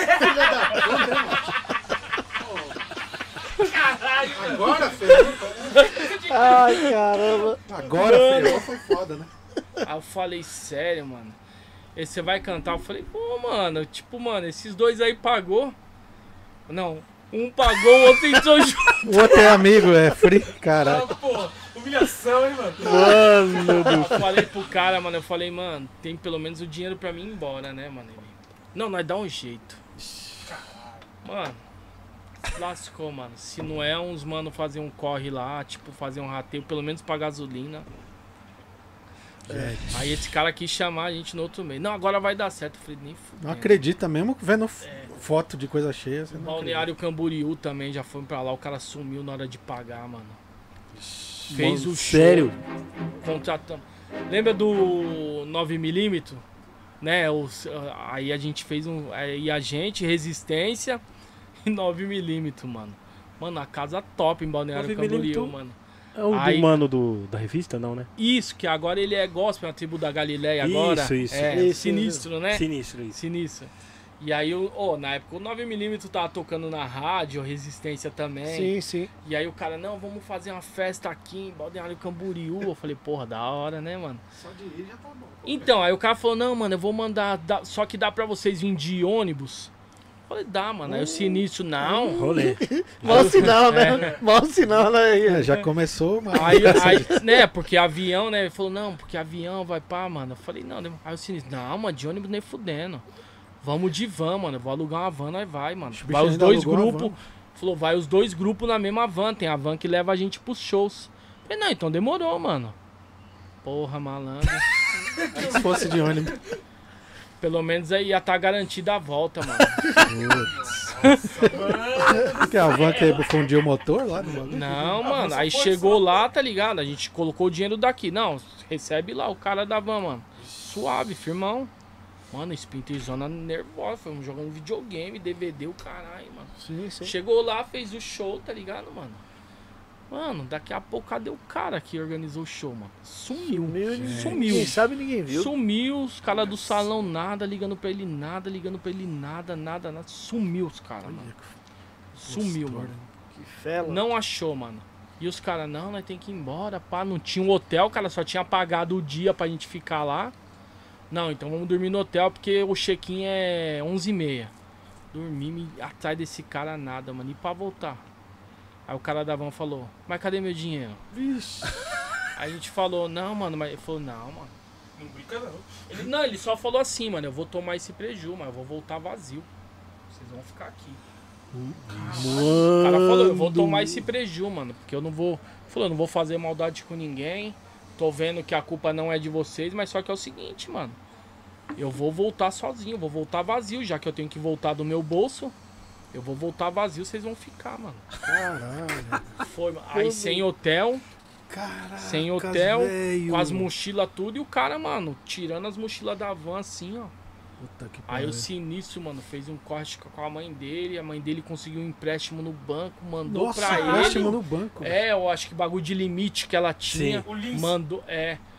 Agora, ferrou. Ai, caramba. Agora, ferrou, foi foda, né? Aí eu falei, sério, mano. E você vai cantar? Eu falei, pô, mano, tipo, mano, esses 2 aí pagou. Não, um pagou, o outro entrou junto. O outro é amigo, é free, caralho. Ah, pô, humilhação, hein, mano? Eu falei pro cara, mano, eu falei, mano, tem pelo menos o dinheiro pra mim ir embora, né, mano? Ele, não, nós dá um jeito. Mano, lascou, mano. Se não é uns mano fazer um corre lá, tipo, fazer um rateio, pelo menos pra gasolina. Aí esse cara quis chamar a gente no outro mês. Não, agora vai dar certo. Eu falei, nem fudendo. Não acredita mesmo vendo foto de coisa cheia. Você O não Balneário Camboriú também já foi pra lá. O cara sumiu na hora de pagar, mano. Fez o show. sério? Contratamos. Lembra do 9mm? Né? Aí a gente fez um. Aí a gente, Resistência e 9mm, mano. Mano, a casa top em Balneário 9mm, Camboriú, mano. É o Aí- do mano da revista, não, né? Isso, que agora ele é gospel, na tribo da Galileia agora. Isso. É, Isso, sinistro, né? Sinistro isso. Sinistro. E aí, na época, o 9mm tava tocando na rádio, Resistência também. Sim, sim. E aí o cara, não, vamos fazer uma festa aqui em Balneário Camboriú. Eu falei, porra, da hora, né, mano? Só de ir já tá bom. Então, aí o cara falou, não, mano, eu vou mandar, só que dá pra vocês vir de ônibus. Eu falei, dá, mano. Aí o Sinistro, não. Rolê. Mau sinal, né? Mau sinal, né? É, já começou, mas... Aí, né, porque avião, né? Ele falou, não, porque avião vai pá, mano. Eu falei, não. Aí o Sinistro, não, mano, de ônibus nem fudendo. Vamos de van, mano. Eu vou alugar uma van, nós vai, mano. bicho Vai os ainda 2 alugou uma grupos. Falou, vai os 2 grupos na mesma van. Tem a van que leva a gente pros shows. Eu falei, não, então demorou, mano. Porra, malandro. Se fosse de ônibus. Pelo menos aí ia estar garantida a volta, mano. Porque a van que fundiu o motor lá no bagulho. Não, mano. Aí chegou lá, tá ligado? A gente colocou o dinheiro daqui. Não, recebe lá o cara da van, mano. Suave, firmão. Mano, Splinterzona nervosa. Fomos jogando videogame, DVD, o caralho, mano. Sim, sim. Chegou lá, fez o show, tá ligado, mano? Mano, daqui a pouco, cadê o cara que organizou o show, mano? Sumiu. Sumiu. Quem sabe ninguém viu. Sumiu, os caras do salão nada, ligando pra ele nada. Nada. Sumiu os caras, mano. Sumiu, mano. Que fela. Não achou, mano. E os caras, não, nós tem que ir embora, pá. Não tinha um hotel, cara, só tinha pagado o dia pra gente ficar lá. Não, então vamos dormir no hotel porque o check-in é 11h30. Dormi atrás desse cara nada, mano. E pra voltar? Aí o cara da van falou, mas cadê meu dinheiro? Vixe. Aí a gente falou, não, mano, mas ele falou, não, mano. Não brinca, não. Ele só falou assim, mano, eu vou tomar esse preju, mas eu vou voltar vazio. Vocês vão ficar aqui. O cara falou, eu vou tomar esse preju, mano, porque eu não vou. Falou, eu não vou fazer maldade com ninguém. Tô vendo que a culpa não é de vocês, mas só que é o seguinte, mano. Eu vou voltar sozinho, vou voltar vazio, já que eu tenho que voltar do meu bolso. Eu vou voltar vazio, vocês vão ficar, mano. Caralho. Foi, mano. Aí sem hotel, Caraca, sem hotel, velho. com as mochilas tudo e o cara, mano, tirando as mochilas da van assim, ó. Puta que Aí pariu. o Sinistro, mano, fez um corte com a mãe dele. A mãe dele conseguiu um empréstimo no banco, mandou Nossa, pra empréstimo ele. no banco. É, eu acho que bagulho de limite que ela tinha. O Lins. Mandou,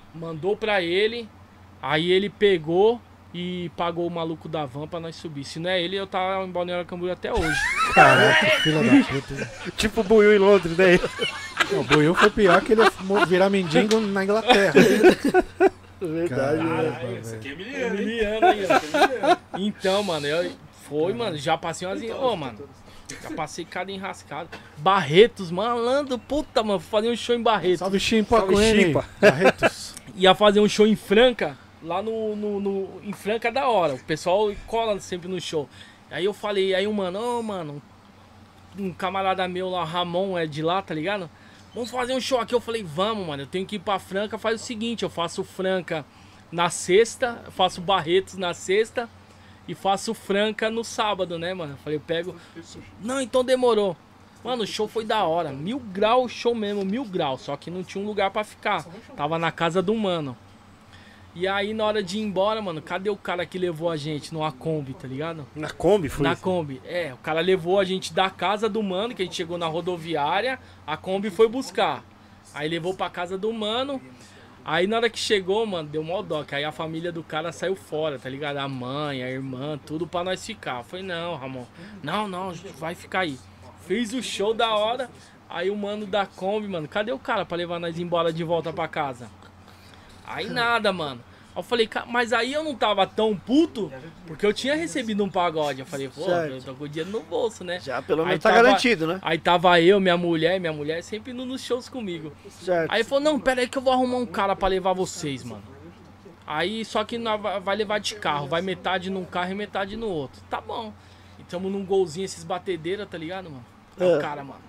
mandou pra ele, aí ele pegou e pagou o maluco da van pra nós subir. Se não é ele, eu tava em Balneário Camboriú até hoje. Caraca, filha da puta. Tipo o Buiu em Londres, né? O Buiu foi pior que ele ia virar mendigo na Inglaterra. Verdade, né? Caralho, isso aqui é miliano, hein? Miliano aí, ó. Então, mano, mano, já passei umas... Ô, mano, já passei cada enrascado. Barretos, malandro, puta, mano, fui fazer um show em Barretos. Salve Chimpa Salve, com ele. Chimpa. Barretos. Ia fazer um show em Franca, lá em Franca da hora. O pessoal cola sempre no show. Aí eu falei, aí mano, um camarada meu lá, Ramon, é de lá, tá ligado? Vamos fazer um show aqui. Eu falei, vamos, mano, eu tenho que ir pra Franca. Faz o seguinte, eu faço Franca na sexta, faço Barretos na sexta e faço Franca no sábado, né, mano? Eu falei, eu pego... Não, então demorou. Mano, o show foi da hora. 1000 graus o show mesmo, 1000 graus. Só que não tinha um lugar pra ficar. Tava na casa do mano. E aí, na hora de ir embora, mano, cadê o cara que levou a gente numa Kombi, tá ligado? Na Kombi foi Na isso? Kombi. É, o cara levou a gente da casa do mano, que a gente chegou na rodoviária, a Kombi foi buscar. Aí levou pra casa do mano. Aí na hora que chegou, mano, deu mó dó, que aí a família do cara saiu fora, tá ligado? A mãe, a irmã, tudo pra nós ficar. Eu falei, não, Ramon, não, vai ficar aí. Fez o show da hora, aí o mano da Kombi, mano, cadê o cara pra levar nós embora de volta pra casa? Aí nada, mano. Aí eu falei, mas aí eu não tava tão puto, porque eu tinha recebido um pagode. Eu falei, pô, Certo. eu tô com o dinheiro no bolso, né? Já pelo Aí menos tá tava- garantido, né? Aí tava eu, minha mulher sempre indo nos shows comigo. Certo. Aí ele falou, não, pera aí que eu vou arrumar um cara pra levar vocês, mano. Aí, só que nós vai levar de carro, vai metade num carro e metade no outro. Tá bom. E tamo num golzinho, esses batedeiras, tá ligado, mano? Aí o cara, mano.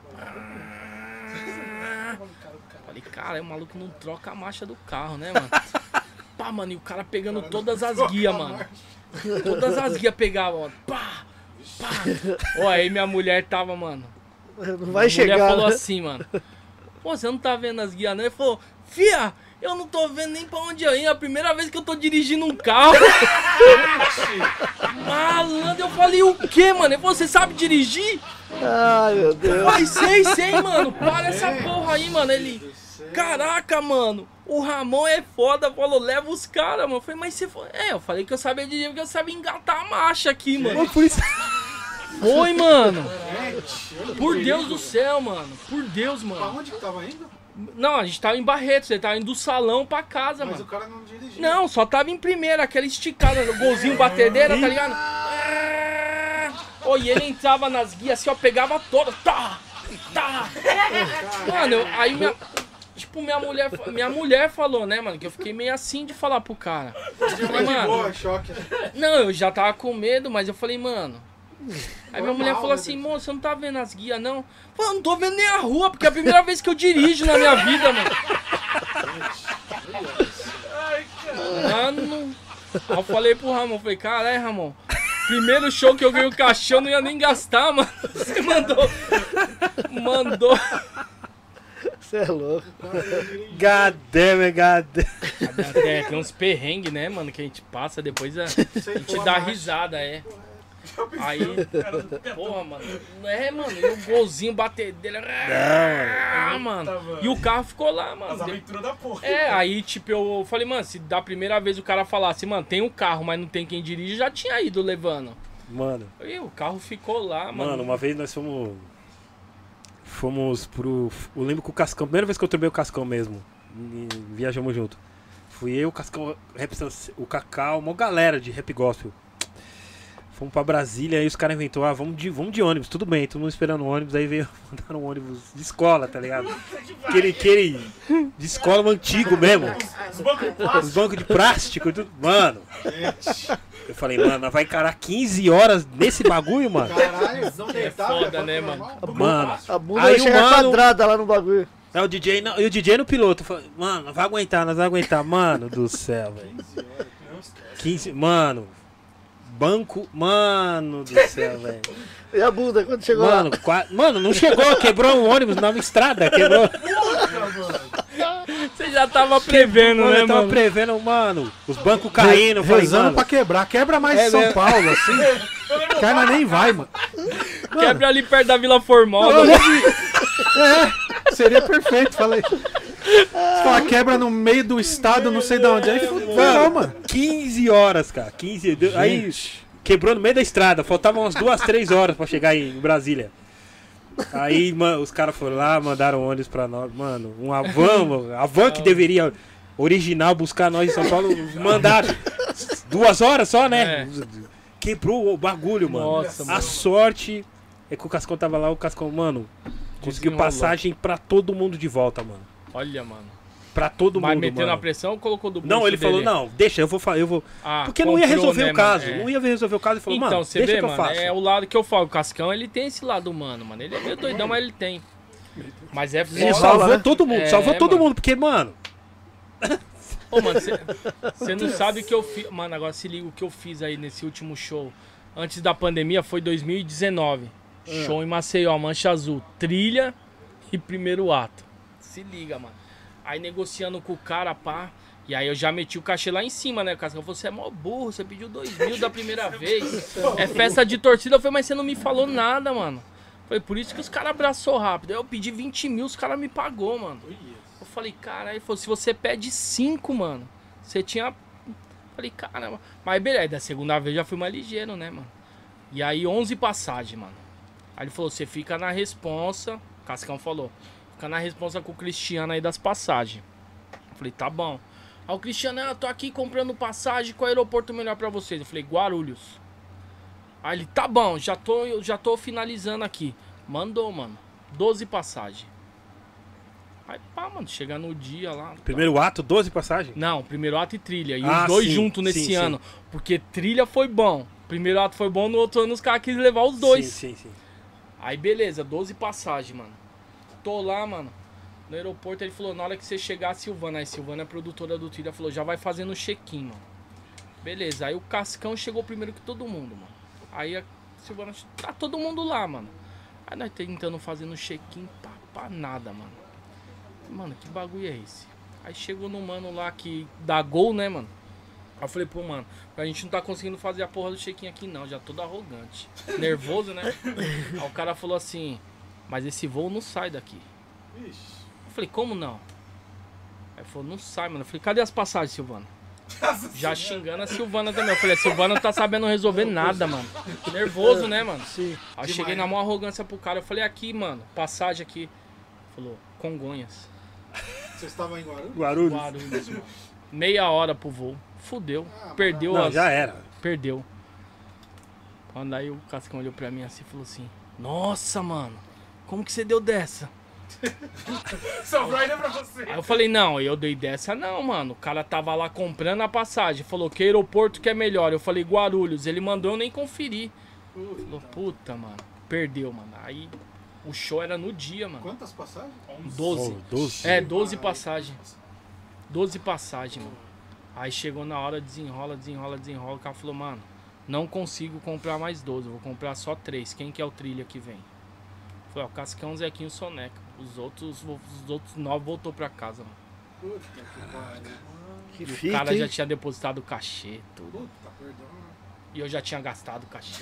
Falei, cara, o maluco não troca a marcha do carro, né, mano? Pá, mano, e o cara pegando todas as guias, mano. Todas as guias pegavam, mano. Pá, pá. Ó, aí minha mulher tava, mano. Não vai A mulher chegar, falou né? assim, mano. Pô, você não tá vendo as guias, não? Ele falou, fia, eu não tô vendo nem pra onde eu ir. É a primeira vez que eu tô dirigindo um carro. Malandro, eu falei, o quê, mano? Ele falou, você sabe dirigir? Ai, meu Deus. Ai, sei, mano. Para essa porra aí, mano. Ele, caraca, mano. O Ramon é foda, falou, leva os caras, mano. Eu falei, mas você foi... É, eu falei que eu sabia dirigir, porque eu sabia engatar a marcha aqui, mano. Por isso... Foi, mano. Por Deus do céu, mano. Por Deus, mano. Onde que tava indo? Não, a gente tava em Barretos, ele tava indo do salão pra casa, mano. cara não dirigiu. Não, só tava em primeira, aquela esticada, o golzinho batedeira, tá ligado? Ô, e ele entrava nas guias assim, ó, pegava todas. Tá! Mano, aí minha mulher falou, né, mano, que eu fiquei meio assim de falar pro cara. Falei, mano, choque. não, eu já tava com medo, mas eu falei, mano. Aí minha mulher falou assim, moço, você não tá vendo as guias, não? Eu falei, eu não tô vendo nem a rua, porque é a primeira vez que eu dirijo na minha vida, mano. Mano. Aí eu falei pro Ramon, falei, caralho, Ramon, primeiro show que eu ganhei o caixão, não ia nem gastar, mano. Você mandou. Você é louco. God damn it, God damn. É, tem uns perrengues, né, mano, que a gente passa, depois a gente dá risada, é. Aí, porra, mano, mano, e o golzinho bater dele, mano, e o carro ficou lá, mano. As aventuras da porra. É, aí, tipo, eu falei, mano, se da primeira vez o cara falasse, mano, tem um carro, mas não tem quem dirige, já tinha ido levando. Mano, E o carro ficou lá, mano. uma vez nós fomos pro... Eu lembro que o Cascão, primeira vez que eu tomei o Cascão mesmo, viajamos junto. Fui eu, o Cascão, o Cacau, uma galera de rap gospel. Fomos pra Brasília, aí os caras inventou, vamos de ônibus, tudo bem, todo mundo esperando o ônibus, aí veio mandar um ônibus de escola, tá ligado? Aquele de escola antigo mesmo. Os bancos de plástico e tudo. Mano, eu falei, mano, nós vai encarar 15 horas nesse bagulho, mano? Caralho, não É foda, né, mano? Mano, A bunda aí vai o chegar mano... quadrada lá no bagulho. É o DJ, não, e o DJ no piloto, eu falei, mano, nós vamos aguentar, mano do céu, velho. 15, mano... Banco, mano do céu, velho. E a bunda, quando chegou Mano, lá? mano, não chegou, quebrou um ônibus na estrada, quebrou. Você já tava prevendo, Mano, né, eu tava mano? prevendo, mano, os bancos caindo, eu falei, Rezando mano, pra quebrar. Quebra mais É São mesmo. Paulo, assim. Cara, nem vai, mano. Quebra ali perto da Vila Formosa. né? Seria perfeito, falei. Você fala, quebra no meio do estado, não sei de onde. Aí fudeu, mano. 15 horas, cara. 15. Aí quebrou no meio da estrada. Faltavam umas 2, 3 horas pra chegar em Brasília. Aí, mano, os caras foram lá, mandaram ônibus pra nós. Mano, uma van, mano, a van que deveria original buscar nós em São Paulo, mandaram 2 horas só, né? Quebrou o bagulho, mano. Nossa, a mano. sorte é que o Cascão tava lá, o Cascão, mano, conseguiu Desenrolou. passagem pra todo mundo de volta, mano. Olha, mano. Pra todo Mas mundo, metendo mano. a pressão ou colocou do bolso Não, ele falou, dele? não, deixa, eu vou. Ah, Porque não ia comprou, resolver né, o caso. mano? É. Não ia resolver o caso. Ele falou, Então, mano, você deixa vê, que eu mano, faço. é o lado que eu falo. O Cascão, ele tem esse lado humano, mano. Ele é meio doidão, mas ele tem. Mas é Ele foda. salvou né? todo mundo, salvou todo mano. mundo, porque, mano. Ô, mano, você não sabe o que eu fiz. Mano, agora se liga o que eu fiz aí nesse último show. Antes da pandemia foi 2019. Show em Maceió, Mancha Azul. Trilha e primeiro ato. Se liga, mano. Aí negociando com o cara, pá. E aí eu já meti o cachê lá em cima, né? O Cascão falou, você é mó burro, você pediu 2.000 da primeira vez. É festa de torcida. Eu falei, mas você não me falou nada, mano. Foi por isso que os caras abraçou rápido. Aí eu pedi 20 mil, os caras me pagou, mano. Eu falei, cara, aí ele falou, se você pede 5, mano, você tinha... Falei, caramba. Mas beleza, da segunda vez já fui mais ligeiro, né, mano? E aí 11 passagens, mano. Aí ele falou, você fica na responsa, o Cascão falou, fica na responsa com o Cristiano aí das passagens. Eu falei, tá bom. Aí o Cristiano, eu tô aqui comprando passagem, qual é o aeroporto melhor pra vocês? Eu falei, Guarulhos. Aí ele, tá bom, já tô finalizando aqui. Mandou, mano, 12 passagens. Aí pá, mano, chega no dia lá. Primeiro ato, 12 passagens? Não, primeiro ato e trilha. E Ah, os dois sim, juntos nesse sim, sim. ano. Porque trilha foi bom. Primeiro ato foi bom, no outro ano os caras quis levar os dois. Sim. Aí beleza, 12 passagens, mano. Tô lá, mano. No aeroporto ele falou, na hora que você chegar, a Silvana. Aí Silvana é produtora do trilha, falou, já vai fazendo o check-in, mano. Beleza, aí o Cascão chegou primeiro que todo mundo, mano. Aí a Silvana, tá todo mundo lá, mano. Aí nós tentando fazendo check-in, pá, nada, mano. Mano, que bagulho é esse? Aí chegou no mano lá que dá gol, né, mano? Aí eu falei, pô, mano, a gente não tá conseguindo fazer a porra do check-in aqui não, já todo arrogante. Nervoso, né? Aí o cara falou assim, mas esse voo não sai daqui. Eu falei, como não? Aí ele falou, não sai, mano. Eu falei, cadê as passagens, Silvana? Já xingando a Silvana também. Eu falei, a Silvana não tá sabendo resolver nada, mano. Nervoso, né, mano? Sim. Aí eu cheguei na maior arrogância pro cara. Eu falei, aqui, mano, passagem aqui. Ele falou, Congonhas. Você estava em Guarulhos? Guarulhos. Guarulhos, mano. Meia hora pro voo. Fudeu. Perdeu Não, as... já era. Perdeu. Quando aí o Cascão olhou pra mim assim e falou assim, nossa, mano, como que você deu dessa? Sobrou ainda pra você. Aí eu falei, não, eu dei dessa não, mano. O cara tava lá comprando a passagem. Falou, que aeroporto que é melhor? Eu falei, Guarulhos. Ele mandou eu nem conferir. Falou, puta, mano. Perdeu, mano. Aí o show era no dia, mano. Quantas passagens? 12. 12. É, 12 passagens. 12 passagens, mano. Aí chegou na hora, desenrola. O cara falou, mano, não consigo comprar mais 12. Vou comprar só 3. Quem que é o trilha que vem? Falei, ó, Cascão, Zequinho, Soneca. Os outros 9 voltou pra casa, mano. Puta que pariu. Que E o fita, cara já hein? tinha depositado o cachê, tudo. Puta, perdão. E eu já tinha gastado o cachê.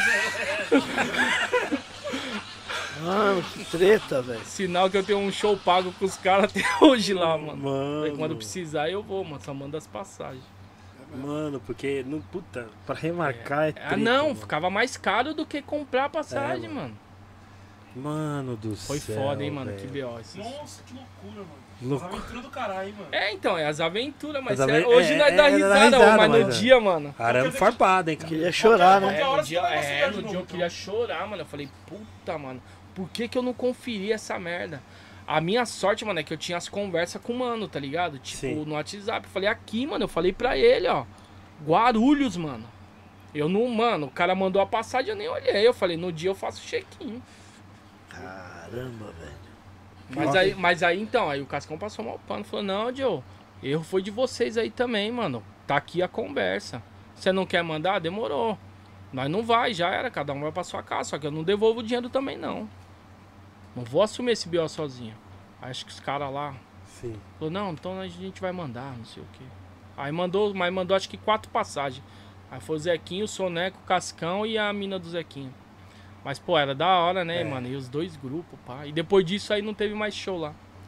Mano, que treta, velho. Sinal que eu tenho um show pago com os caras até hoje lá, mano. Falei, quando Mano, precisar eu vou, mano. Só manda as passagens. mano, porque, não, puta, pra remarcar é treta, Ah, não, mano. ficava mais caro do que comprar a passagem, É, mano. Mano do Foi céu, foda, hein, mano. velho. Que B.O. esses. Nossa, que loucura, mano. Louco. Aventura do caralho, hein, mano. É, então, é as aventuras, mas As hoje nós dá risada, mas no dia, mano. Arame farpado, hein, cara. Queria chorar, né? É, no hora dia, você vai é, chegar no de dia novo, eu queria chorar, mano. Eu falei, puta, mano, por que que eu não conferi essa merda? A minha sorte, mano, é que eu tinha as conversas com o mano, tá ligado? Tipo, Sim. no WhatsApp. Eu falei, aqui, mano, eu falei pra ele, ó. Guarulhos, mano. Eu não, mano, o cara mandou a passagem, eu nem olhei. Eu falei, no dia eu faço check-in. Caramba, velho. Mas aí, então, aí o Cascão passou mal pano. Falou, não, Joe, erro foi de vocês aí também, mano. Tá aqui a conversa. Você não quer mandar? Demorou. Nós não vai, já era. Cada um vai pra sua casa. Só que eu não devolvo o dinheiro também, não. Não vou assumir esse B.O. sozinho. Aí acho que os caras lá... Sim. Falou, não, então a gente vai mandar, não sei o quê. Aí mandou acho que 4 passagens. Aí foi o Zequinho, o Soneco, o Cascão e a mina do Zequinho. Mas, pô, era da hora, né, mano? E os 2 grupos, pá. E depois disso aí não teve mais show lá.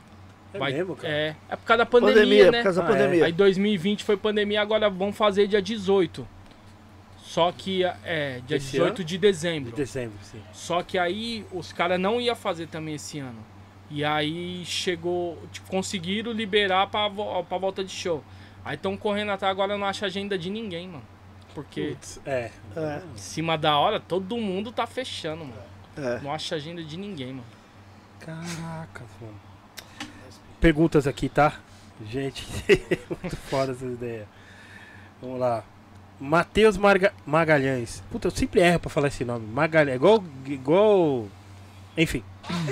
É mesmo, cara? É por causa da pandemia, né? Por causa da Ah, é. pandemia. Aí 2020 foi pandemia, agora vão fazer dia 18. Só que dia Esse 18 ano? de De dezembro. dezembro, sim. Só que aí os caras não iam fazer também esse ano. E aí chegou, tipo, conseguiram liberar pra volta de show. Aí estão correndo atrás, agora não acha agenda de ninguém, mano. Porque Putz, é. É, em cima da hora, todo mundo tá fechando, mano. é. Não acha agenda de ninguém, mano. Caraca, mano. Perguntas aqui, tá? Gente, muito foda essa ideia. Vamos lá. Matheus Magalhães. Puta, eu sempre erro pra falar esse nome. Magalhães. Igual. Enfim.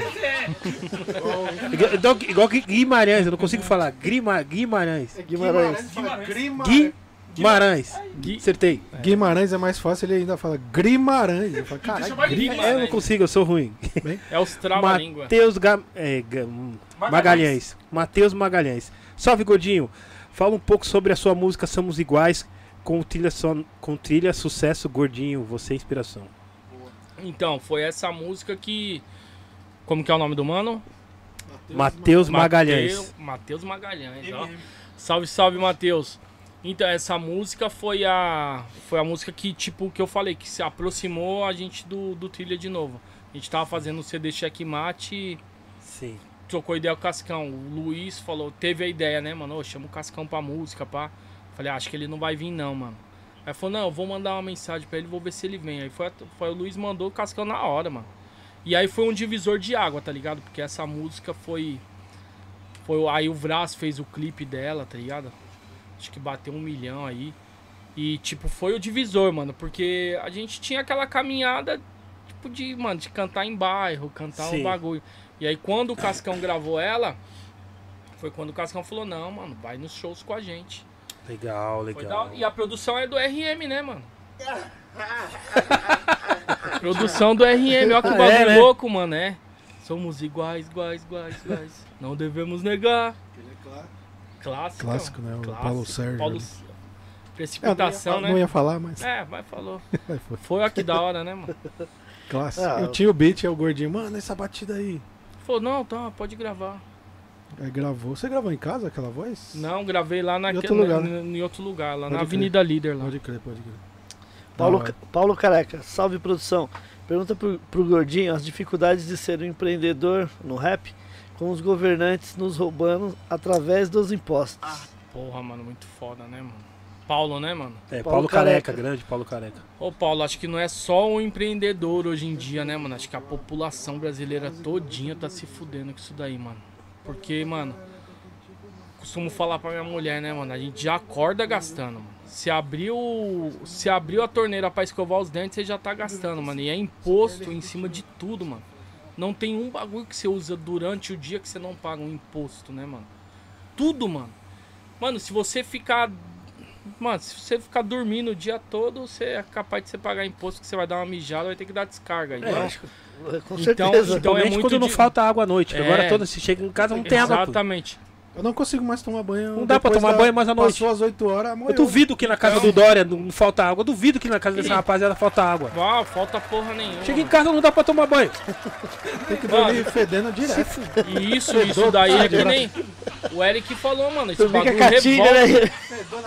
igual Guimarães, eu não consigo falar. Guimarães. Guimarães. Guimarães. Acertei. Guimarães é mais fácil, ele ainda fala Grimarães. Eu falo, caralho, Eu não consigo, eu sou ruim. É os trava-língua. Matheus Magalhães. Matheus Magalhães. Salve, Gordinho. Fala um pouco sobre a sua música Somos Iguais, com trilha sucesso, Gordinho. Você é inspiração. Então, foi essa música que... Como que é o nome do mano? Matheus Magalhães. Matheus Magalhães, ó. Salve, salve, Matheus. Então, essa música foi a música que, tipo, que eu falei, que se aproximou a gente do Trilha de novo. A gente tava fazendo o CD Checkmate e Sim. trocou ideia com o Cascão. O Luiz falou, teve a ideia, né, mano? Ô, chama o Cascão pra música, pá. Falei, acho que ele não vai vir não, mano. Aí falou, não, eu vou mandar uma mensagem pra ele, vou ver se ele vem. Aí foi o Luiz mandou o Cascão na hora, mano. E aí foi um divisor de água, tá ligado? Porque essa música foi aí o Vraz fez o clipe dela, tá ligado? Acho que bateu 1 milhão aí. E, tipo, foi o divisor, mano. Porque a gente tinha aquela caminhada, tipo, de cantar em bairro, cantar Sim. um bagulho. E aí, quando o Cascão gravou ela, foi quando o Cascão falou, não, mano, vai nos shows com a gente. Legal, Foi legal. E a produção é do RM, né, mano? Produção do RM, olha que bagulho é, né? louco, mano, é. Somos iguais. Não devemos negar. Clássico. Clássico, né? O Clássico. Paulo Sérgio. Paulo... ali. Precipitação, Não né? ia falar, mas Vai, falou. foi. Foi aqui da hora, né, mano? Clássico. Ah, Eu tinha o beat, é o gordinho, mano, essa batida aí. Falou, não, tá, pode gravar. Aí gravou. Você gravou em casa aquela voz? Não, gravei lá Em outro lugar, né? em outro lugar, lá Pode na crer. Avenida Líder lá. Pode crer. Paulo, Da hora. Paulo Careca, salve produção. Pergunta pro Gordinho as dificuldades de ser um empreendedor no rap com os governantes nos roubando através dos impostos. Porra, mano, muito foda, né, mano? Paulo, né, mano? É, Paulo Paulo Careca, Careca. grande Paulo Careca. Ô, Paulo, acho que não é só o empreendedor hoje em dia, né, mano? Acho que a população brasileira todinha tá se fudendo com isso daí, mano. Porque, mano, costumo falar pra minha mulher, né, mano? A gente já acorda gastando, mano. Se abriu a torneira pra escovar os dentes, você já tá gastando, mano. E é imposto em cima de tudo, mano. Não tem um bagulho que você usa durante o dia que você não paga um imposto, né, mano? Tudo, mano. Mano, se você ficar... Mano, se você ficar dormindo o dia todo, você é capaz de você pagar imposto, que você vai dar uma mijada, vai ter que dar descarga. Então, Com Então- certeza. então- Principalmente é muito quando não de- falta água à noite. É. Agora toda se chega em casa não tem água. Pô. exatamente. Eu não consigo mais tomar banho. Não dá pra depois tomar banho mais à noite. Passou às 8 horas, morreu. Eu duvido que na casa do Dória não falta água. Eu duvido que na casa dessa rapaziada falta água. Ah, falta porra nenhuma. Chega em casa não dá pra tomar banho. Tem que dormir fedendo direto. E isso daí é que nem o Eric falou, mano. Esse Tu fica bagulho catinga, revolta. né?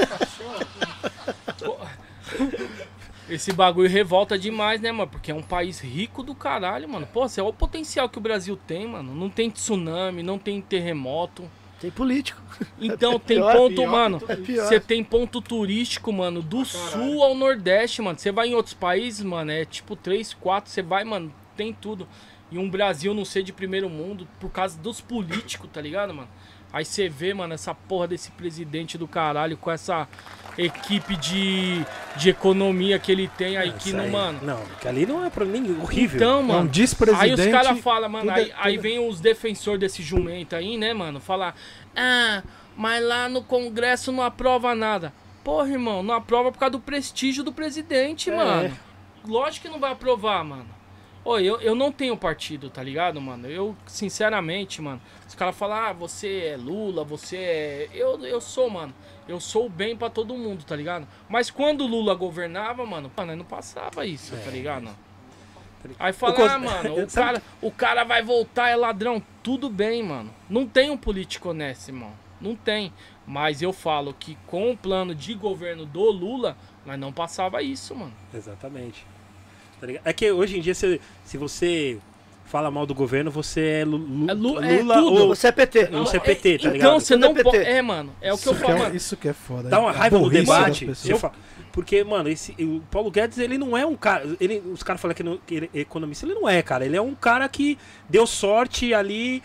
Esse bagulho revolta demais, né, mano? Porque é um país rico do caralho, mano. Pô, olha o potencial que o Brasil tem, mano. Não tem tsunami, não tem terremoto. Tem político. Então tem Pior, ponto, pior, mano. é pior. Você tem ponto turístico, mano, do sul ao nordeste, mano. Você vai em outros países, mano, é tipo 3, 4, você vai, mano, tem tudo. E um Brasil não ser de primeiro mundo por causa dos políticos, tá ligado, mano? Aí você vê, mano, essa porra desse presidente do caralho com essa equipe de economia que ele tem aí que Isso não, aí- mano. Não, que ali não é pra ninguém. Horrível. Então, É um mano. despresidente. Aí os caras falam, mano, tudo é- aí tudo- vem os defensores desse jumento aí, né, mano? Falar, mas lá no Congresso não aprova nada. Porra, irmão, não aprova por causa do prestígio do presidente, mano. Lógico que não vai aprovar, mano. Ô, eu não tenho partido, tá ligado, mano? Eu, sinceramente, mano, os caras falam, você é Lula, você é... Eu sou, mano. Eu sou o bem pra todo mundo, tá ligado? Mas quando o Lula governava, mano, não passava isso, tá ligado? Aí fala, mano, o cara vai voltar, é ladrão. Tudo bem, mano. Não tem um político honesto, irmão. Não tem. Mas eu falo que com o plano de governo do Lula, nós não passava isso, mano. Exatamente. Tá ligado? É que hoje em dia, se você fala mal do governo, você é Lula ou você é PT. Não, você é PT, tá ligado? Então você não PT. pode... É, mano, é o que eu falo, mano. Isso que é foda. Dá uma raiva no debate. Você Porque, mano, o Paulo Guedes, ele não é um cara... Os caras falam que ele é economista. Ele não é, cara. Ele é um cara que deu sorte ali,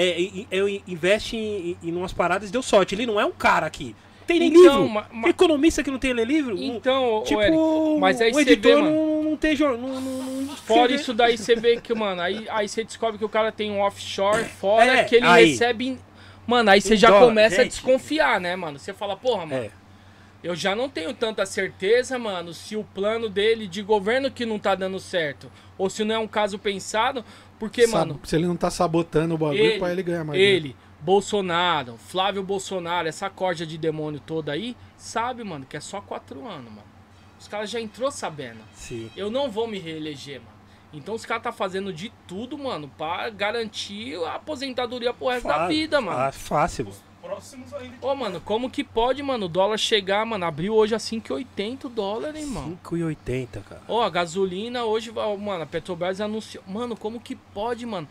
investe em umas paradas e deu sorte. Ele não é um cara que... Tem nem livro. Economista que não tem livro. Então, tipo, Eric, mas aí o você editor vê, mano, não tem jornal. Fora isso daí, você vê que, mano, aí você descobre que o cara tem um offshore fora, que ele recebe... Mano, aí você já dólar, começa a gente. desconfiar, né, mano? Você fala, porra, mano, eu já não tenho tanta certeza, mano, se o plano dele de governo que não tá dando certo, ou se não é um caso pensado, porque, mano... Se ele não tá sabotando o bagulho pra ele ganhar mais. Bolsonaro, Flávio Bolsonaro, essa corja de demônio toda aí, sabe, mano, que é só 4 anos, mano. Os caras já entrou sabendo. Sim. Eu não vou me reeleger, mano. Então os caras tá fazendo de tudo, mano, pra garantir a aposentadoria pro resto da vida, mano. Fácil, mano. Próximos ainda. Ô, mano, como que pode, mano, o dólar chegar, mano, abriu hoje a 5,80 o dólar, hein, mano. 5,80, cara. Ó, a gasolina hoje, mano, a Petrobras anunciou. Mano, como que pode, mano?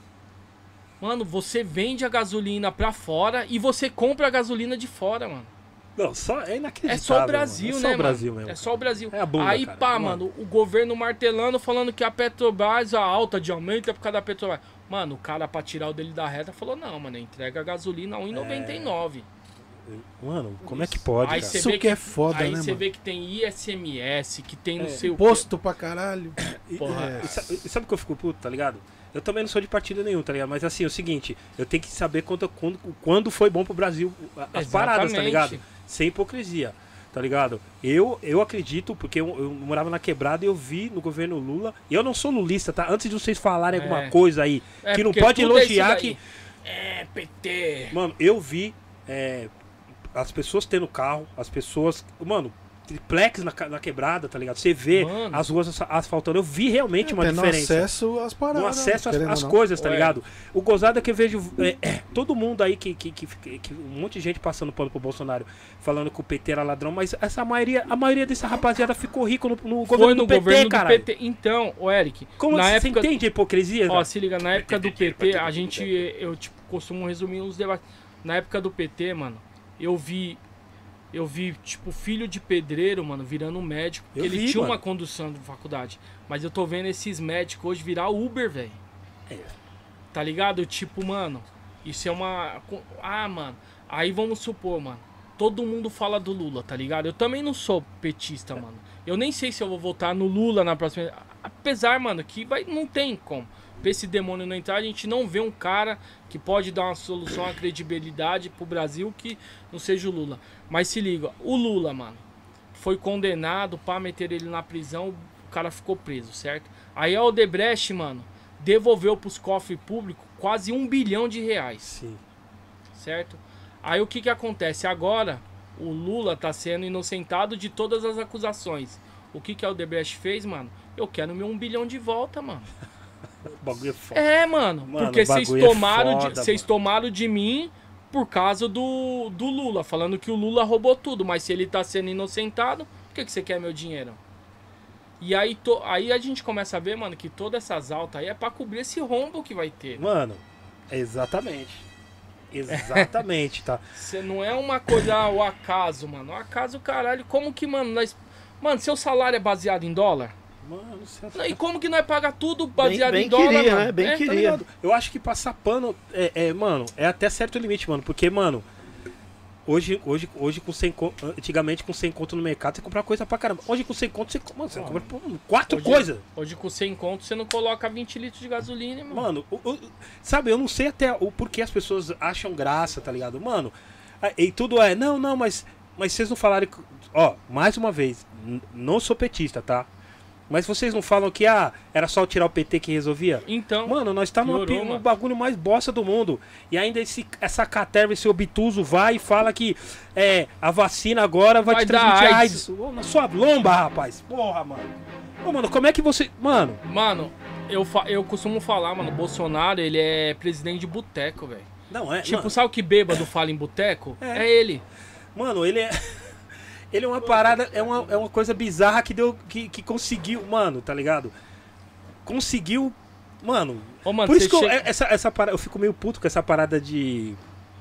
Mano, você vende a gasolina pra fora e você compra a gasolina de fora, mano. Não, é inacreditável. É só o Brasil, mano. né, É só o Brasil mano? mesmo. É só o Brasil. É a bunda, aí, cara. pá, mano, o governo martelando, falando que a Petrobras, a alta de aumento é por causa da Petrobras. Mano, o cara, pra tirar o dele da reta, falou, não, mano, entrega a gasolina a 1,99. Mano, como é que pode, Aí cara? você Isso vê que é foda, aí né, você mano? vê que tem ISMS, que tem não sei o Posto pra caralho. Porra. E sabe o que eu fico puto, tá ligado? Eu também não sou de partido nenhum, tá ligado? Mas assim, é o seguinte, eu tenho que saber quando foi bom pro Brasil as paradas, tá ligado? Sem hipocrisia, tá ligado? Eu acredito, porque eu morava na quebrada e eu vi no governo Lula, e eu não sou lulista, tá? Antes de vocês falarem alguma coisa aí, que não pode elogiar que... É, PT. Mano, eu vi as pessoas tendo carro, as pessoas... Mano, triplex na quebrada, tá ligado? Você vê as ruas asfaltando. Eu vi realmente uma diferença. No acesso às paradas. No acesso às não. coisas, tá ligado? O gozado é que eu vejo todo mundo aí, que um monte de gente passando pano pro Bolsonaro, falando que o PT era ladrão, mas a maioria dessa rapaziada ficou rico no governo do PT, cara. Então, o Eric, Como na você época... entende a hipocrisia? Ó, se liga, na época do PT, eu tipo, costumo resumir uns debates. Na época do PT, mano, eu vi, tipo, filho de pedreiro, mano, virando um médico. Ele tinha uma condução de faculdade. Mas eu tô vendo esses médicos hoje virar Uber, velho. Tá ligado? Tipo, mano, isso é uma... Ah, mano, aí vamos supor, mano, todo mundo fala do Lula, tá ligado? Eu também não sou petista, mano. Eu nem sei se eu vou votar no Lula na próxima... Apesar, mano, que não tem como. Pra esse demônio não entrar, a gente não vê um cara que pode dar uma solução, uma credibilidade pro Brasil que não seja o Lula. Mas se liga, o Lula, mano, foi condenado pra meter ele na prisão, o cara ficou preso, certo? Aí a Odebrecht, mano, devolveu pros cofres públicos quase R$1 bilhão. Sim. Certo? Aí o que acontece? Agora, o Lula tá sendo inocentado de todas as acusações. O que a Odebrecht fez, mano? Eu quero meu R$1 bilhão de volta, mano. O bagulho é foda. Mano, porque vocês tomaram de mim por causa do Lula, falando que o Lula roubou tudo, mas se ele tá sendo inocentado, por que você quer meu dinheiro? E aí, aí a gente começa a ver, mano, que todas essas altas aí é pra cobrir esse rombo que vai ter. Mano, exatamente. Exatamente, tá? Você não é uma coisa, o acaso, mano. O acaso, caralho, como que, mano, Mano, seu salário é baseado em dólar? Mano, e como que nós paga tudo baseado em dólar, queria, mano? Né? Bem tá queria. ligado? Eu acho que passar pano mano, é até certo limite, mano. Porque, mano, hoje com 100 conto, antigamente com 100 conto no mercado, você compra coisa pra caramba. Hoje com 100 conto, você compra 4 coisas. Hoje com 100 conto, você não coloca 20 litros de gasolina, mano. Mano, sabe, eu não sei até o porquê as pessoas acham graça, tá ligado? Mano, e tudo não, mas vocês não falaram... Ó, mais uma vez, não sou petista, tá? Mas vocês não falam que era só tirar o PT que resolvia? Então, mano, nós estamos no bagulho mais bosta do mundo. E ainda essa caterva, esse obtuso vai e fala que a vacina agora vai te transmitir AIDS. Na sua lomba, rapaz. Porra, mano. Ô, mano, como é que você... Mano, Mano, eu costumo falar, mano, o Bolsonaro, ele é presidente de boteco, velho. não é... Tipo, mano, sabe o que bêbado fala em boteco? É. É ele. Mano, ele é... Ele é uma parada, é uma coisa bizarra que deu... Que conseguiu, mano, tá ligado? Conseguiu... Mano... Ô, mano, Por isso que chega- essa parada, eu fico meio puto com essa parada de...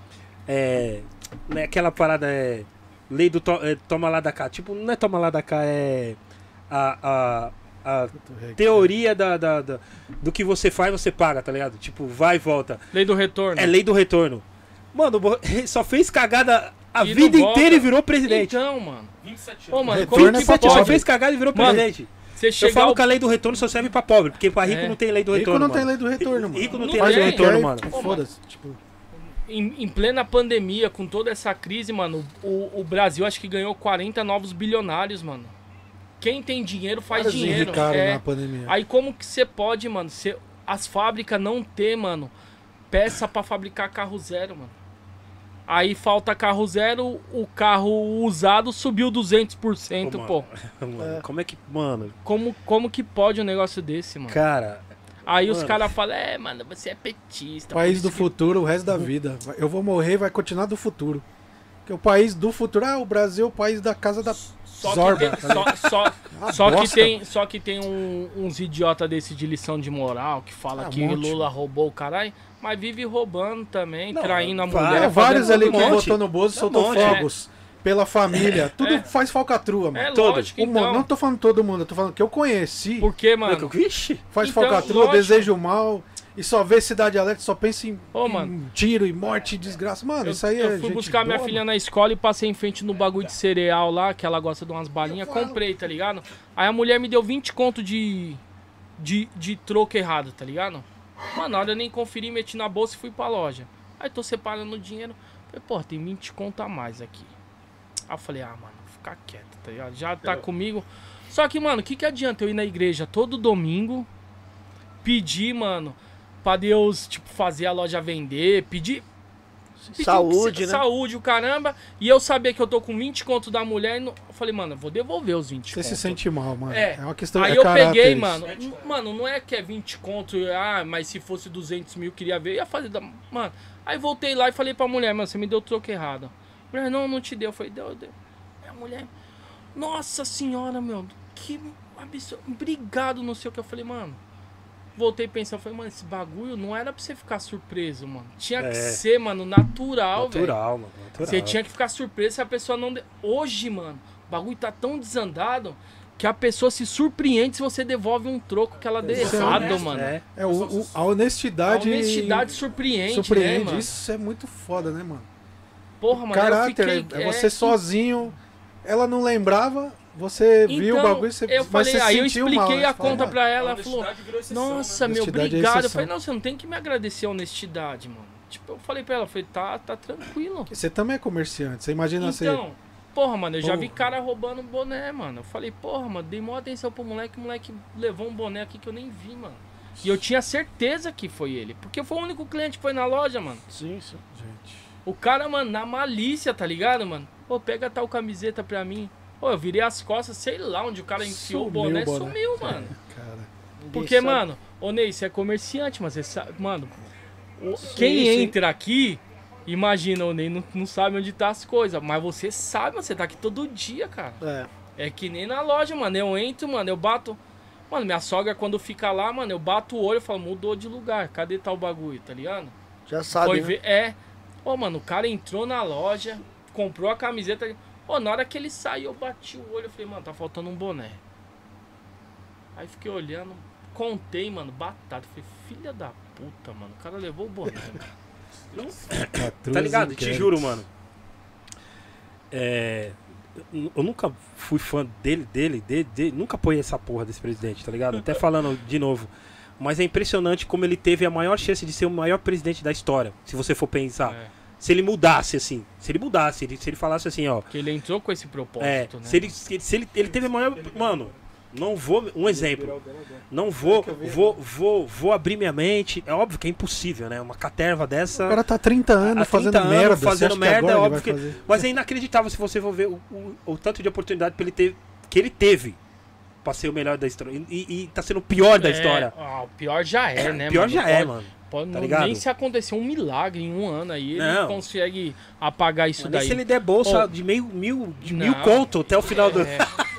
né, aquela parada lei do toma lá da cá. Tipo, não é toma lá da cá, é a teoria do que você faz, você paga, tá ligado? Tipo, vai e volta. Lei do retorno. É lei do retorno. Mano, ele só fez cagada a E vida não volta. inteira e virou presidente. Então, mano. 27 Ô, anos. mano, Retorno como é que pra Só pobre. fez cagada e virou Mano, presidente. Você Eu chegar falo ao... que a lei do retorno só serve pra pobre, porque pra rico É. não tem lei do Rico retorno, não tem mano. lei do retorno, mano. Rico não Não tem Faz lei o do que retorno, quer, mano. Foda-se. Tipo, Em plena pandemia, com toda essa crise, mano, o Brasil acho que ganhou 40 novos bilionários, mano. Quem tem dinheiro faz vários dinheiro. enricaram É. na pandemia. Aí como que você pode, mano, as fábricas não ter, mano, peça pra fabricar carro zero, mano. Aí falta carro zero, o carro usado subiu 200%, Ô, pô. Mano, como é que... Mano, Como que pode um negócio desse, mano? cara... Aí os mano. caras falam, mano, você é petista. País por do isso que-" futuro o resto da vida. Eu vou morrer, vai continuar do futuro. Porque o país do futuro, o Brasil é o país da casa da Só Zorba. que tem, Ah, só que bosta. tem uns idiota desse de lição de moral que fala Ah, que um monte. Lula roubou o caralho, mas vive roubando também, Não, traindo a vai, mulher. É, vários fazendo ali tudo. que monte. votou no Bozo É um soltou monte, fogos pela família. Tudo faz falcatrua, mano. É Todos. lógico, O mundo- então. Não tô falando todo mundo, eu tô falando que eu conheci. Porque, mano, Vixe! Faz Então, falcatrua, lógico. deseja o mal e só vê Cidade Alerta, só pensa em, Ô, em mano. tiro e morte e desgraça. Mano, isso aí é eu fui gente buscar minha boa, filha mano. na escola e passei em frente no bagulho de cereal lá, que ela gosta de umas balinhas, comprei, tá ligado? Aí a mulher me deu 20 conto de troco errado, tá ligado? Mano, na hora eu nem conferi, meti na bolsa e fui pra loja. Aí tô separando o dinheiro, falei, pô, tem 20 conto a mais aqui. Aí eu falei, mano, vou ficar quieto, tá ligado? Já tá comigo. Só que, mano, o que adianta eu ir na igreja todo domingo, pedir, mano, pra Deus, tipo, fazer a loja vender, pedir Saúde, né? saúde, o caramba. E eu sabia que eu tô com 20 conto da mulher. Eu falei, mano, eu vou devolver os 20 Você conto. se sente mal, mano. É. É uma questão Aí é eu caráter peguei, isso. mano. Mano, não é que é 20 conto. Mas se fosse 200 mil, queria ver. Ia fazer. Mano. Aí voltei lá e falei pra mulher, mano, você me deu o troco errado. Mulher, não te deu. Eu falei, deu. A mulher, nossa senhora, meu. Que absurdo. Obrigado, não sei o que. Eu falei, mano. Voltei pensando, falei, mano, esse bagulho não era pra você ficar surpreso, mano. Tinha que ser, mano, natural, velho. Natural, mano. Natural. Você tinha que ficar surpreso se a pessoa não... Hoje, mano, o bagulho tá tão desandado que a pessoa se surpreende se você devolve um troco que ela deu Isso é errado, honesto, mano. É. É, a A honestidade. honestidade surpreende, né, surpreende. mano? Isso é muito foda, né, mano? Porra, mano, Caráter, eu fiquei... é você sozinho. Ela não lembrava, você viu o Então, bagulho, você eu mas falei, você aí eu sentiu expliquei mal, né? a Você fala, conta mano, pra ela, A ela falou, honestidade virou exceção, nossa, né? meu, Honestidade é obrigado. Eu exceção. falei, não, você não tem que me agradecer a honestidade, mano. Tipo, eu falei pra ela, eu falei, tá tranquilo. Você também é comerciante, você imagina você. Então, porra, mano, eu já vi Porra. cara roubando boné, mano. Eu falei, porra, mano, dei maior atenção pro moleque, o moleque levou um boné aqui que eu nem vi, mano. E eu tinha certeza que foi ele. Porque foi o único cliente que foi na loja, mano. Sim, sim. Gente. O cara, mano, na malícia, tá ligado, mano? Pô, pega tal camiseta pra mim. Pô, eu virei as costas, sei lá onde o cara enfiou o boné, sumiu, mano. Cara. Ninguém Porque, sabe. mano, ô Ney, você é comerciante, mas você sabe, mano. Sim, Quem sim. entra aqui, imagina, o Ney não sabe onde tá as coisas. Mas você sabe, mano, você tá aqui todo dia, cara. É. É que nem na loja, mano. Eu entro, mano, eu bato. Mano, minha sogra, quando fica lá, mano, eu bato o olho e falo, mudou de lugar. Cadê tal bagulho, tá ligado? Já sabe, Foi né? ver. É. Ô, mano, o cara entrou na loja, comprou a camiseta. Ô, na hora que ele saiu, eu bati o olho. Eu falei, mano, tá faltando um boné. Aí fiquei olhando, contei, mano, batata. Falei, filha da puta, mano. O cara levou o boné. Tá ligado? Te juro, mano. Eu nunca fui fã dele, nunca apoiei essa porra desse presidente, tá ligado? Até falando de novo. Mas é impressionante como ele teve a maior chance de ser o maior presidente da história, se você for pensar. É. Se ele mudasse, assim. Se ele mudasse, se ele falasse assim, ó. Porque ele entrou com esse propósito, né? Se ele teve a maior. Mano, não vou. Um exemplo. Não vou abrir minha mente. É óbvio que é impossível, né? Uma caterva dessa. O cara tá 30 anos Há 30 fazendo anos merda. você fazendo acha que merda, agora é ele óbvio vai que. fazer? Mas é inacreditável se você for ver o tanto de oportunidade que ele teve. pra ser o melhor da história. E tá sendo o pior da história. O pior já é, né, Pior mano? já é, mano. Pode, Tá ligado? nem se acontecer um milagre em um ano aí, ele Não. consegue apagar isso Mas nem daí. se ele der bolsa de mil Não. conto até o final do... É.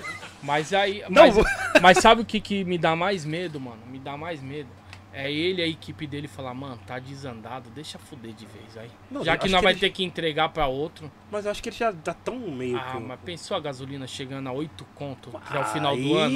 Mas aí. Não, Mas sabe o que me dá mais medo, mano? Me dá mais medo. É ele e a equipe dele falar, mano, tá desandado, deixa fuder de vez aí. Não, Já eu que acho nós que vai ele- ter que entregar pra outro. Mas eu acho que ele já tá tão meio... Mas pensou a gasolina chegando a 8 conto até o final Aí, do ano?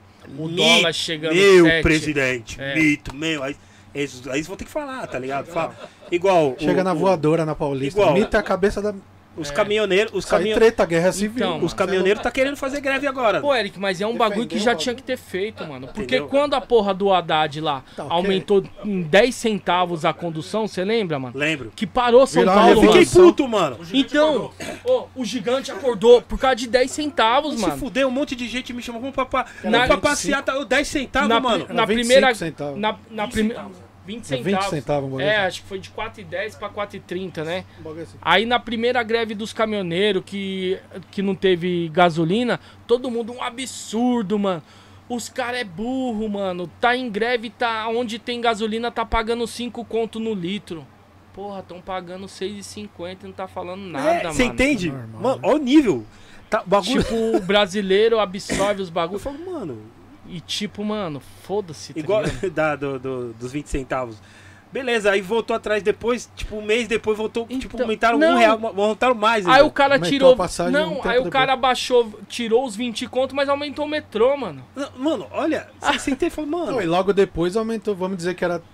O dólar chegando Meu 7. presidente, É. mito, meu... Aí eles vão ter que falar, tá ligado? Fala. Igual... Chega na voadora na Paulista. Igual. Mita a cabeça da. Os caminhoneiros... Os, Sai treta, guerra civil. Então, os mano. caminhoneiros tá querendo fazer greve agora. Pô, Eric, mas é um bagulho que já tinha que ter feito, mano. Porque Entendeu? quando a porra do Haddad lá Tá, ok. aumentou em 10 centavos a condução, você lembra, mano? Lembro. Que parou São Virar uma Paulo, Eu mano. fiquei puto, mano. Então, o gigante acordou por causa de 10 centavos, Se mano. fudeu, um monte de gente me chamou. Vamos pra Na- passear, tá 10 centavos, Na, mano. na 25 primeira. centavos. Na primeira. 20 É 20 centavos. centavos, um bagulho É, assim. acho que foi de 4,10 pra 4,30, né? Um bagulho assim. Aí na primeira greve dos caminhoneiros que não teve gasolina, todo mundo um absurdo, mano. Os caras é burro, mano. Tá em greve, tá onde tem gasolina, tá pagando 5 conto no litro. Porra, tão pagando 6,50 e não tá falando nada, mano. Você entende? Normal, Mano, né? olha o nível. Tá, o bagulho... Tipo, o brasileiro absorve os Eu bagulhos. falo, mano... E tipo, mano, foda-se, tá Igual ligado? dos 20 centavos. Beleza, aí voltou atrás depois, tipo, um mês depois voltou, tipo, Então, aumentaram não. R$1, aumentaram mais. Aí ainda. o cara Aumentou tirou. a passagem um Não, tempo aí o depois. cara baixou, tirou os 20 conto, mas aumentou o metrô, mano. Não, mano, olha, você entende, falou, mano... Não, e logo depois aumentou, vamos dizer que era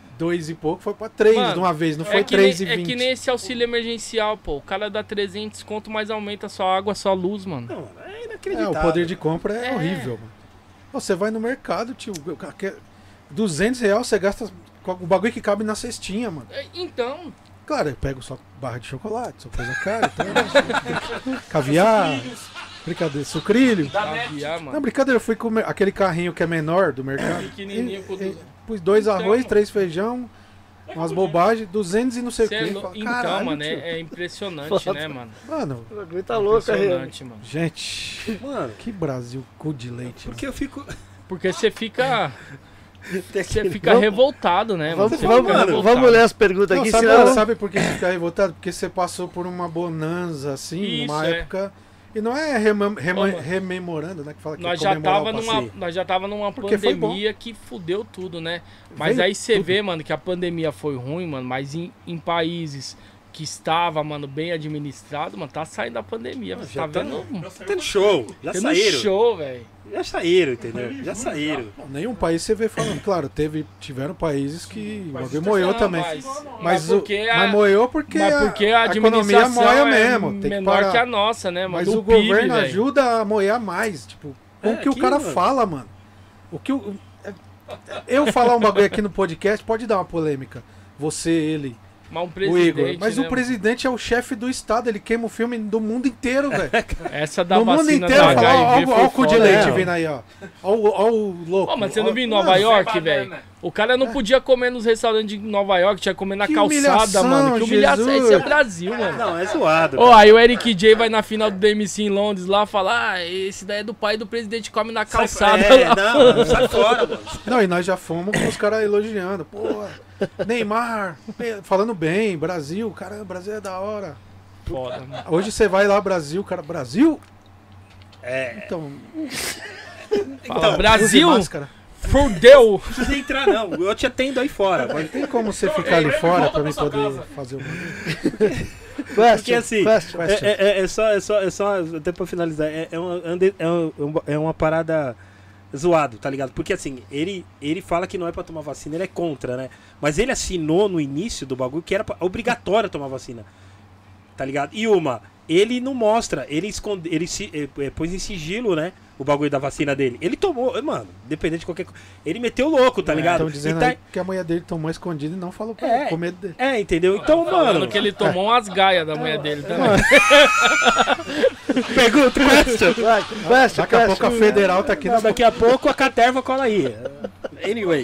2 e pouco, foi pra 3 Mano, de uma vez, não foi É que, nem, 3,20. é que nem esse auxílio emergencial, pô. O cara dá 300 conto, mas aumenta só água, só luz, mano. Não, é É, inacreditável. o poder de compra é É. horrível, mano. Você vai no mercado, tio, R$200 você gasta com o bagulho que cabe na cestinha, mano. Então, Claro, eu pego só barra de chocolate, só coisa cara, então, caviar, brincadeira, sucrilho. caviar, Não, mano. brincadeira, eu fui com aquele carrinho que é menor do mercado. Pequenininho com Pus 2 Então, arroz, mano. 3 feijão, umas bobagens, 200 e não sei o Cê que. é lou- então, mano, é impressionante, Foda. né, mano? Mano, O bagulho tá louco aí. Impressionante, mano. gente, Mano, que Brasil cu de leite. porque eu fico... Porque você fica. Você fica Vamos- revoltado, né, mano? Vamos, Você vamos, fica revoltado. vamos ler as perguntas Não, aqui, sabe, senão... sabe por que você fica revoltado? Porque você passou por uma bonança, assim, numa Isso, é. época... E não é mano. rememorando, né? Que fala que Nós é já, comemorar tava o numa, passeio. nós já tava numa Porque foi pandemia que fudeu tudo, né? Mas Veio aí você tudo. vê, mano, que a pandemia foi ruim, mano, mas em países que estava, mano, bem administrado, mano, tá saindo da pandemia. Você já tá tá vendo? Tá tendo show, já Tendo saíram. show, velho. Já saíram, entendeu? Já saíram. Não, nenhum país você vê falando. Claro, tiveram países que o bagulho moiu também. Mas moiu porque, mas porque a economia administração moia é mesmo. Tem que menor parar. que a nossa, né, mano? Mas Do o PIB, governo velho. ajuda a moer mais. Tipo, o que o aqui, cara mano. fala, mano. O que eu falar um bagulho aqui no podcast pode dar uma polêmica. Você, ele, Mas um o presidente, Igor. Mas né, o presidente é o chefe do estado. Ele queima o filme do mundo inteiro, velho. mano? Essa da No mundo vacina inteiro. da Fala, HIV ó foi o cu de foda, leite né? vindo aí, ó. Ó o louco. Pô, mas você não Ó- viu em Nova York, velho? O cara não podia comer nos restaurantes de Nova York, tinha que comer na Que calçada, humilhação, mano. Que humilhação. Jesus. Esse é o Brasil, mano. Não, é zoado. Ó, aí o Eric J vai na final do DMC em Londres lá falar: ah, esse daí é do pai do presidente, come na calçada lá. Não, sai fora, mano. Não, e nós já fomos com os caras elogiando. Pô, Neymar, falando bem, Brasil, caramba, Brasil é da hora. Foda, mano. Hoje você vai lá, Brasil, cara, Brasil? É. Então, Fala, use Brasil, máscara. fudeu. Não precisa entrar, não. Eu te atendo aí fora. Mas... Tem como você ficar ali fora pra mim poder fazer o bagulho? Porque assim, Question. é só, até pra finalizar, é uma parada zoado, tá ligado? Porque assim, ele fala que não é pra tomar vacina, ele é contra, né? Mas ele assinou no início do bagulho que era obrigatório tomar vacina, tá ligado? E ele não mostra, ele esconde, pôs em sigilo, né? O bagulho da vacina dele. Ele tomou, mano, independente de qualquer coisa. Ele meteu louco, tá ligado? Estão dizendo E tá- aí que a mulher dele tomou escondido e não falou pra É. ele, com medo dele. entendeu? Então, Falando mano. que ele tomou umas gaias da mulher dele também. Pergunta, question. Daqui a pouco a federal tá aqui Não, daqui a pouco a Caterva cola aí. Anyway.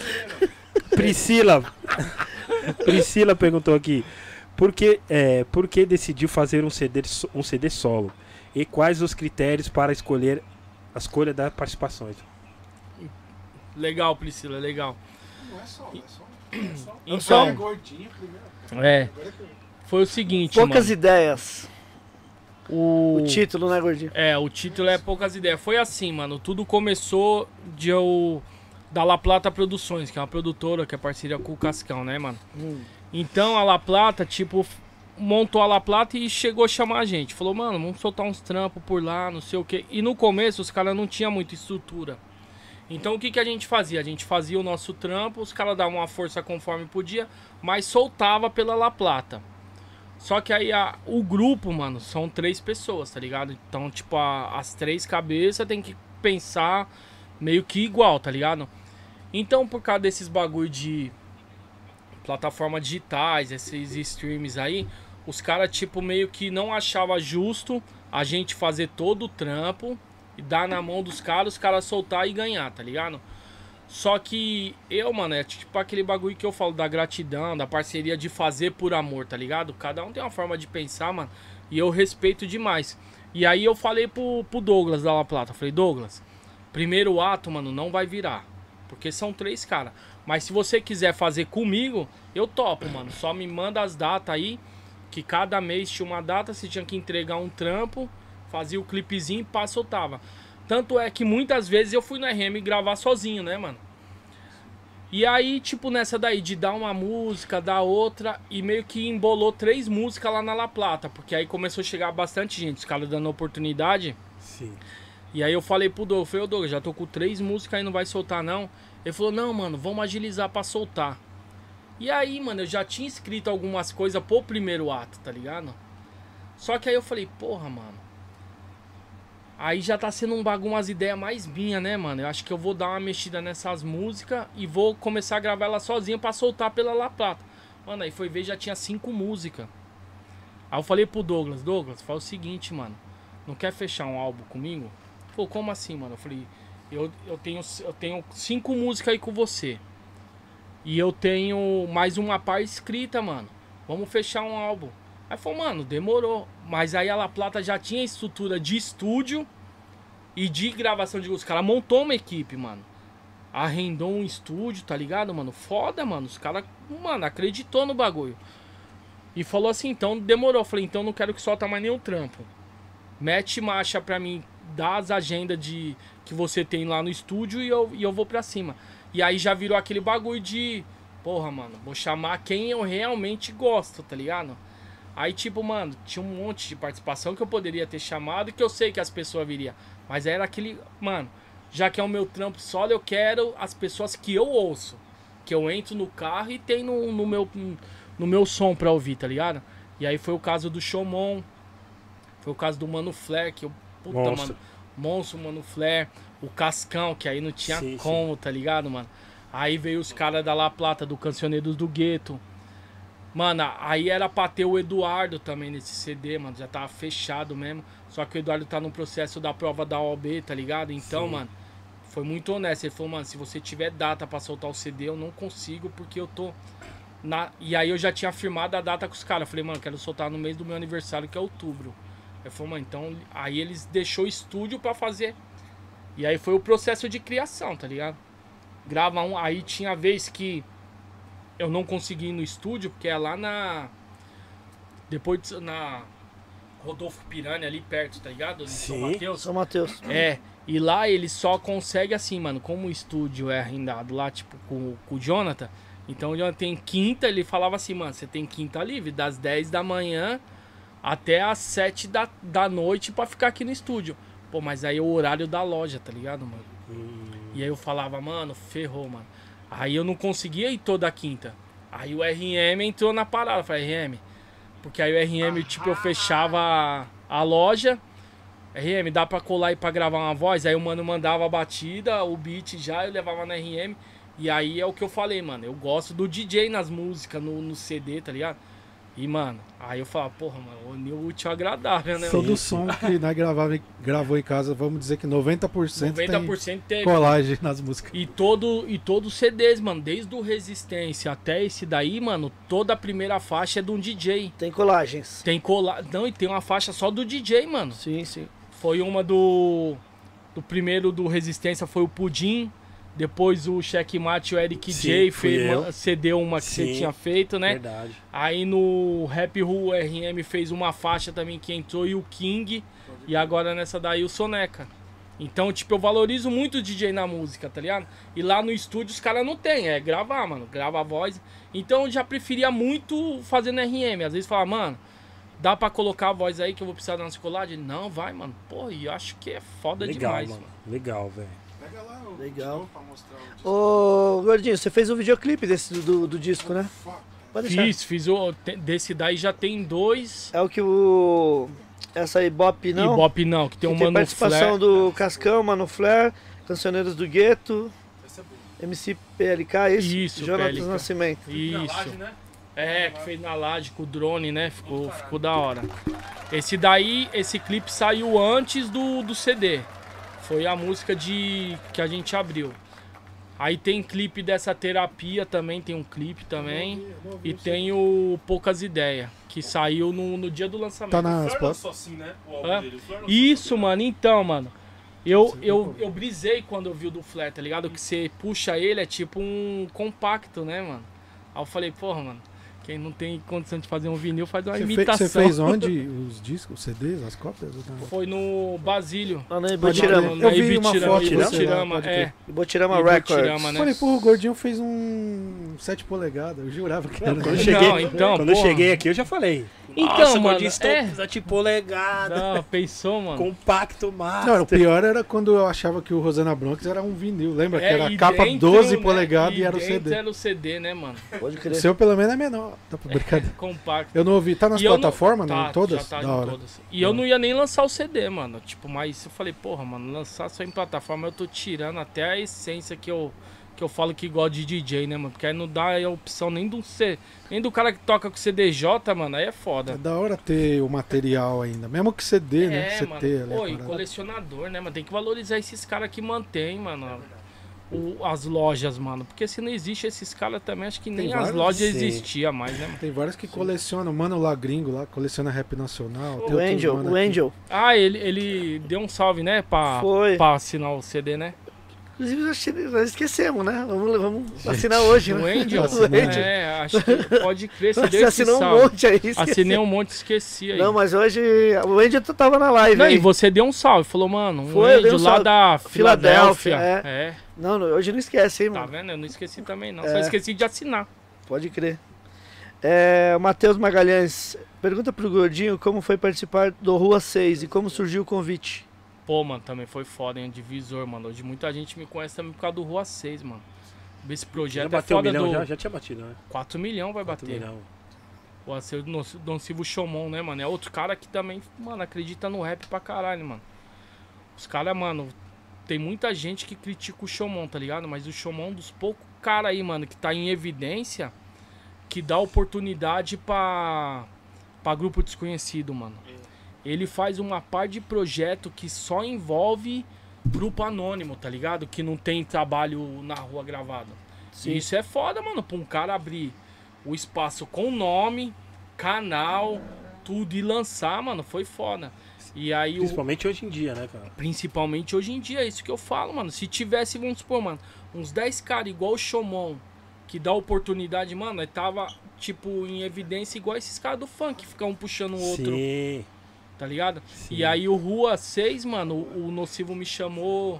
Priscila perguntou aqui. Por que decidiu fazer um CD solo? E quais os critérios para escolher a escolha das participações. Legal, Priscila, legal. Não é só. Então, Gordinho primeiro. foi o seguinte, Poucas mano. ideias. O O título, né, gordinho? o título é Poucas Ideias. Foi assim, mano. Tudo começou da La Plata Produções, que é uma produtora que é parceria com o Cascão, né, mano? Então a La Plata, tipo, montou a La Plata e chegou a chamar a gente. Falou, mano, vamos soltar uns trampos por lá, não sei o quê. E no começo os caras não tinham muita estrutura. Então o que a gente fazia? A gente fazia o nosso trampo, os caras davam uma força conforme podia, mas soltava pela La Plata. Só que aí o grupo, mano, são 3 pessoas, tá ligado? Então, tipo, as 3 cabeças tem que pensar meio que igual, tá ligado? Então, por causa desses bagulho de plataformas digitais, esses streams aí, os caras, tipo, meio que não achava justo a gente fazer todo o trampo e dar na mão dos caras, os caras soltar e ganhar, tá ligado? Só que eu, mano, é tipo aquele bagulho que eu falo da gratidão, da parceria de fazer por amor, tá ligado? Cada um tem uma forma de pensar, mano, e eu respeito demais. E aí eu falei pro Douglas da La Plata, falei, Douglas, primeiro ato, mano, não vai virar, porque são 3 caras. Mas se você quiser fazer comigo, eu topo, mano. Só me manda as datas aí, que cada mês tinha uma data, você tinha que entregar um trampo, fazia o clipezinho e pá, soltava. Tanto é que muitas vezes eu fui no RM gravar sozinho, né, mano? E aí, tipo, nessa daí, de dar uma música, dar outra, e meio que embolou 3 músicas lá na La Plata, porque aí começou a chegar bastante gente, os caras dando oportunidade. Sim. E aí eu falei pro Douglas, falei, ô Douglas, já tô com 3 músicas aí, não vai soltar não? Ele falou, não, mano, vamos agilizar pra soltar. E aí, mano, eu já tinha escrito algumas coisas pro primeiro ato, tá ligado? Só que aí eu falei, porra, mano, aí já tá sendo um bagulho, umas ideias mais minhas, né, mano? Eu acho que eu vou dar uma mexida nessas músicas e vou começar a gravar elas sozinho pra soltar pela La Plata. Mano, aí foi ver, já tinha 5 músicas. Aí eu falei pro Douglas, fala o seguinte, mano, não quer fechar um álbum comigo? Ele falou, como assim, mano? Eu falei, eu tenho 5 músicas aí com você. E eu tenho mais uma par escrita, mano. Vamos fechar um álbum. Aí falou, mano, demorou. Mas aí a La Plata já tinha estrutura de estúdio e de gravação de música. Ela montou uma equipe, mano. Arrendou um estúdio, tá ligado, mano? Foda, mano. Os caras, mano, acreditou no bagulho. E falou assim, então demorou. Eu falei, então não quero que solta mais nenhum trampo. Mete marcha pra mim, dá as agendas que você tem lá no estúdio e eu vou pra cima. E aí já virou aquele bagulho de, porra, mano, vou chamar quem eu realmente gosto, tá ligado? Aí, tipo, mano, tinha um monte de participação que eu poderia ter chamado e que eu sei que as pessoas viriam. Mas era aquele, mano, já que é o meu trampo solo, eu quero as pessoas que eu ouço. Que eu entro no carro e tem no meu som pra ouvir, tá ligado? E aí foi o caso do Showmon, foi o caso do Mano Flair, que eu, puta, mano, Monstro, Mano Flair, o Cascão, que aí não tinha como, tá ligado, mano? Aí veio os caras da La Plata, do Cancioneiros do Gueto. Mano, aí era pra ter o Eduardo também nesse CD, mano, já tava fechado mesmo. Só que o Eduardo tá no processo da prova da OAB, tá ligado? Então, mano, foi muito honesto. Ele falou, mano, se você tiver data pra soltar o CD, eu não consigo, porque eu tô... E aí eu já tinha firmado a data com os caras. Eu falei, mano, quero soltar no mês do meu aniversário, que é outubro. Ele falou, mano, então... Aí eles deixou o estúdio pra fazer. E aí foi o processo de criação, tá ligado? Grava um... Aí tinha vez que eu não consegui ir no estúdio, porque é lá na... Depois na Rodolfo Piranha, ali perto, tá ligado? São Mateus. São Mateus. É, e lá ele só consegue assim, mano, como o estúdio é arrendado lá, tipo, com o Jonathan. Então o Jonathan tem quinta, ele falava assim, mano, você tem quinta livre, das 10 da manhã até as 7 da noite pra ficar aqui no estúdio. Pô, mas aí é o horário da loja, tá ligado, mano? E aí eu falava, mano, ferrou, mano. Aí eu não conseguia ir toda quinta. Aí o RM entrou na parada. Eu falei, RM, porque aí o RM, tipo, eu fechava a loja. RM, dá pra colar aí pra gravar uma voz? Aí o mano mandava a batida, o beat já, eu levava na RM. E aí é o que eu falei, mano, eu gosto do DJ nas músicas, no CD, tá ligado? E, mano, aí eu falava, porra, mano, unir o útil ao agradável, né? Todo som que nós gravou em casa, vamos dizer que 90%, 90% teve colagem nas músicas. E todos os CDs, mano, desde o Resistência até esse daí, mano, toda a primeira faixa é de um DJ. Tem colagens. Não, e tem uma faixa só do DJ, mano. Sim, sim. Foi uma do Do primeiro do Resistência foi o Pudim. Depois o Checkmate, o Eric Sim, J cedeu uma que você Sim, tinha feito, né? Verdade. Aí no Rap Ru, o RM fez uma faixa também que entrou e o King. E agora nessa daí o Soneca. Então, tipo, eu valorizo muito o DJ na música, tá ligado? E lá no estúdio os caras não tem, é gravar, mano. Grava a voz. Então eu já preferia muito fazendo RM. Às vezes fala, mano, dá pra colocar a voz aí que eu vou precisar da nossa colagem? Não, vai, mano. Pô, e eu acho que é foda Legal, demais, mano. mano. Legal, velho. Pega lá o Legal. disco pra mostrar o disco. Ô, Gordinho, você fez um videoclipe do disco, né? Pode deixar. Fiz desse daí já tem 2. É o que o... Essa aí, Bop não? Ibope não, que tem um Que tem Mano participação Flair. do Cascão, Mano Flair, Cancioneiros do Gueto, MC PLK, Isso, Jonatas PLK. Nascimento. Isso. É, que fez na laje com o drone, né? Ficou da hora. Esse clipe saiu antes do CD. Foi a música que a gente abriu. Aí tem clipe dessa terapia também, tem um clipe também. E tem o Poucas Ideias, que saiu no dia do lançamento. Tá nas Só assim, né? O álbum Hã? dele. O Flor lançou Isso, mano, então, mano. Eu brisei quando eu vi o do Flair, tá ligado? Que você puxa ele, é tipo um compacto, né, mano? Aí eu falei, porra, mano, quem não tem condição de fazer um vinil faz uma imitação. Você fez onde os discos, os CDs, as cópias? Foi no Basílio. Lá na Pode Ibotirama. crer. Eu vi uma foto de de você lá, pode é. crer. Ibotirama Ibotirama, Records. né? Falei, pô, o Gordinho fez um 7 polegadas. Eu jurava que era. Quando eu Não, cheguei, então, quando eu porra. cheguei aqui, eu já falei. Então, Nossa, mano, Gordinho, estou tipo polegada. Não, pensou, mano? Compacto massa. Não, o pior era quando eu achava que o Rosana Bronx era um vinil. Lembra? que era e a capa dentro, 12 né, polegadas e era o dentro CD. era o CD, né, mano? Pode O crer. seu pelo menos é menor. Tá pra brincadeira. Compacto. Eu não ouvi. Tá nas E eu não- plataformas, tá, não? Todas? Já tá Da em hora. todas. E eu não ia nem lançar o CD, mano. Tipo, mas eu falei, porra, mano, lançar só em plataforma eu tô tirando até a essência que eu falo que gosto de DJ, né, mano? Porque aí não dá a opção nem do cara que toca com CDJ, mano. Aí é É foda. da hora ter o material ainda. Mesmo que CD, né? Você mano. ter ali a Pô, e parada. colecionador, né, mano? Tem que valorizar esses caras que mantêm, mano. As lojas, mano. Porque se não existe esses caras também, acho que nem Tem as vários, lojas sim. existiam mais, né, mano? Tem vários que colecionam. Mano lá gringo lá, coleciona rap nacional. Tem O outros Angel, mano o aqui. Angel. Ah, ele deu um salve, né? Foi. Pra assinar o CD, né? Inclusive, nós esquecemos, né? Vamos assinar hoje, O né? Angel? O Angel. É, acho que pode crer. Você deu Você esse assinou um salve. monte aí, esqueci. Assinei um monte, esqueci aí. Não, mas hoje o Angel tava na live Não, aí. e você deu um salve. Falou, mano, um Foi, eu dei um Angel lá salve. da Filadélfia. Filadélfia, É. Não, hoje não esquece, hein, Tá mano. vendo? Eu não esqueci também, não. É. Só esqueci de assinar. Pode crer. O Matheus Magalhães pergunta pro Gordinho como foi participar do Rua 6 e como surgiu o convite. Pô, mano, também foi foda, hein? O divisor, mano. Hoje muita gente me conhece também por causa do Rua 6, mano. Esse Já projeto é bateu 1 foda milhão, do... já tinha batido, né? 4 milhões vai 4 bater. milhão. O Acerto Don Silvio Chomon, né, mano? É outro cara que também, mano, acredita no rap pra caralho, mano. Os caras, mano, tem muita gente que critica o Chomon, tá ligado? Mas o Chomon é um dos poucos caras aí, mano, que tá em evidência, que dá oportunidade pra grupo desconhecido, mano. Ele faz uma par de projeto que só envolve grupo anônimo, tá ligado? Que não tem trabalho na rua gravado. E isso é foda, mano, pra um cara abrir o espaço com nome, canal, tudo e lançar, mano, foi foda. E aí Principalmente hoje em dia, né, cara? principalmente hoje em dia, é isso que eu falo, mano. Se tivesse, vamos supor, mano, uns 10 caras igual o Chomon, que dá oportunidade, mano, aí tava, tipo, em evidência igual esses caras do funk, ficam um puxando o outro, Sim. tá ligado? Sim. E aí o Rua 6, mano, o Nocivo me chamou,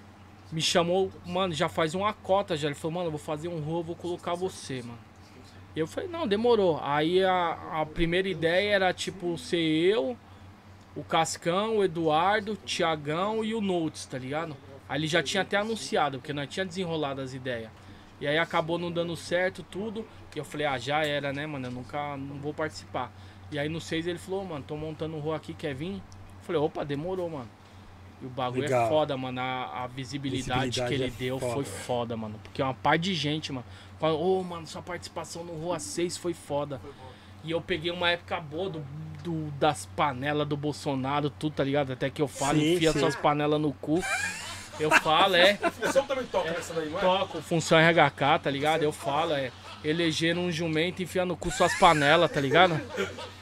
mano, já faz uma cota já. Ele falou, mano, eu vou fazer um Rua, eu vou colocar você, mano. E eu falei, não, demorou. Aí a primeira ideia era, tipo, ser eu, o Cascão, o Eduardo, o Tiagão e o Notes, tá ligado? Aí ele já tinha até anunciado, porque nós tinha desenrolado as ideias. E aí acabou não dando certo tudo. E eu falei, já era, né, mano? Eu não vou participar. E aí no 6 ele falou, mano, tô montando um Rua aqui, quer vir? Eu falei, opa, demorou, mano. E o bagulho Legal. é foda, mano. A visibilidade que ele é deu foda. foi foda, mano. Porque é uma par de gente, mano. Falou, mano, sua participação no Rua 6 foi foda. E eu peguei uma época boa das panelas do Bolsonaro, tudo, tá ligado? Até que eu falo, Sim, enfia sim. suas panelas no cu. Eu falo, Função também toca nessa daí, não é? toco, função RHK, tá ligado? Eu falo, eleger um jumento e enfiar no cu suas panelas, tá ligado?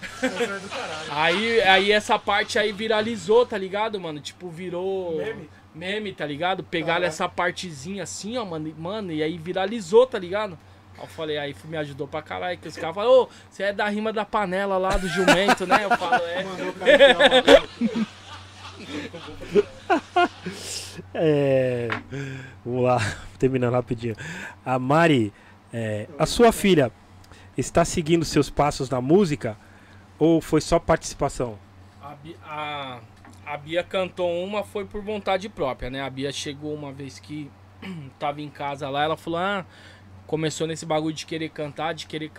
Aí essa parte aí viralizou, tá ligado, mano? Tipo, virou meme, tá ligado? Pegaram essa partezinha assim, ó, mano, e aí viralizou, tá ligado? Aí eu falei, aí me ajudou pra caralho, que os caras falam, ô, você é da rima da panela lá, do jumento, né? Eu falo, é. Vamos lá, terminando rapidinho. A Mari, a sua filha está seguindo seus passos na música ou foi só participação? A Bia cantou uma, foi por vontade própria, né? A Bia chegou uma vez que tava em casa lá, ela falou, começou nesse bagulho de querer cantar.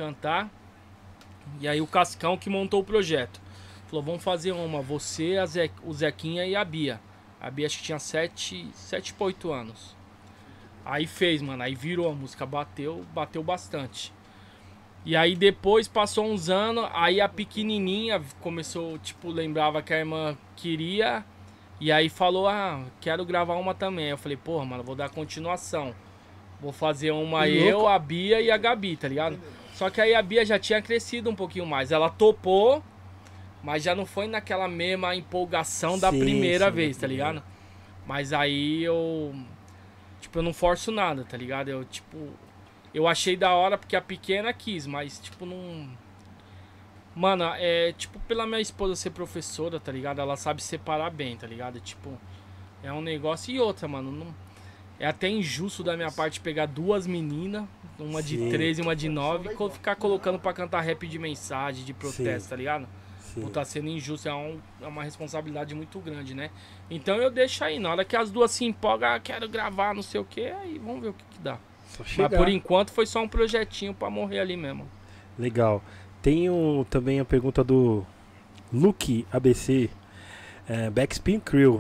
E aí o Cascão que montou o projeto. Falou, vamos fazer uma, você, o Zequinha e a Bia. A Bia acho que tinha 7 pra 8 anos. Aí fez, mano, aí virou a música, bateu bastante. E aí depois passou uns anos, aí a pequenininha começou, tipo, lembrava que a irmã queria. E aí falou, quero gravar uma também. Eu falei, porra, mano, vou dar continuação. Vou fazer uma eu, a Bia e a Gabi, tá ligado? Só que aí a Bia já tinha crescido um pouquinho mais. Ela topou, mas já não foi naquela mesma empolgação da primeira vez, tá ligado? Mas aí eu... Tipo, eu não forço nada, tá ligado? Eu achei da hora porque a pequena quis, mas tipo, não... Mano, tipo, pela minha esposa ser professora, tá ligado? Ela sabe separar bem, tá ligado? Tipo, é um negócio e outra, mano. Não... É até injusto da minha parte pegar duas meninas, uma de 13 e uma de 9, e ficar colocando pra cantar rap de mensagem, de protesto, tá ligado? Por tá sendo injusto, é uma responsabilidade muito grande, né? Então eu deixo aí, na hora que as duas se empolgam, quero gravar, não sei o que, aí vamos ver o que dá. Mas por enquanto foi só um projetinho pra morrer ali mesmo. Legal. Tenho também a pergunta do Luke ABC, Backspin Crew.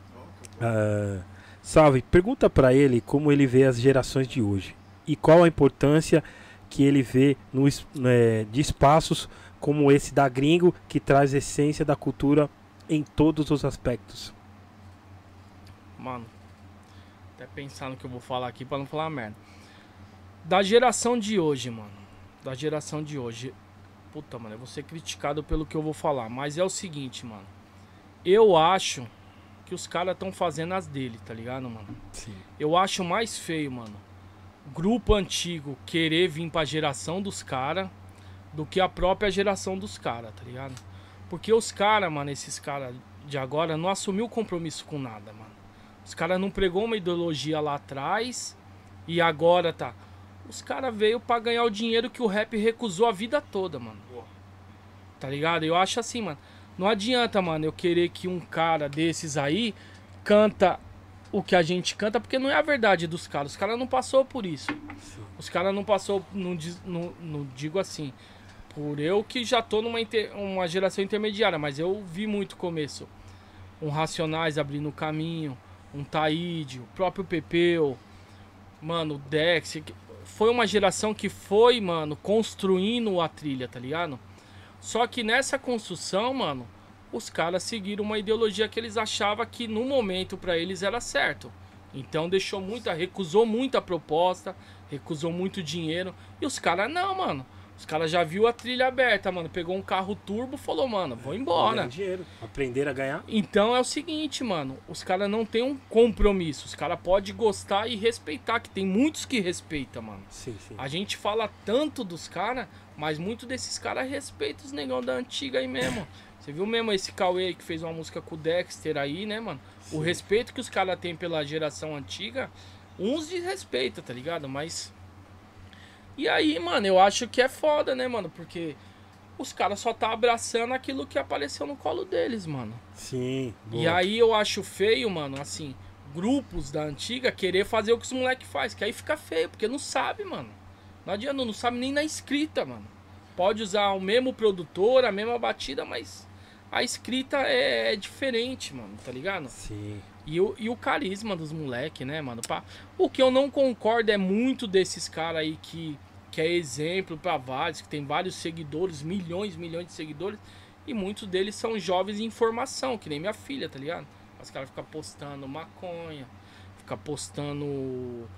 Salve, pergunta pra ele como ele vê as gerações de hoje e qual a importância que ele vê de espaços como esse da Gringo, que traz a essência da cultura em todos os aspectos. Mano, até pensar no que eu vou falar aqui pra não falar merda. Da geração de hoje, mano. Da geração de hoje. Puta, mano, eu vou ser criticado pelo que eu vou falar. Mas é o seguinte, mano. Eu acho que os caras estão fazendo as dele, tá ligado, mano? Sim. Eu acho mais feio, mano, grupo antigo querer vir pra geração dos caras do que a própria geração dos caras, tá ligado? Porque os caras, mano, esses caras de agora não assumiu compromisso com nada, mano. Os caras não pregou uma ideologia lá atrás e agora tá... Os caras veio pra ganhar o dinheiro que o rap recusou a vida toda, mano. Tá ligado? Eu acho assim, mano. Não adianta, mano, eu querer que um cara desses aí canta o que a gente canta, porque não é a verdade dos caras. Os caras não passou por isso. Sim. Os caras não passou, não digo assim, por eu que já tô uma geração intermediária, mas eu vi muito começo. Um Racionais abrindo o caminho, um Taíde, o próprio Pepeu, mano, o Dex. Foi uma geração que foi, mano, construindo a trilha, tá ligado? Só que nessa construção, mano, os caras seguiram uma ideologia que eles achavam que no momento pra eles era certo. Então recusou muita proposta, recusou muito dinheiro. E os caras não, mano. Os caras já viu a trilha aberta, mano. Pegou um carro turbo e falou, mano, vou embora. Dinheiro. Aprender a ganhar. Então é o seguinte, mano. Os caras não tem um compromisso. Os caras podem gostar e respeitar, que tem muitos que respeitam, mano. Sim, sim. A gente fala tanto dos caras, mas muito desses caras respeitam os negão da antiga aí mesmo. Você viu mesmo esse Cauê que fez uma música com o Dexter aí, né, mano? Sim. O respeito que os caras têm pela geração antiga, uns desrespeitam, tá ligado? Mas... E aí, mano, eu acho que é foda, né, mano? Porque os caras só tá abraçando aquilo que apareceu no colo deles, mano. Sim. Boa. E aí eu acho feio, mano, assim, grupos da antiga querer fazer o que os moleques faz, que aí fica feio, porque não sabe, mano. Não adianta, não sabe nem na escrita, mano. Pode usar o mesmo produtor, a mesma batida, mas a escrita é diferente, mano, tá ligado? Sim. E o carisma dos moleques, né, mano? O que eu não concordo é muito desses caras aí que é exemplo pra vários, que tem vários seguidores, milhões de seguidores, e muitos deles são jovens em formação, que nem minha filha, tá ligado? Os caras ficam postando maconha, ficam postando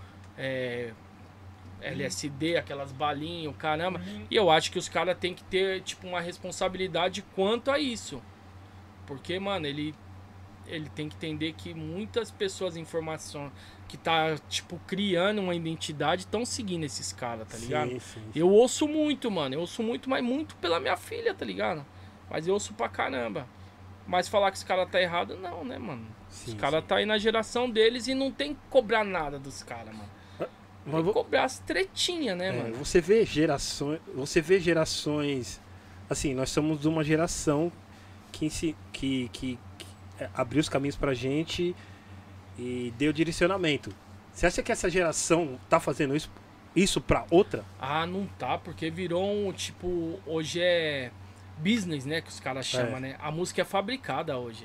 LSD, aquelas balinhas, caramba. E eu acho que os caras têm que ter, tipo, uma responsabilidade quanto a isso. Porque, mano, ele ele tem que entender que muitas pessoas informação que tá, tipo, criando uma identidade estão seguindo esses caras, tá ligado? Sim. Eu ouço muito, mano. Eu ouço muito, mas muito pela minha filha, tá ligado? Mas eu ouço pra caramba. Mas falar que os caras tá errado, não, né, mano? Sim, Os caras tá aí na geração deles e não tem que cobrar nada dos caras, mano. Tem que cobrar as tretinhas, né, mano? Você vê gerações. Assim, nós somos de uma geração que abriu os caminhos pra gente e deu direcionamento. Você acha que essa geração tá fazendo isso pra outra? Ah, não tá, porque virou um, tipo, hoje é business, né, que os caras chamam, né? A música é fabricada hoje.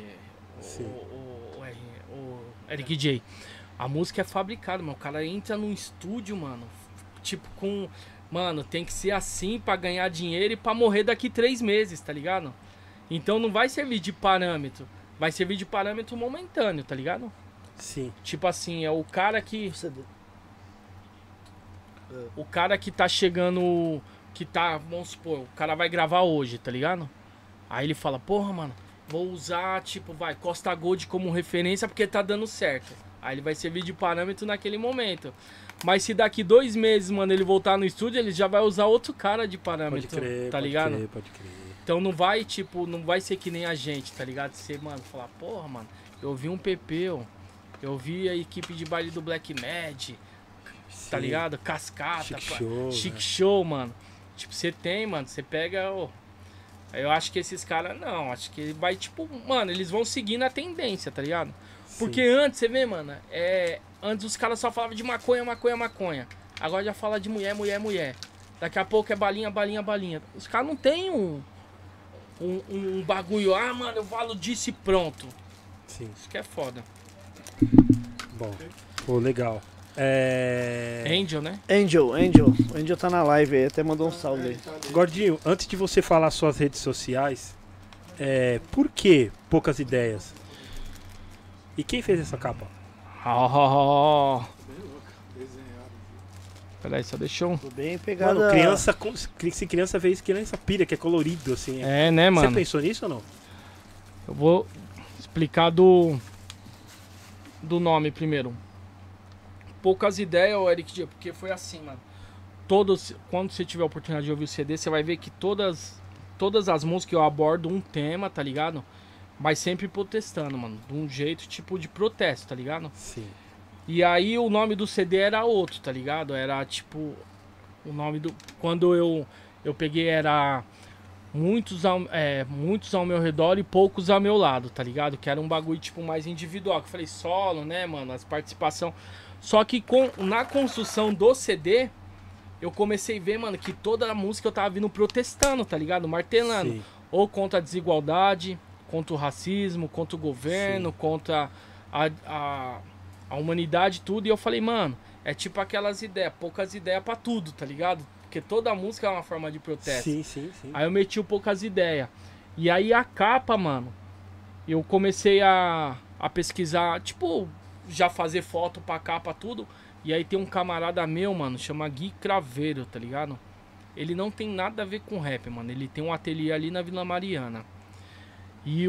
O Eric J. A música é fabricada, mano. O cara entra num estúdio, mano, tipo, com... Mano, tem que ser assim pra ganhar dinheiro e pra morrer daqui 3 meses, tá ligado? Então não vai servir de parâmetro. Vai servir de parâmetro momentâneo, tá ligado? Sim. Tipo assim, é o cara que... O cara que tá chegando... Que tá, vamos supor, o cara vai gravar hoje, tá ligado? Aí ele fala, porra, mano, vou usar, tipo, Costa Gold como referência porque tá dando certo. Aí ele vai servir de parâmetro naquele momento. Mas se daqui 2 meses, mano, ele voltar no estúdio, ele já vai usar outro cara de parâmetro, Pode crer, tá ligado? Pode crer. Então não vai, tipo, não vai ser que nem a gente, tá ligado? Você, mano, falar, porra, mano, eu vi um Pepeu, eu vi a equipe de baile do Black Mad, tá ligado? Cascata, Chic Show, mano. Tipo, você tem, mano, você pega, eu acho que esses caras, não, acho que vai, tipo, mano, eles vão seguindo a tendência, tá ligado? Porque antes, você vê, mano, antes os caras só falavam de maconha. Agora já fala de mulher. Daqui a pouco é balinha. Os caras não tem um bagulho, mano, eu falo disso e pronto. Sim. Isso que é foda. Bom, pô, legal. Angel, né? Angel. O Angel tá na live aí, até mandou um salve aí. Gordinho, antes de você falar suas redes sociais, por que Poucas Ideias? E quem fez essa capa? Peraí, só deixa um... Tô bem pegado. Mano, se criança fez, criança pira, que é colorido, assim. Né, mano? Você pensou nisso ou não? Eu vou explicar do nome primeiro. Poucas Ideias, Eric J, porque foi assim, mano. Quando você tiver a oportunidade de ouvir o CD, você vai ver que todas as músicas eu abordo um tema, tá ligado? Mas sempre protestando, mano. De um jeito, tipo, de protesto, tá ligado? Sim. E aí o nome do CD era outro, tá ligado? Era, tipo... O nome do... Quando eu peguei era... Muitos ao meu redor e poucos ao meu lado, tá ligado? Que era um bagulho, tipo, mais individual. Que eu falei solo, né, mano? As participações... Só que na construção do CD... Eu comecei a ver, mano, que toda a música eu tava vindo protestando, tá ligado? Martelando. Sim. Ou contra a desigualdade... Contra o racismo, contra o governo, sim, contra a humanidade, tudo. E eu falei, mano, é tipo aquelas ideias, poucas ideias pra tudo, tá ligado? Porque toda música é uma forma de protesto. Sim. Aí eu meti o Poucas Ideias. E aí a capa, mano, eu comecei a pesquisar, tipo, já fazer foto pra capa, tudo. E aí tem um camarada meu, mano, chama Gui Craveiro, tá ligado? Ele não tem nada a ver com rap, mano. Ele tem um ateliê ali na Vila Mariana. E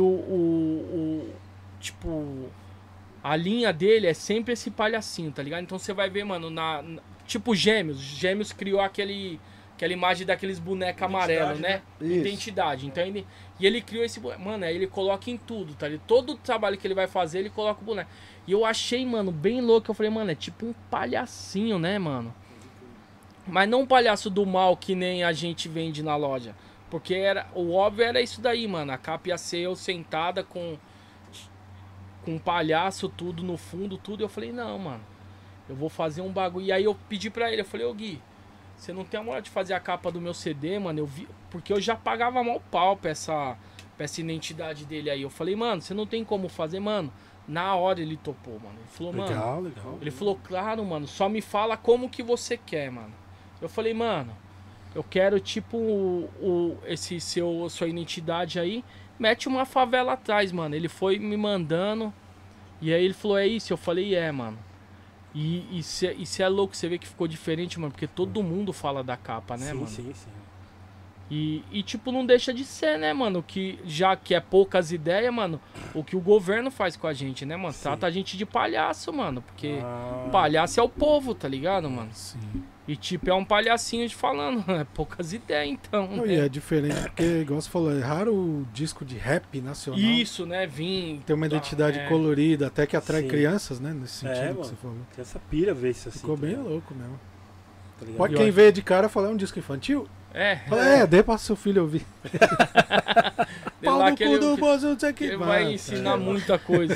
tipo, a linha dele é sempre esse palhacinho, tá ligado? Então você vai ver, mano, tipo Gêmeos. Gêmeos criou aquela imagem daqueles bonecos amarelos, né? Identidade. Então ele criou esse boneco. Mano, aí ele coloca em tudo, tá ligado? Todo o trabalho que ele vai fazer, ele coloca o boneco. E eu achei, mano, bem louco. Eu falei, mano, é tipo um palhacinho, né, mano? Mas não um palhaço do mal que nem a gente vende na loja. Porque o óbvio era isso daí, mano. A capa ia ser eu sentada com um palhaço, tudo no fundo, tudo. Eu falei, não, mano. Eu vou fazer um bagulho. E aí eu pedi pra ele, eu falei, ô Gui, você não tem a moral de fazer a capa do meu CD, mano? Eu vi, porque eu já pagava mal pau pra essa identidade dele aí. Eu falei, mano, você não tem como fazer, mano. Na hora ele topou, mano. Ele falou, mano. Ele falou, claro, mano, só me fala como que você quer, mano. Eu falei, mano, eu quero, tipo, sua identidade aí, mete uma favela atrás, mano. Ele foi me mandando, e aí ele falou, é isso? Eu falei, mano. E cê é louco, você vê que ficou diferente, mano, porque todo mundo fala da capa, né, mano? Sim. E tipo, não deixa de ser, né, mano? Que, já que é poucas ideias, mano, o que o governo faz com a gente, né, mano? Trata a gente de palhaço, mano. Porque palhaço é o povo, tá ligado, mano? Sim. E tipo, é um palhacinho de falando, é poucas ideias, então. Não, né? e é diferente, porque, igual você falou, é raro o disco de rap nacional. Isso, né? Vim. Tem uma identidade colorida, até que atrai Sim. crianças, né? Nesse sentido que mano. você falou. Tem essa pira ver isso assim. Ficou tá bem ligado? louco mesmo. Tá ligado? Pode E quem olha- veio de cara falar, é um disco infantil? Fala, dê pra seu filho ouvir. Tem Pau lá no que cu ele, do bolso, não sei o que. ele vai ensinar muita coisa.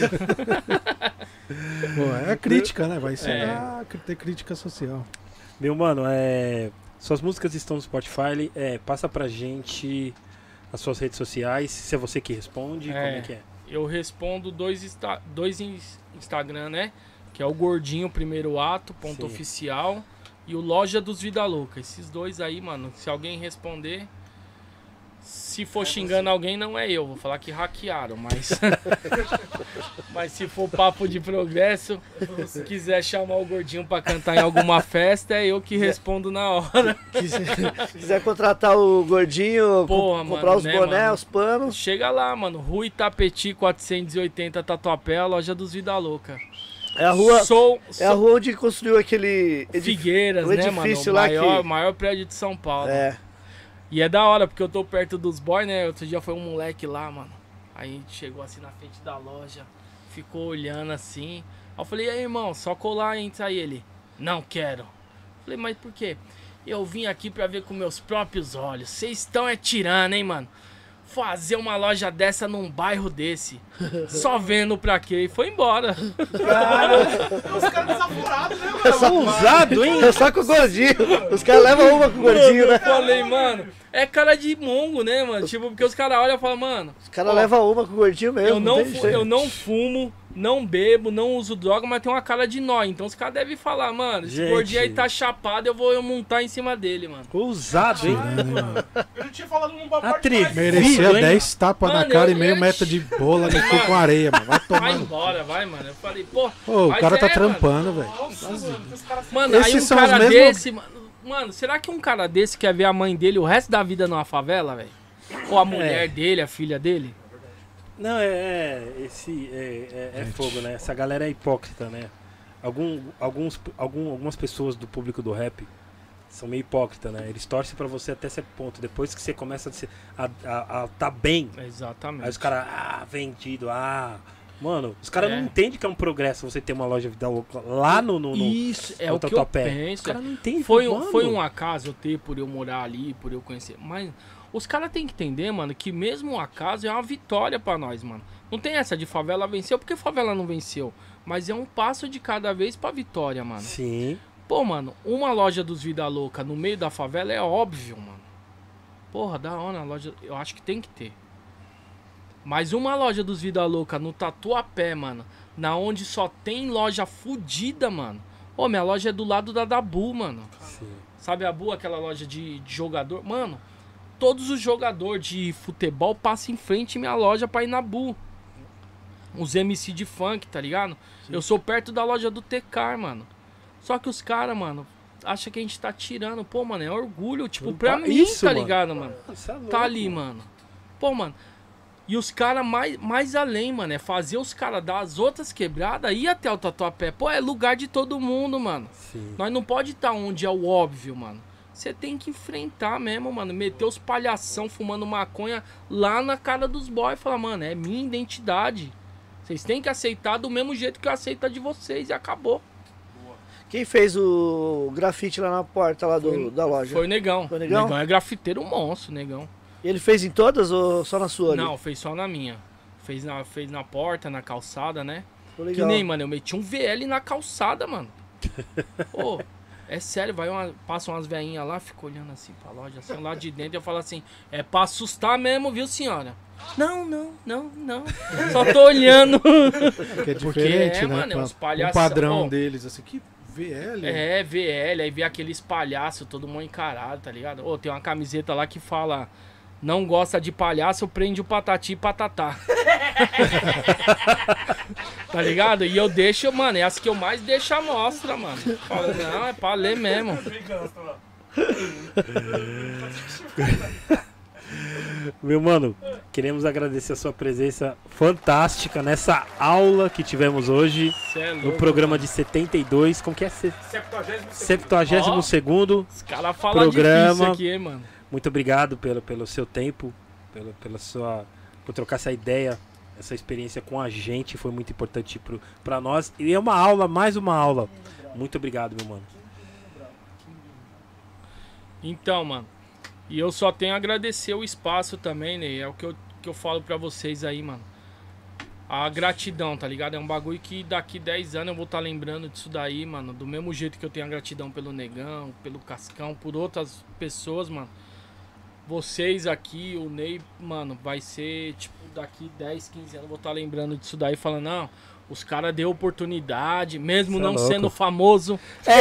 Pô, é crítica, né? Vai ensinar a ter crítica social. Meu mano, suas músicas estão no Spotify. Passa pra gente as suas redes sociais. Se é você que responde, como é que é? Eu respondo dois Instagram, né? Que é o Gordinho Primeiro Ato, ponto Sim. oficial, e o Loja dos Vida Louca. Esses dois aí, mano, se alguém responder, se for xingando alguém, não é eu. Vou falar que hackearam, mas... mas se for papo de progresso, se quiser chamar o Gordinho pra cantar em alguma festa, é eu que respondo na hora. Quiser contratar o Gordinho, Porra, comprar mano, os né, bonés, mano? os panos. Chega lá, mano. Rua Itapeti 480 Tatuapé, a Loja dos Vida Louca. É a rua, Sou é a rua onde construiu aquele Figueiras, o né, mano? edifício O lá maior prédio de São Paulo. É. E é da hora, porque eu tô perto dos boys, né? Outro dia foi um moleque lá, mano. Aí a gente chegou assim na frente da loja, ficou olhando assim. Aí eu falei, e aí, irmão, só colar e entra aí. Ele, não quero. Falei, mas por quê? Eu vim aqui pra ver com meus próprios olhos. Vocês estão tirando, hein, mano? Fazer uma loja dessa num bairro desse. Só vendo pra quê? E foi embora. Os caras desaforados, né, mano? Usado, hein? É só com o Gordinho. Os caras levam uma com o Gordinho, Eu né? falei, mano, é cara de mongo, né, mano? Tipo, porque os caras olham e falam, mano, Os caras levam uma com o Gordinho mesmo. eu não, tem jeito. eu não fumo, não bebo, não uso droga, mas tem uma cara de nó. Então os caras devem falar, mano, esse Gente. gordinho aí tá chapado, eu vou montar em cima dele, mano. Usado, hein? Eu não tinha falado num papo Atrevido. Merecia hein? 10 tapas na Mano, cara eu- e meio eu- metro de bola no cu com areia, mano. Vai Vai tomar. embora, vai, mano. Eu falei, pô. Ô, o mas cara tá mano. trampando, velho. Mano, aí Esses um são os cara mesmos- desse, mano, será que um cara desse quer ver a mãe dele o resto da vida numa favela, velho? Ou a mulher dele, a filha dele? Não, é fogo, né? Essa galera é hipócrita, né? Algumas pessoas do público do rap são meio hipócritas, né? Eles torcem pra você até certo ponto. Depois que você começa a tá bem, Exatamente. aí os caras, vendido, Mano, os caras É. não entendem que é um progresso você ter uma loja Vida Louca lá no Isso, é no o que eu Tatuapé. penso. Os caras não entendem. Foi mano. um acaso eu ter, por eu morar ali, por eu conhecer. Mas os caras têm que entender, mano, que mesmo um acaso é uma vitória pra nós, mano. Não tem essa de favela venceu, porque favela não venceu. Mas é um passo de cada vez pra vitória, mano. Sim. Pô, mano, uma loja dos Vida Louca no meio da favela é óbvio, mano. Porra, da hora a loja. Eu acho que tem que ter. Mas uma loja dos Vida Louca no Tatuapé, mano, na onde só tem loja fudida, mano. Ô, minha loja é do lado da Dabu, mano. Sim. Sabe a Bu, aquela loja de jogador? Mano, todos os jogadores de futebol passam em frente à minha loja pra ir na Bu. Os MC de funk, tá ligado? Eu sou perto da loja do Tecar, mano. Só que os caras, mano, acham que a gente tá tirando. Pô, mano, é orgulho, tipo, pra mim, Isso, tá mano. ligado, mano? Você é louco, Tá ali, mano. Pô, mano. E os caras mais além, mano, é fazer os caras das outras quebradas ir até o Tatuapé. Pô, é lugar de todo mundo, mano. Sim. Nós não pode estar onde é o óbvio, mano. Você tem que enfrentar mesmo, mano. Meter os palhação fumando maconha lá na cara dos boys e falar, mano, é minha identidade. Vocês têm que aceitar do mesmo jeito que eu aceito a de vocês e acabou. Quem fez o grafite lá na porta lá da loja? Foi o Negão. Foi o Negão? Negão é grafiteiro monstro, Negão. E ele fez em todas ou só na sua ali? Não, fez só na minha. Fez na porta, na calçada, né? Ficou Que legal. nem, mano, eu meti um VL na calçada, mano. Ô, é sério, passa umas veinhas lá, fica olhando assim pra loja, assim, lá de dentro, eu falo assim, é pra assustar mesmo, viu, senhora? Não. Só tô olhando. Que é Porque diferente, é, né? mano, é uns O palhaços- padrão Ó. deles, assim, que VL. É, VL, aí vê aqueles palhaços, todo mundo encarado, tá ligado? Ô, tem uma camiseta lá que fala, não gosta de palhaço, prende o patati e patatá. Tá ligado? E eu deixo, mano, é as que eu mais deixo a mostra, mano. Falo, não, é pra ler mesmo. Meu mano, queremos agradecer a sua presença fantástica nessa aula que tivemos hoje. Cê é No louco, programa mano. de 72. Como que é? 72º. 72º. Os caras falam programa. difícil aqui, hein, mano. Muito obrigado pelo seu tempo, por trocar essa ideia, essa experiência com a gente. Foi muito importante pra nós. E é uma aula, mais uma aula. Muito obrigado, meu mano. Então, mano, e eu só tenho a agradecer o espaço também, né? É o que eu falo pra vocês aí, mano. A gratidão, tá ligado? É um bagulho que daqui 10 anos eu vou estar lembrando disso daí, mano. Do mesmo jeito que eu tenho a gratidão pelo Negão, pelo Cascão, por outras pessoas, mano. Vocês aqui, o Ney, mano, vai ser, tipo, daqui 10, 15 anos eu vou estar lembrando disso daí, falando, não... Os caras deu oportunidade, mesmo Cê é não louco. sendo famoso.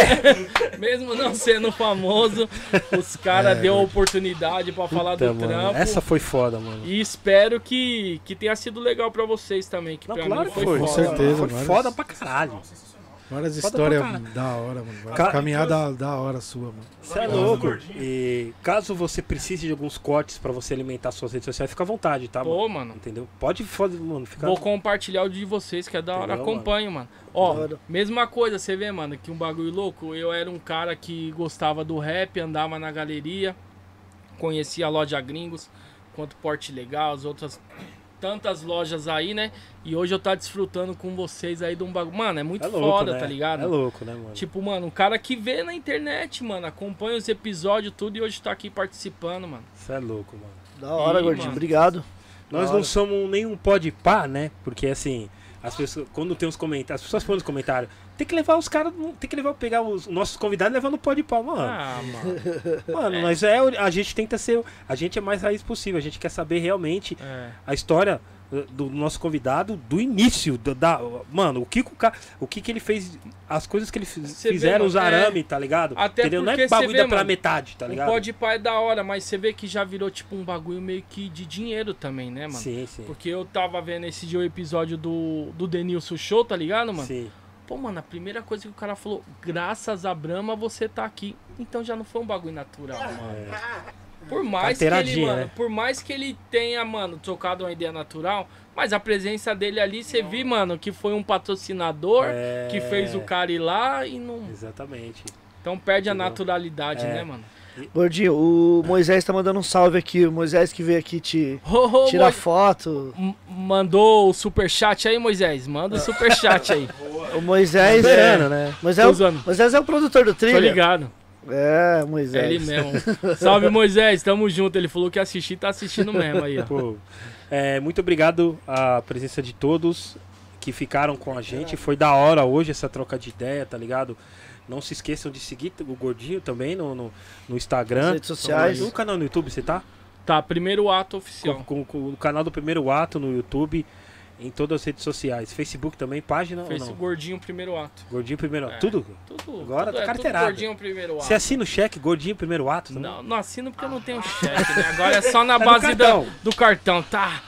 Mesmo não sendo famoso, os caras deu oportunidade pra falar Puta, do mano, trampo. essa foi foda, mano. E espero que tenha sido legal pra vocês também. Que Não, pra claro mim que foi, foi. Com foda. certeza. Foi várias- foda pra caralho. Várias Foda histórias pra caralho. da hora, mano. Várias Ca- caminhada da hora sua, mano. Você é louco. E caso você precise de alguns cortes pra você alimentar suas redes sociais, fica à vontade, tá, Pô, mano? mano. Entendeu? Pode, mano, ficar... Vou compartilhar o de vocês, que é da hora. Entendeu, Acompanho, mano. Ó, Da hora. mesma coisa, você vê, mano, que um bagulho louco. Eu era um cara que gostava do rap, andava na galeria, conhecia a loja Gringos, quanto Porte Legal, as outras tantas lojas aí, né? E hoje eu tá desfrutando com vocês aí de um bagulho. Mano, é muito É louco, foda, né? tá ligado? É louco, né, mano? Tipo, mano, um cara que vê na internet, mano, acompanha os episódios, tudo, e hoje tá aqui participando, mano. Você é louco, mano. Da hora, Ih, gordinho. mano. Obrigado. Nós Da não hora. somos nenhum pode pá, né? Porque assim, as pessoas, quando tem os comentários, as pessoas põem nos comentários, tem que levar os caras, tem que pegar os nossos convidados e levar no pode pá, mano. Ah, mano. Mano, mas a gente tenta ser, a gente é mais raiz possível, a gente quer saber realmente É. a história do nosso convidado do início, mano, o que ele fez, as coisas que ele Você vê, fizeram, os mano, arame, tá ligado? Até Entendeu? Não porque é você bagulho vê, pela mano, metade, tá O ligado? Pode Pá é da hora, mas você vê que já virou tipo um bagulho meio que de dinheiro também, né, mano? Sim, sim. Porque eu tava vendo esse dia o episódio do Denilson Show, tá ligado, mano? Sim. Pô, mano, a primeira coisa que o cara falou, graças a Brahma você tá aqui. Então já não foi um bagulho natural, mano. Por mais que ele, Carteiradinha, mano, né? por mais que ele tenha, mano, trocado uma ideia natural, mas a presença dele ali, você viu, mano, que foi um patrocinador É. que fez o cara ir lá e não... Exatamente. Então perde a Entendeu? naturalidade, É. né, mano? Gordinho, o Moisés tá mandando um salve aqui. O Moisés que veio aqui te Ô, tirar Moisés, foto. mandou o superchat aí, Moisés? Manda o superchat aí. O Moisés Veterano, né? Moisés, Tô usando. Moisés é o produtor do Tô trilha. ligado. É, É Moisés. ele mesmo. Salve, Moisés. Tamo junto. Ele falou que ia assistir, tá assistindo mesmo aí, ó. Pô, muito obrigado à presença de todos que ficaram com a gente. Foi da hora hoje essa troca de ideia, tá ligado? Não se esqueçam de seguir o Gordinho também no Instagram. Nas redes sociais. No canal no YouTube, você tá? Tá, primeiro ato oficial. Com o canal do Primeiro Ato no YouTube, em todas as redes sociais. Facebook também, página Fez ou o não? Gordinho primeiro ato. Gordinho Primeiro Ato. É. Tudo? Tudo. Agora tudo, tá tudo carteirado. Gordinho primeiro ato. Você assina o cheque Gordinho Primeiro Ato? também? Não assino porque eu não tenho cheque, né? Agora é só na do base cartão. do cartão, tá?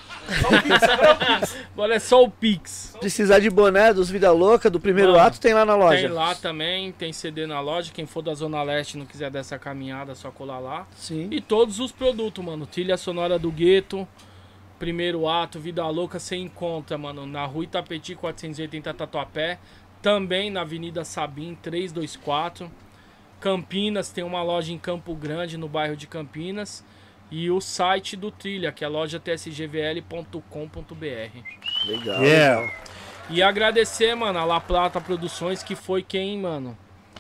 Agora é só o Pix. Precisar de boné dos Vida Louca, do primeiro Mano, ato, tem lá na loja. Tem lá também, tem CD na loja. Quem for da Zona Leste e não quiser dessa caminhada, é só colar lá. Sim. E todos os produtos, mano. Trilha sonora do Gueto, Primeiro Ato, Vida Louca, você encontra, mano, na Rua Itapetí 480 Tatuapé. Também na Avenida Sabim 324. Campinas, tem uma loja em Campo Grande, no bairro de Campinas. E o site do Trilha, que é loja tsgvl.com.br. Legal. Yeah. E agradecer, mano, a La Plata Produções, que foi quem, mano,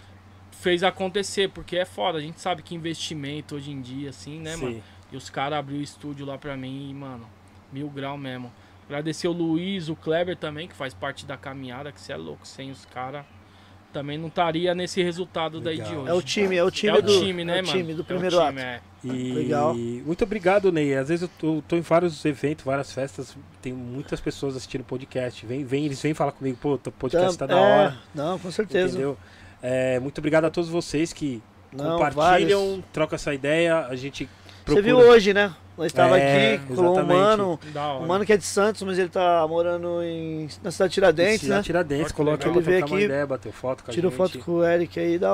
fez acontecer. Porque é foda, a gente sabe que investimento hoje em dia, assim, né, Sim. mano? E os caras abriu o estúdio lá pra mim e, mano, 1000 grau mesmo. Agradecer o Luiz, o Kleber também, que faz parte da caminhada, que você é louco. Sem os caras, também não estaria nesse resultado daí de Legal. hoje. É o time, é o time É o do time, né, é o mano? time do É o primeiro time, ato. é. E Legal. muito obrigado, Ney. Às vezes eu tô em vários eventos, várias festas, tem muitas pessoas assistindo podcast. Eles vêm falar comigo, pô, o podcast tá da hora. Não, com certeza. Entendeu? Muito obrigado a todos vocês que Não, compartilham, vários. trocam essa ideia. A gente Você procura... viu hoje, né? Nós estava É, aqui, colou um exatamente. mano. Da hora. Um mano que é de Santos, mas ele tá morando na cidade de Tiradentes, né? Tiradentes, Olha que coloca legal. pra Ele veio trocar uma aqui, ideia, bateu foto com a Tirou gente. foto com o Eric aí, da hora.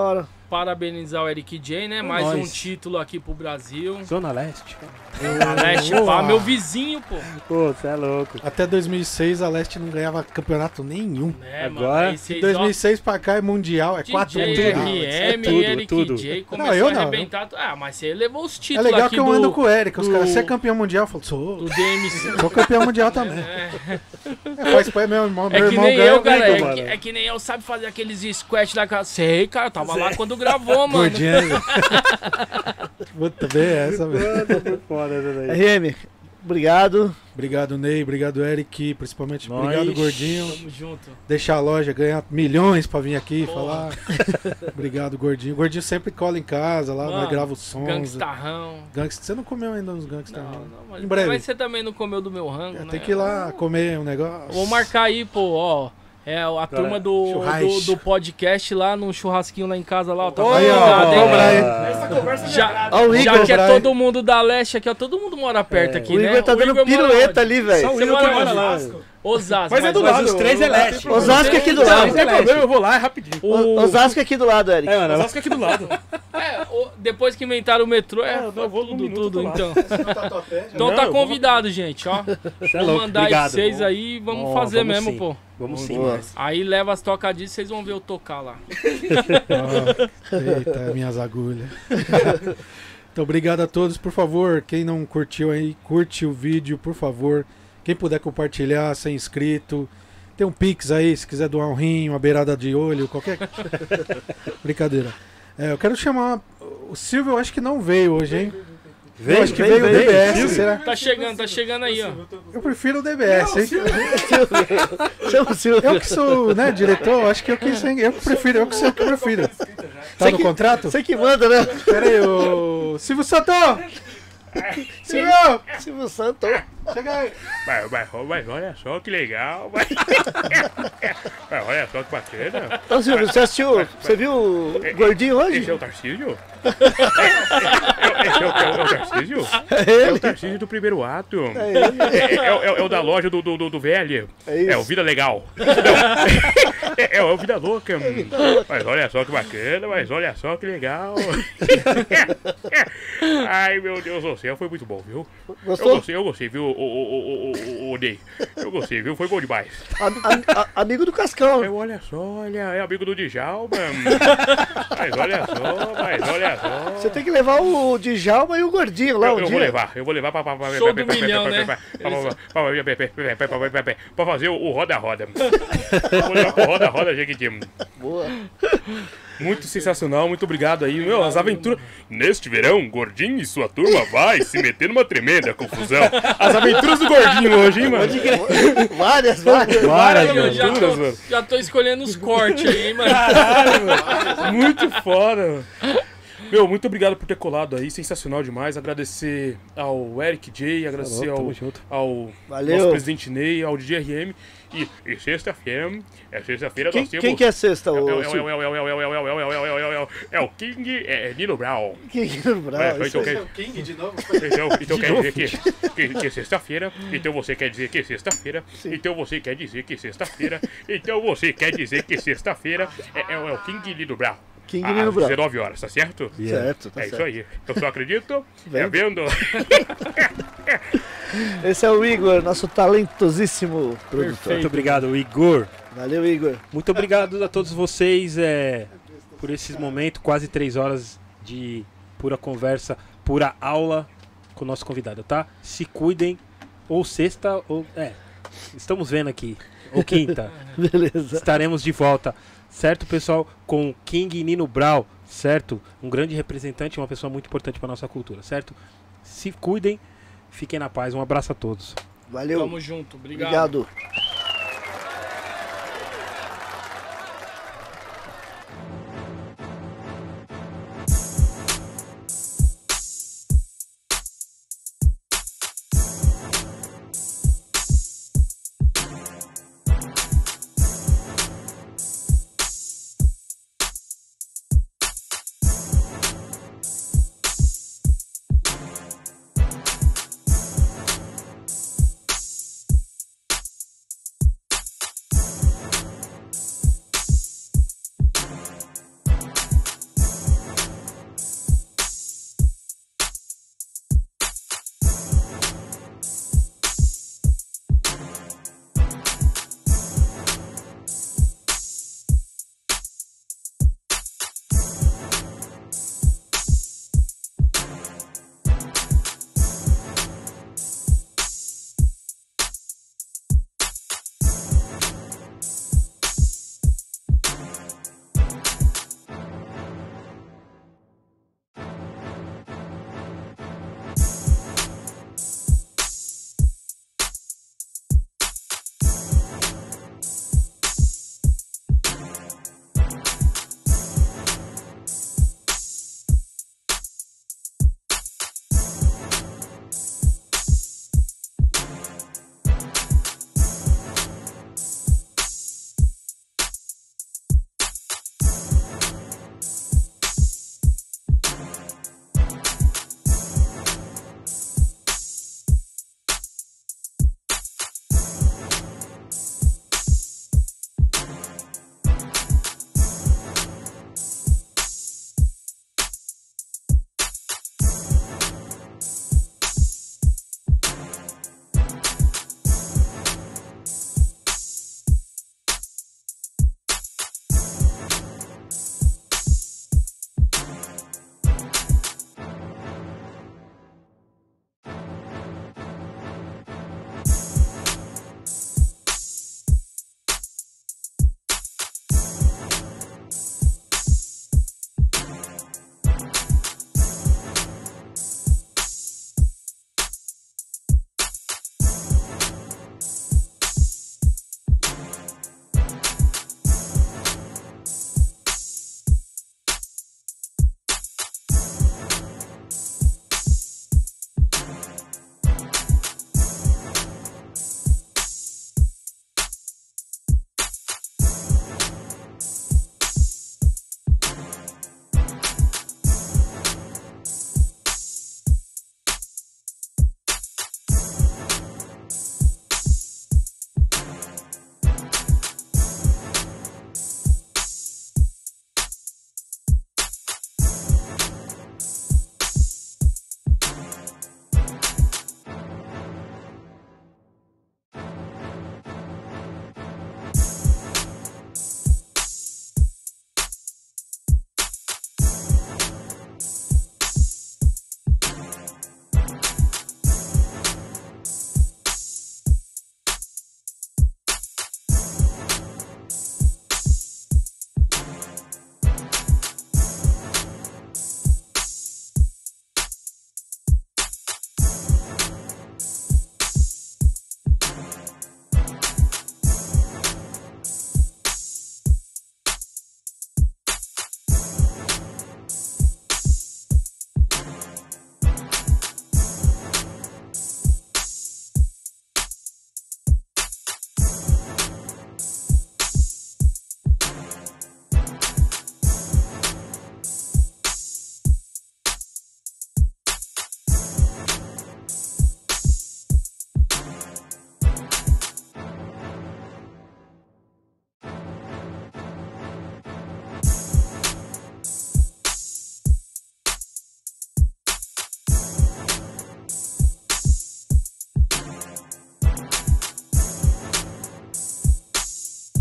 parabenizar o Eric J, né? Mais nóis. um título aqui pro Brasil. Zona Leste. A Leste, pá, meu vizinho, pô. Pô, você é louco. Até 2006 a Leste não ganhava campeonato nenhum. Agora, aí vocês, De 2006 pra cá é mundial, é 4 DJ, mundial. RM, tudo, Eric tudo. J, Não, começou eu a não. arrebentar. Ah, mas você levou os É títulos legal aqui que eu ando com o Eric, os do- caras, você é campeão mundial? Eu falo, sou. do DMC. Sou campeão mundial também. Faz parte, meu irmão, meu É que irmão nem ganha, eu, cara. ganho, É mano. que nem eu, sabe fazer aqueles squash da casa. Sei, cara, tava lá quando gravou, mano. Gordinho, velho. Puta, bem essa, velho. foda essa daí. RM, obrigado. Obrigado, Ney. Obrigado, Eric. Principalmente, Nós. obrigado, Gordinho. Tamo junto. Deixar a loja ganhar milhões pra vir aqui falar. Obrigado, Gordinho. Gordinho sempre cola em casa lá, Mano, nós grava os sons. Gangstarrão. Você não comeu ainda uns gangstarrão? Não, mas, Em breve. mas você também não comeu do meu rango, né? Tem que ir lá comer um negócio. Vou marcar aí, pô, ó. É, a turma churrasco. do podcast lá, no churrasquinho lá em casa lá, ó. Tá Aí, ó, convidado, hein? cobra aí. Essa conversa Já, Ó, o já Igor, que é Brian. todo mundo da Leste aqui, ó. Todo mundo mora perto aqui, O né? Igor tá dando Igor mora pirueta onde? ali, velho. Só o Você Igor que mora mora lá. onde? Osasco. Mas é do lado. os três é leste. Osasco é aqui do Não, lado. não tem problema, eu vou lá, é rapidinho. Osasco é aqui do lado, Eric. É, mano, Osasco aqui do lado. Depois que inventaram o metrô, eu vou num tudo, minuto, tudo, tô lá. então. Então Não, tá eu vou convidado, gente, ó. Você é Vou louco, mandar obrigado. vocês aí, vamos Ó, fazer vamos mesmo, sim. pô. Vamos sim. Boa. Aí leva as tocadinhas, vocês vão ver eu tocar lá. Eita, minhas agulhas. Então, obrigado a todos. Por favor, quem não curtiu aí, curte o vídeo, por favor. Quem puder compartilhar, ser inscrito. Tem um Pix aí, se quiser doar um rim, uma beirada de olho, qualquer. Brincadeira. Eu quero chamar. O Silvio, eu acho que não veio hoje, hein? Eu acho que veio o DBS, Silvio. será? Tá chegando aí, ó. Eu prefiro o DBS, hein? Chama o Silvio. Eu que sou, né, diretor, acho que eu que prefiro, eu que sei o que eu prefiro. Tá no contrato? Você que manda, né? Pera aí, ô. Silvio Santo! Silvio! Silvio Santo. Chega aí! Mas olha só que legal. Mas olha só que bacana. Então, Silvio, você assistiu? Você viu o Gordinho Esse hoje? é o Tarcísio? Esse é o Tarcísio? É o Tarcísio do primeiro ato. É o da loja do velho. É isso. É o Vida Legal. Não, é o Vida Louca. Mas olha só que bacana, mas olha só que legal. Ai, meu Deus do céu, foi muito bom, viu? Gostou? Eu gostei, viu, o Ney? Eu gostei, viu? Foi bom demais. Amigo do Cascão. Olha só, olha, é amigo do Djalma. Mas olha só. Você tem que levar o Djalma e o Gordinho lá um Eu dia. vou levar pra Show do milhão, né? pra fazer o roda-roda. Vou levar pro roda-roda, Jequitim. Boa. Muito sensacional, muito obrigado aí. Meu, as aventuras. Neste verão, Gordinho e sua turma vai se meter numa tremenda confusão. As aventuras do Gordinho hoje, hein, mano? Várias. Várias Eu já aventuras, mano. já tô escolhendo os cortes aí, hein, mano. Caralho, mano. Muito foda, mano. Meu, muito obrigado por ter colado aí, sensacional demais. Agradecer ao Eric J, agradecer Tamo junto. ao Valeu. nosso presidente Ney, ao DJ RM. E sexta-feira nós temos... Quem que é sexta? É o King Nino Brown. King Brown. É, Isso então, aí. King de novo? Então quer dizer que sexta-feira, então você quer dizer que sexta-feira, então você quer dizer que sexta-feira, então você quer dizer que sexta-feira é o King Nino Brown. King Nino Às Brown. 19 horas, tá certo? Certo, tá É isso certo. aí. Eu só acredito. Vendo. Vendo? Esse é o Igor, nosso talentosíssimo produtor. Muito obrigado, Igor. Valeu, Igor. Muito obrigado a todos vocês por esses momentos, quase 3 horas de pura conversa, pura aula com o nosso convidado, tá? Se cuidem, ou sexta, ou... estamos vendo aqui, ou quinta, Beleza. estaremos de volta, certo, pessoal? Com King Nino Brown, certo? Um grande representante, uma pessoa muito importante para nossa cultura, certo? Se cuidem, fiquem na paz, um abraço a todos. Valeu. Tamo junto, obrigado. Obrigado.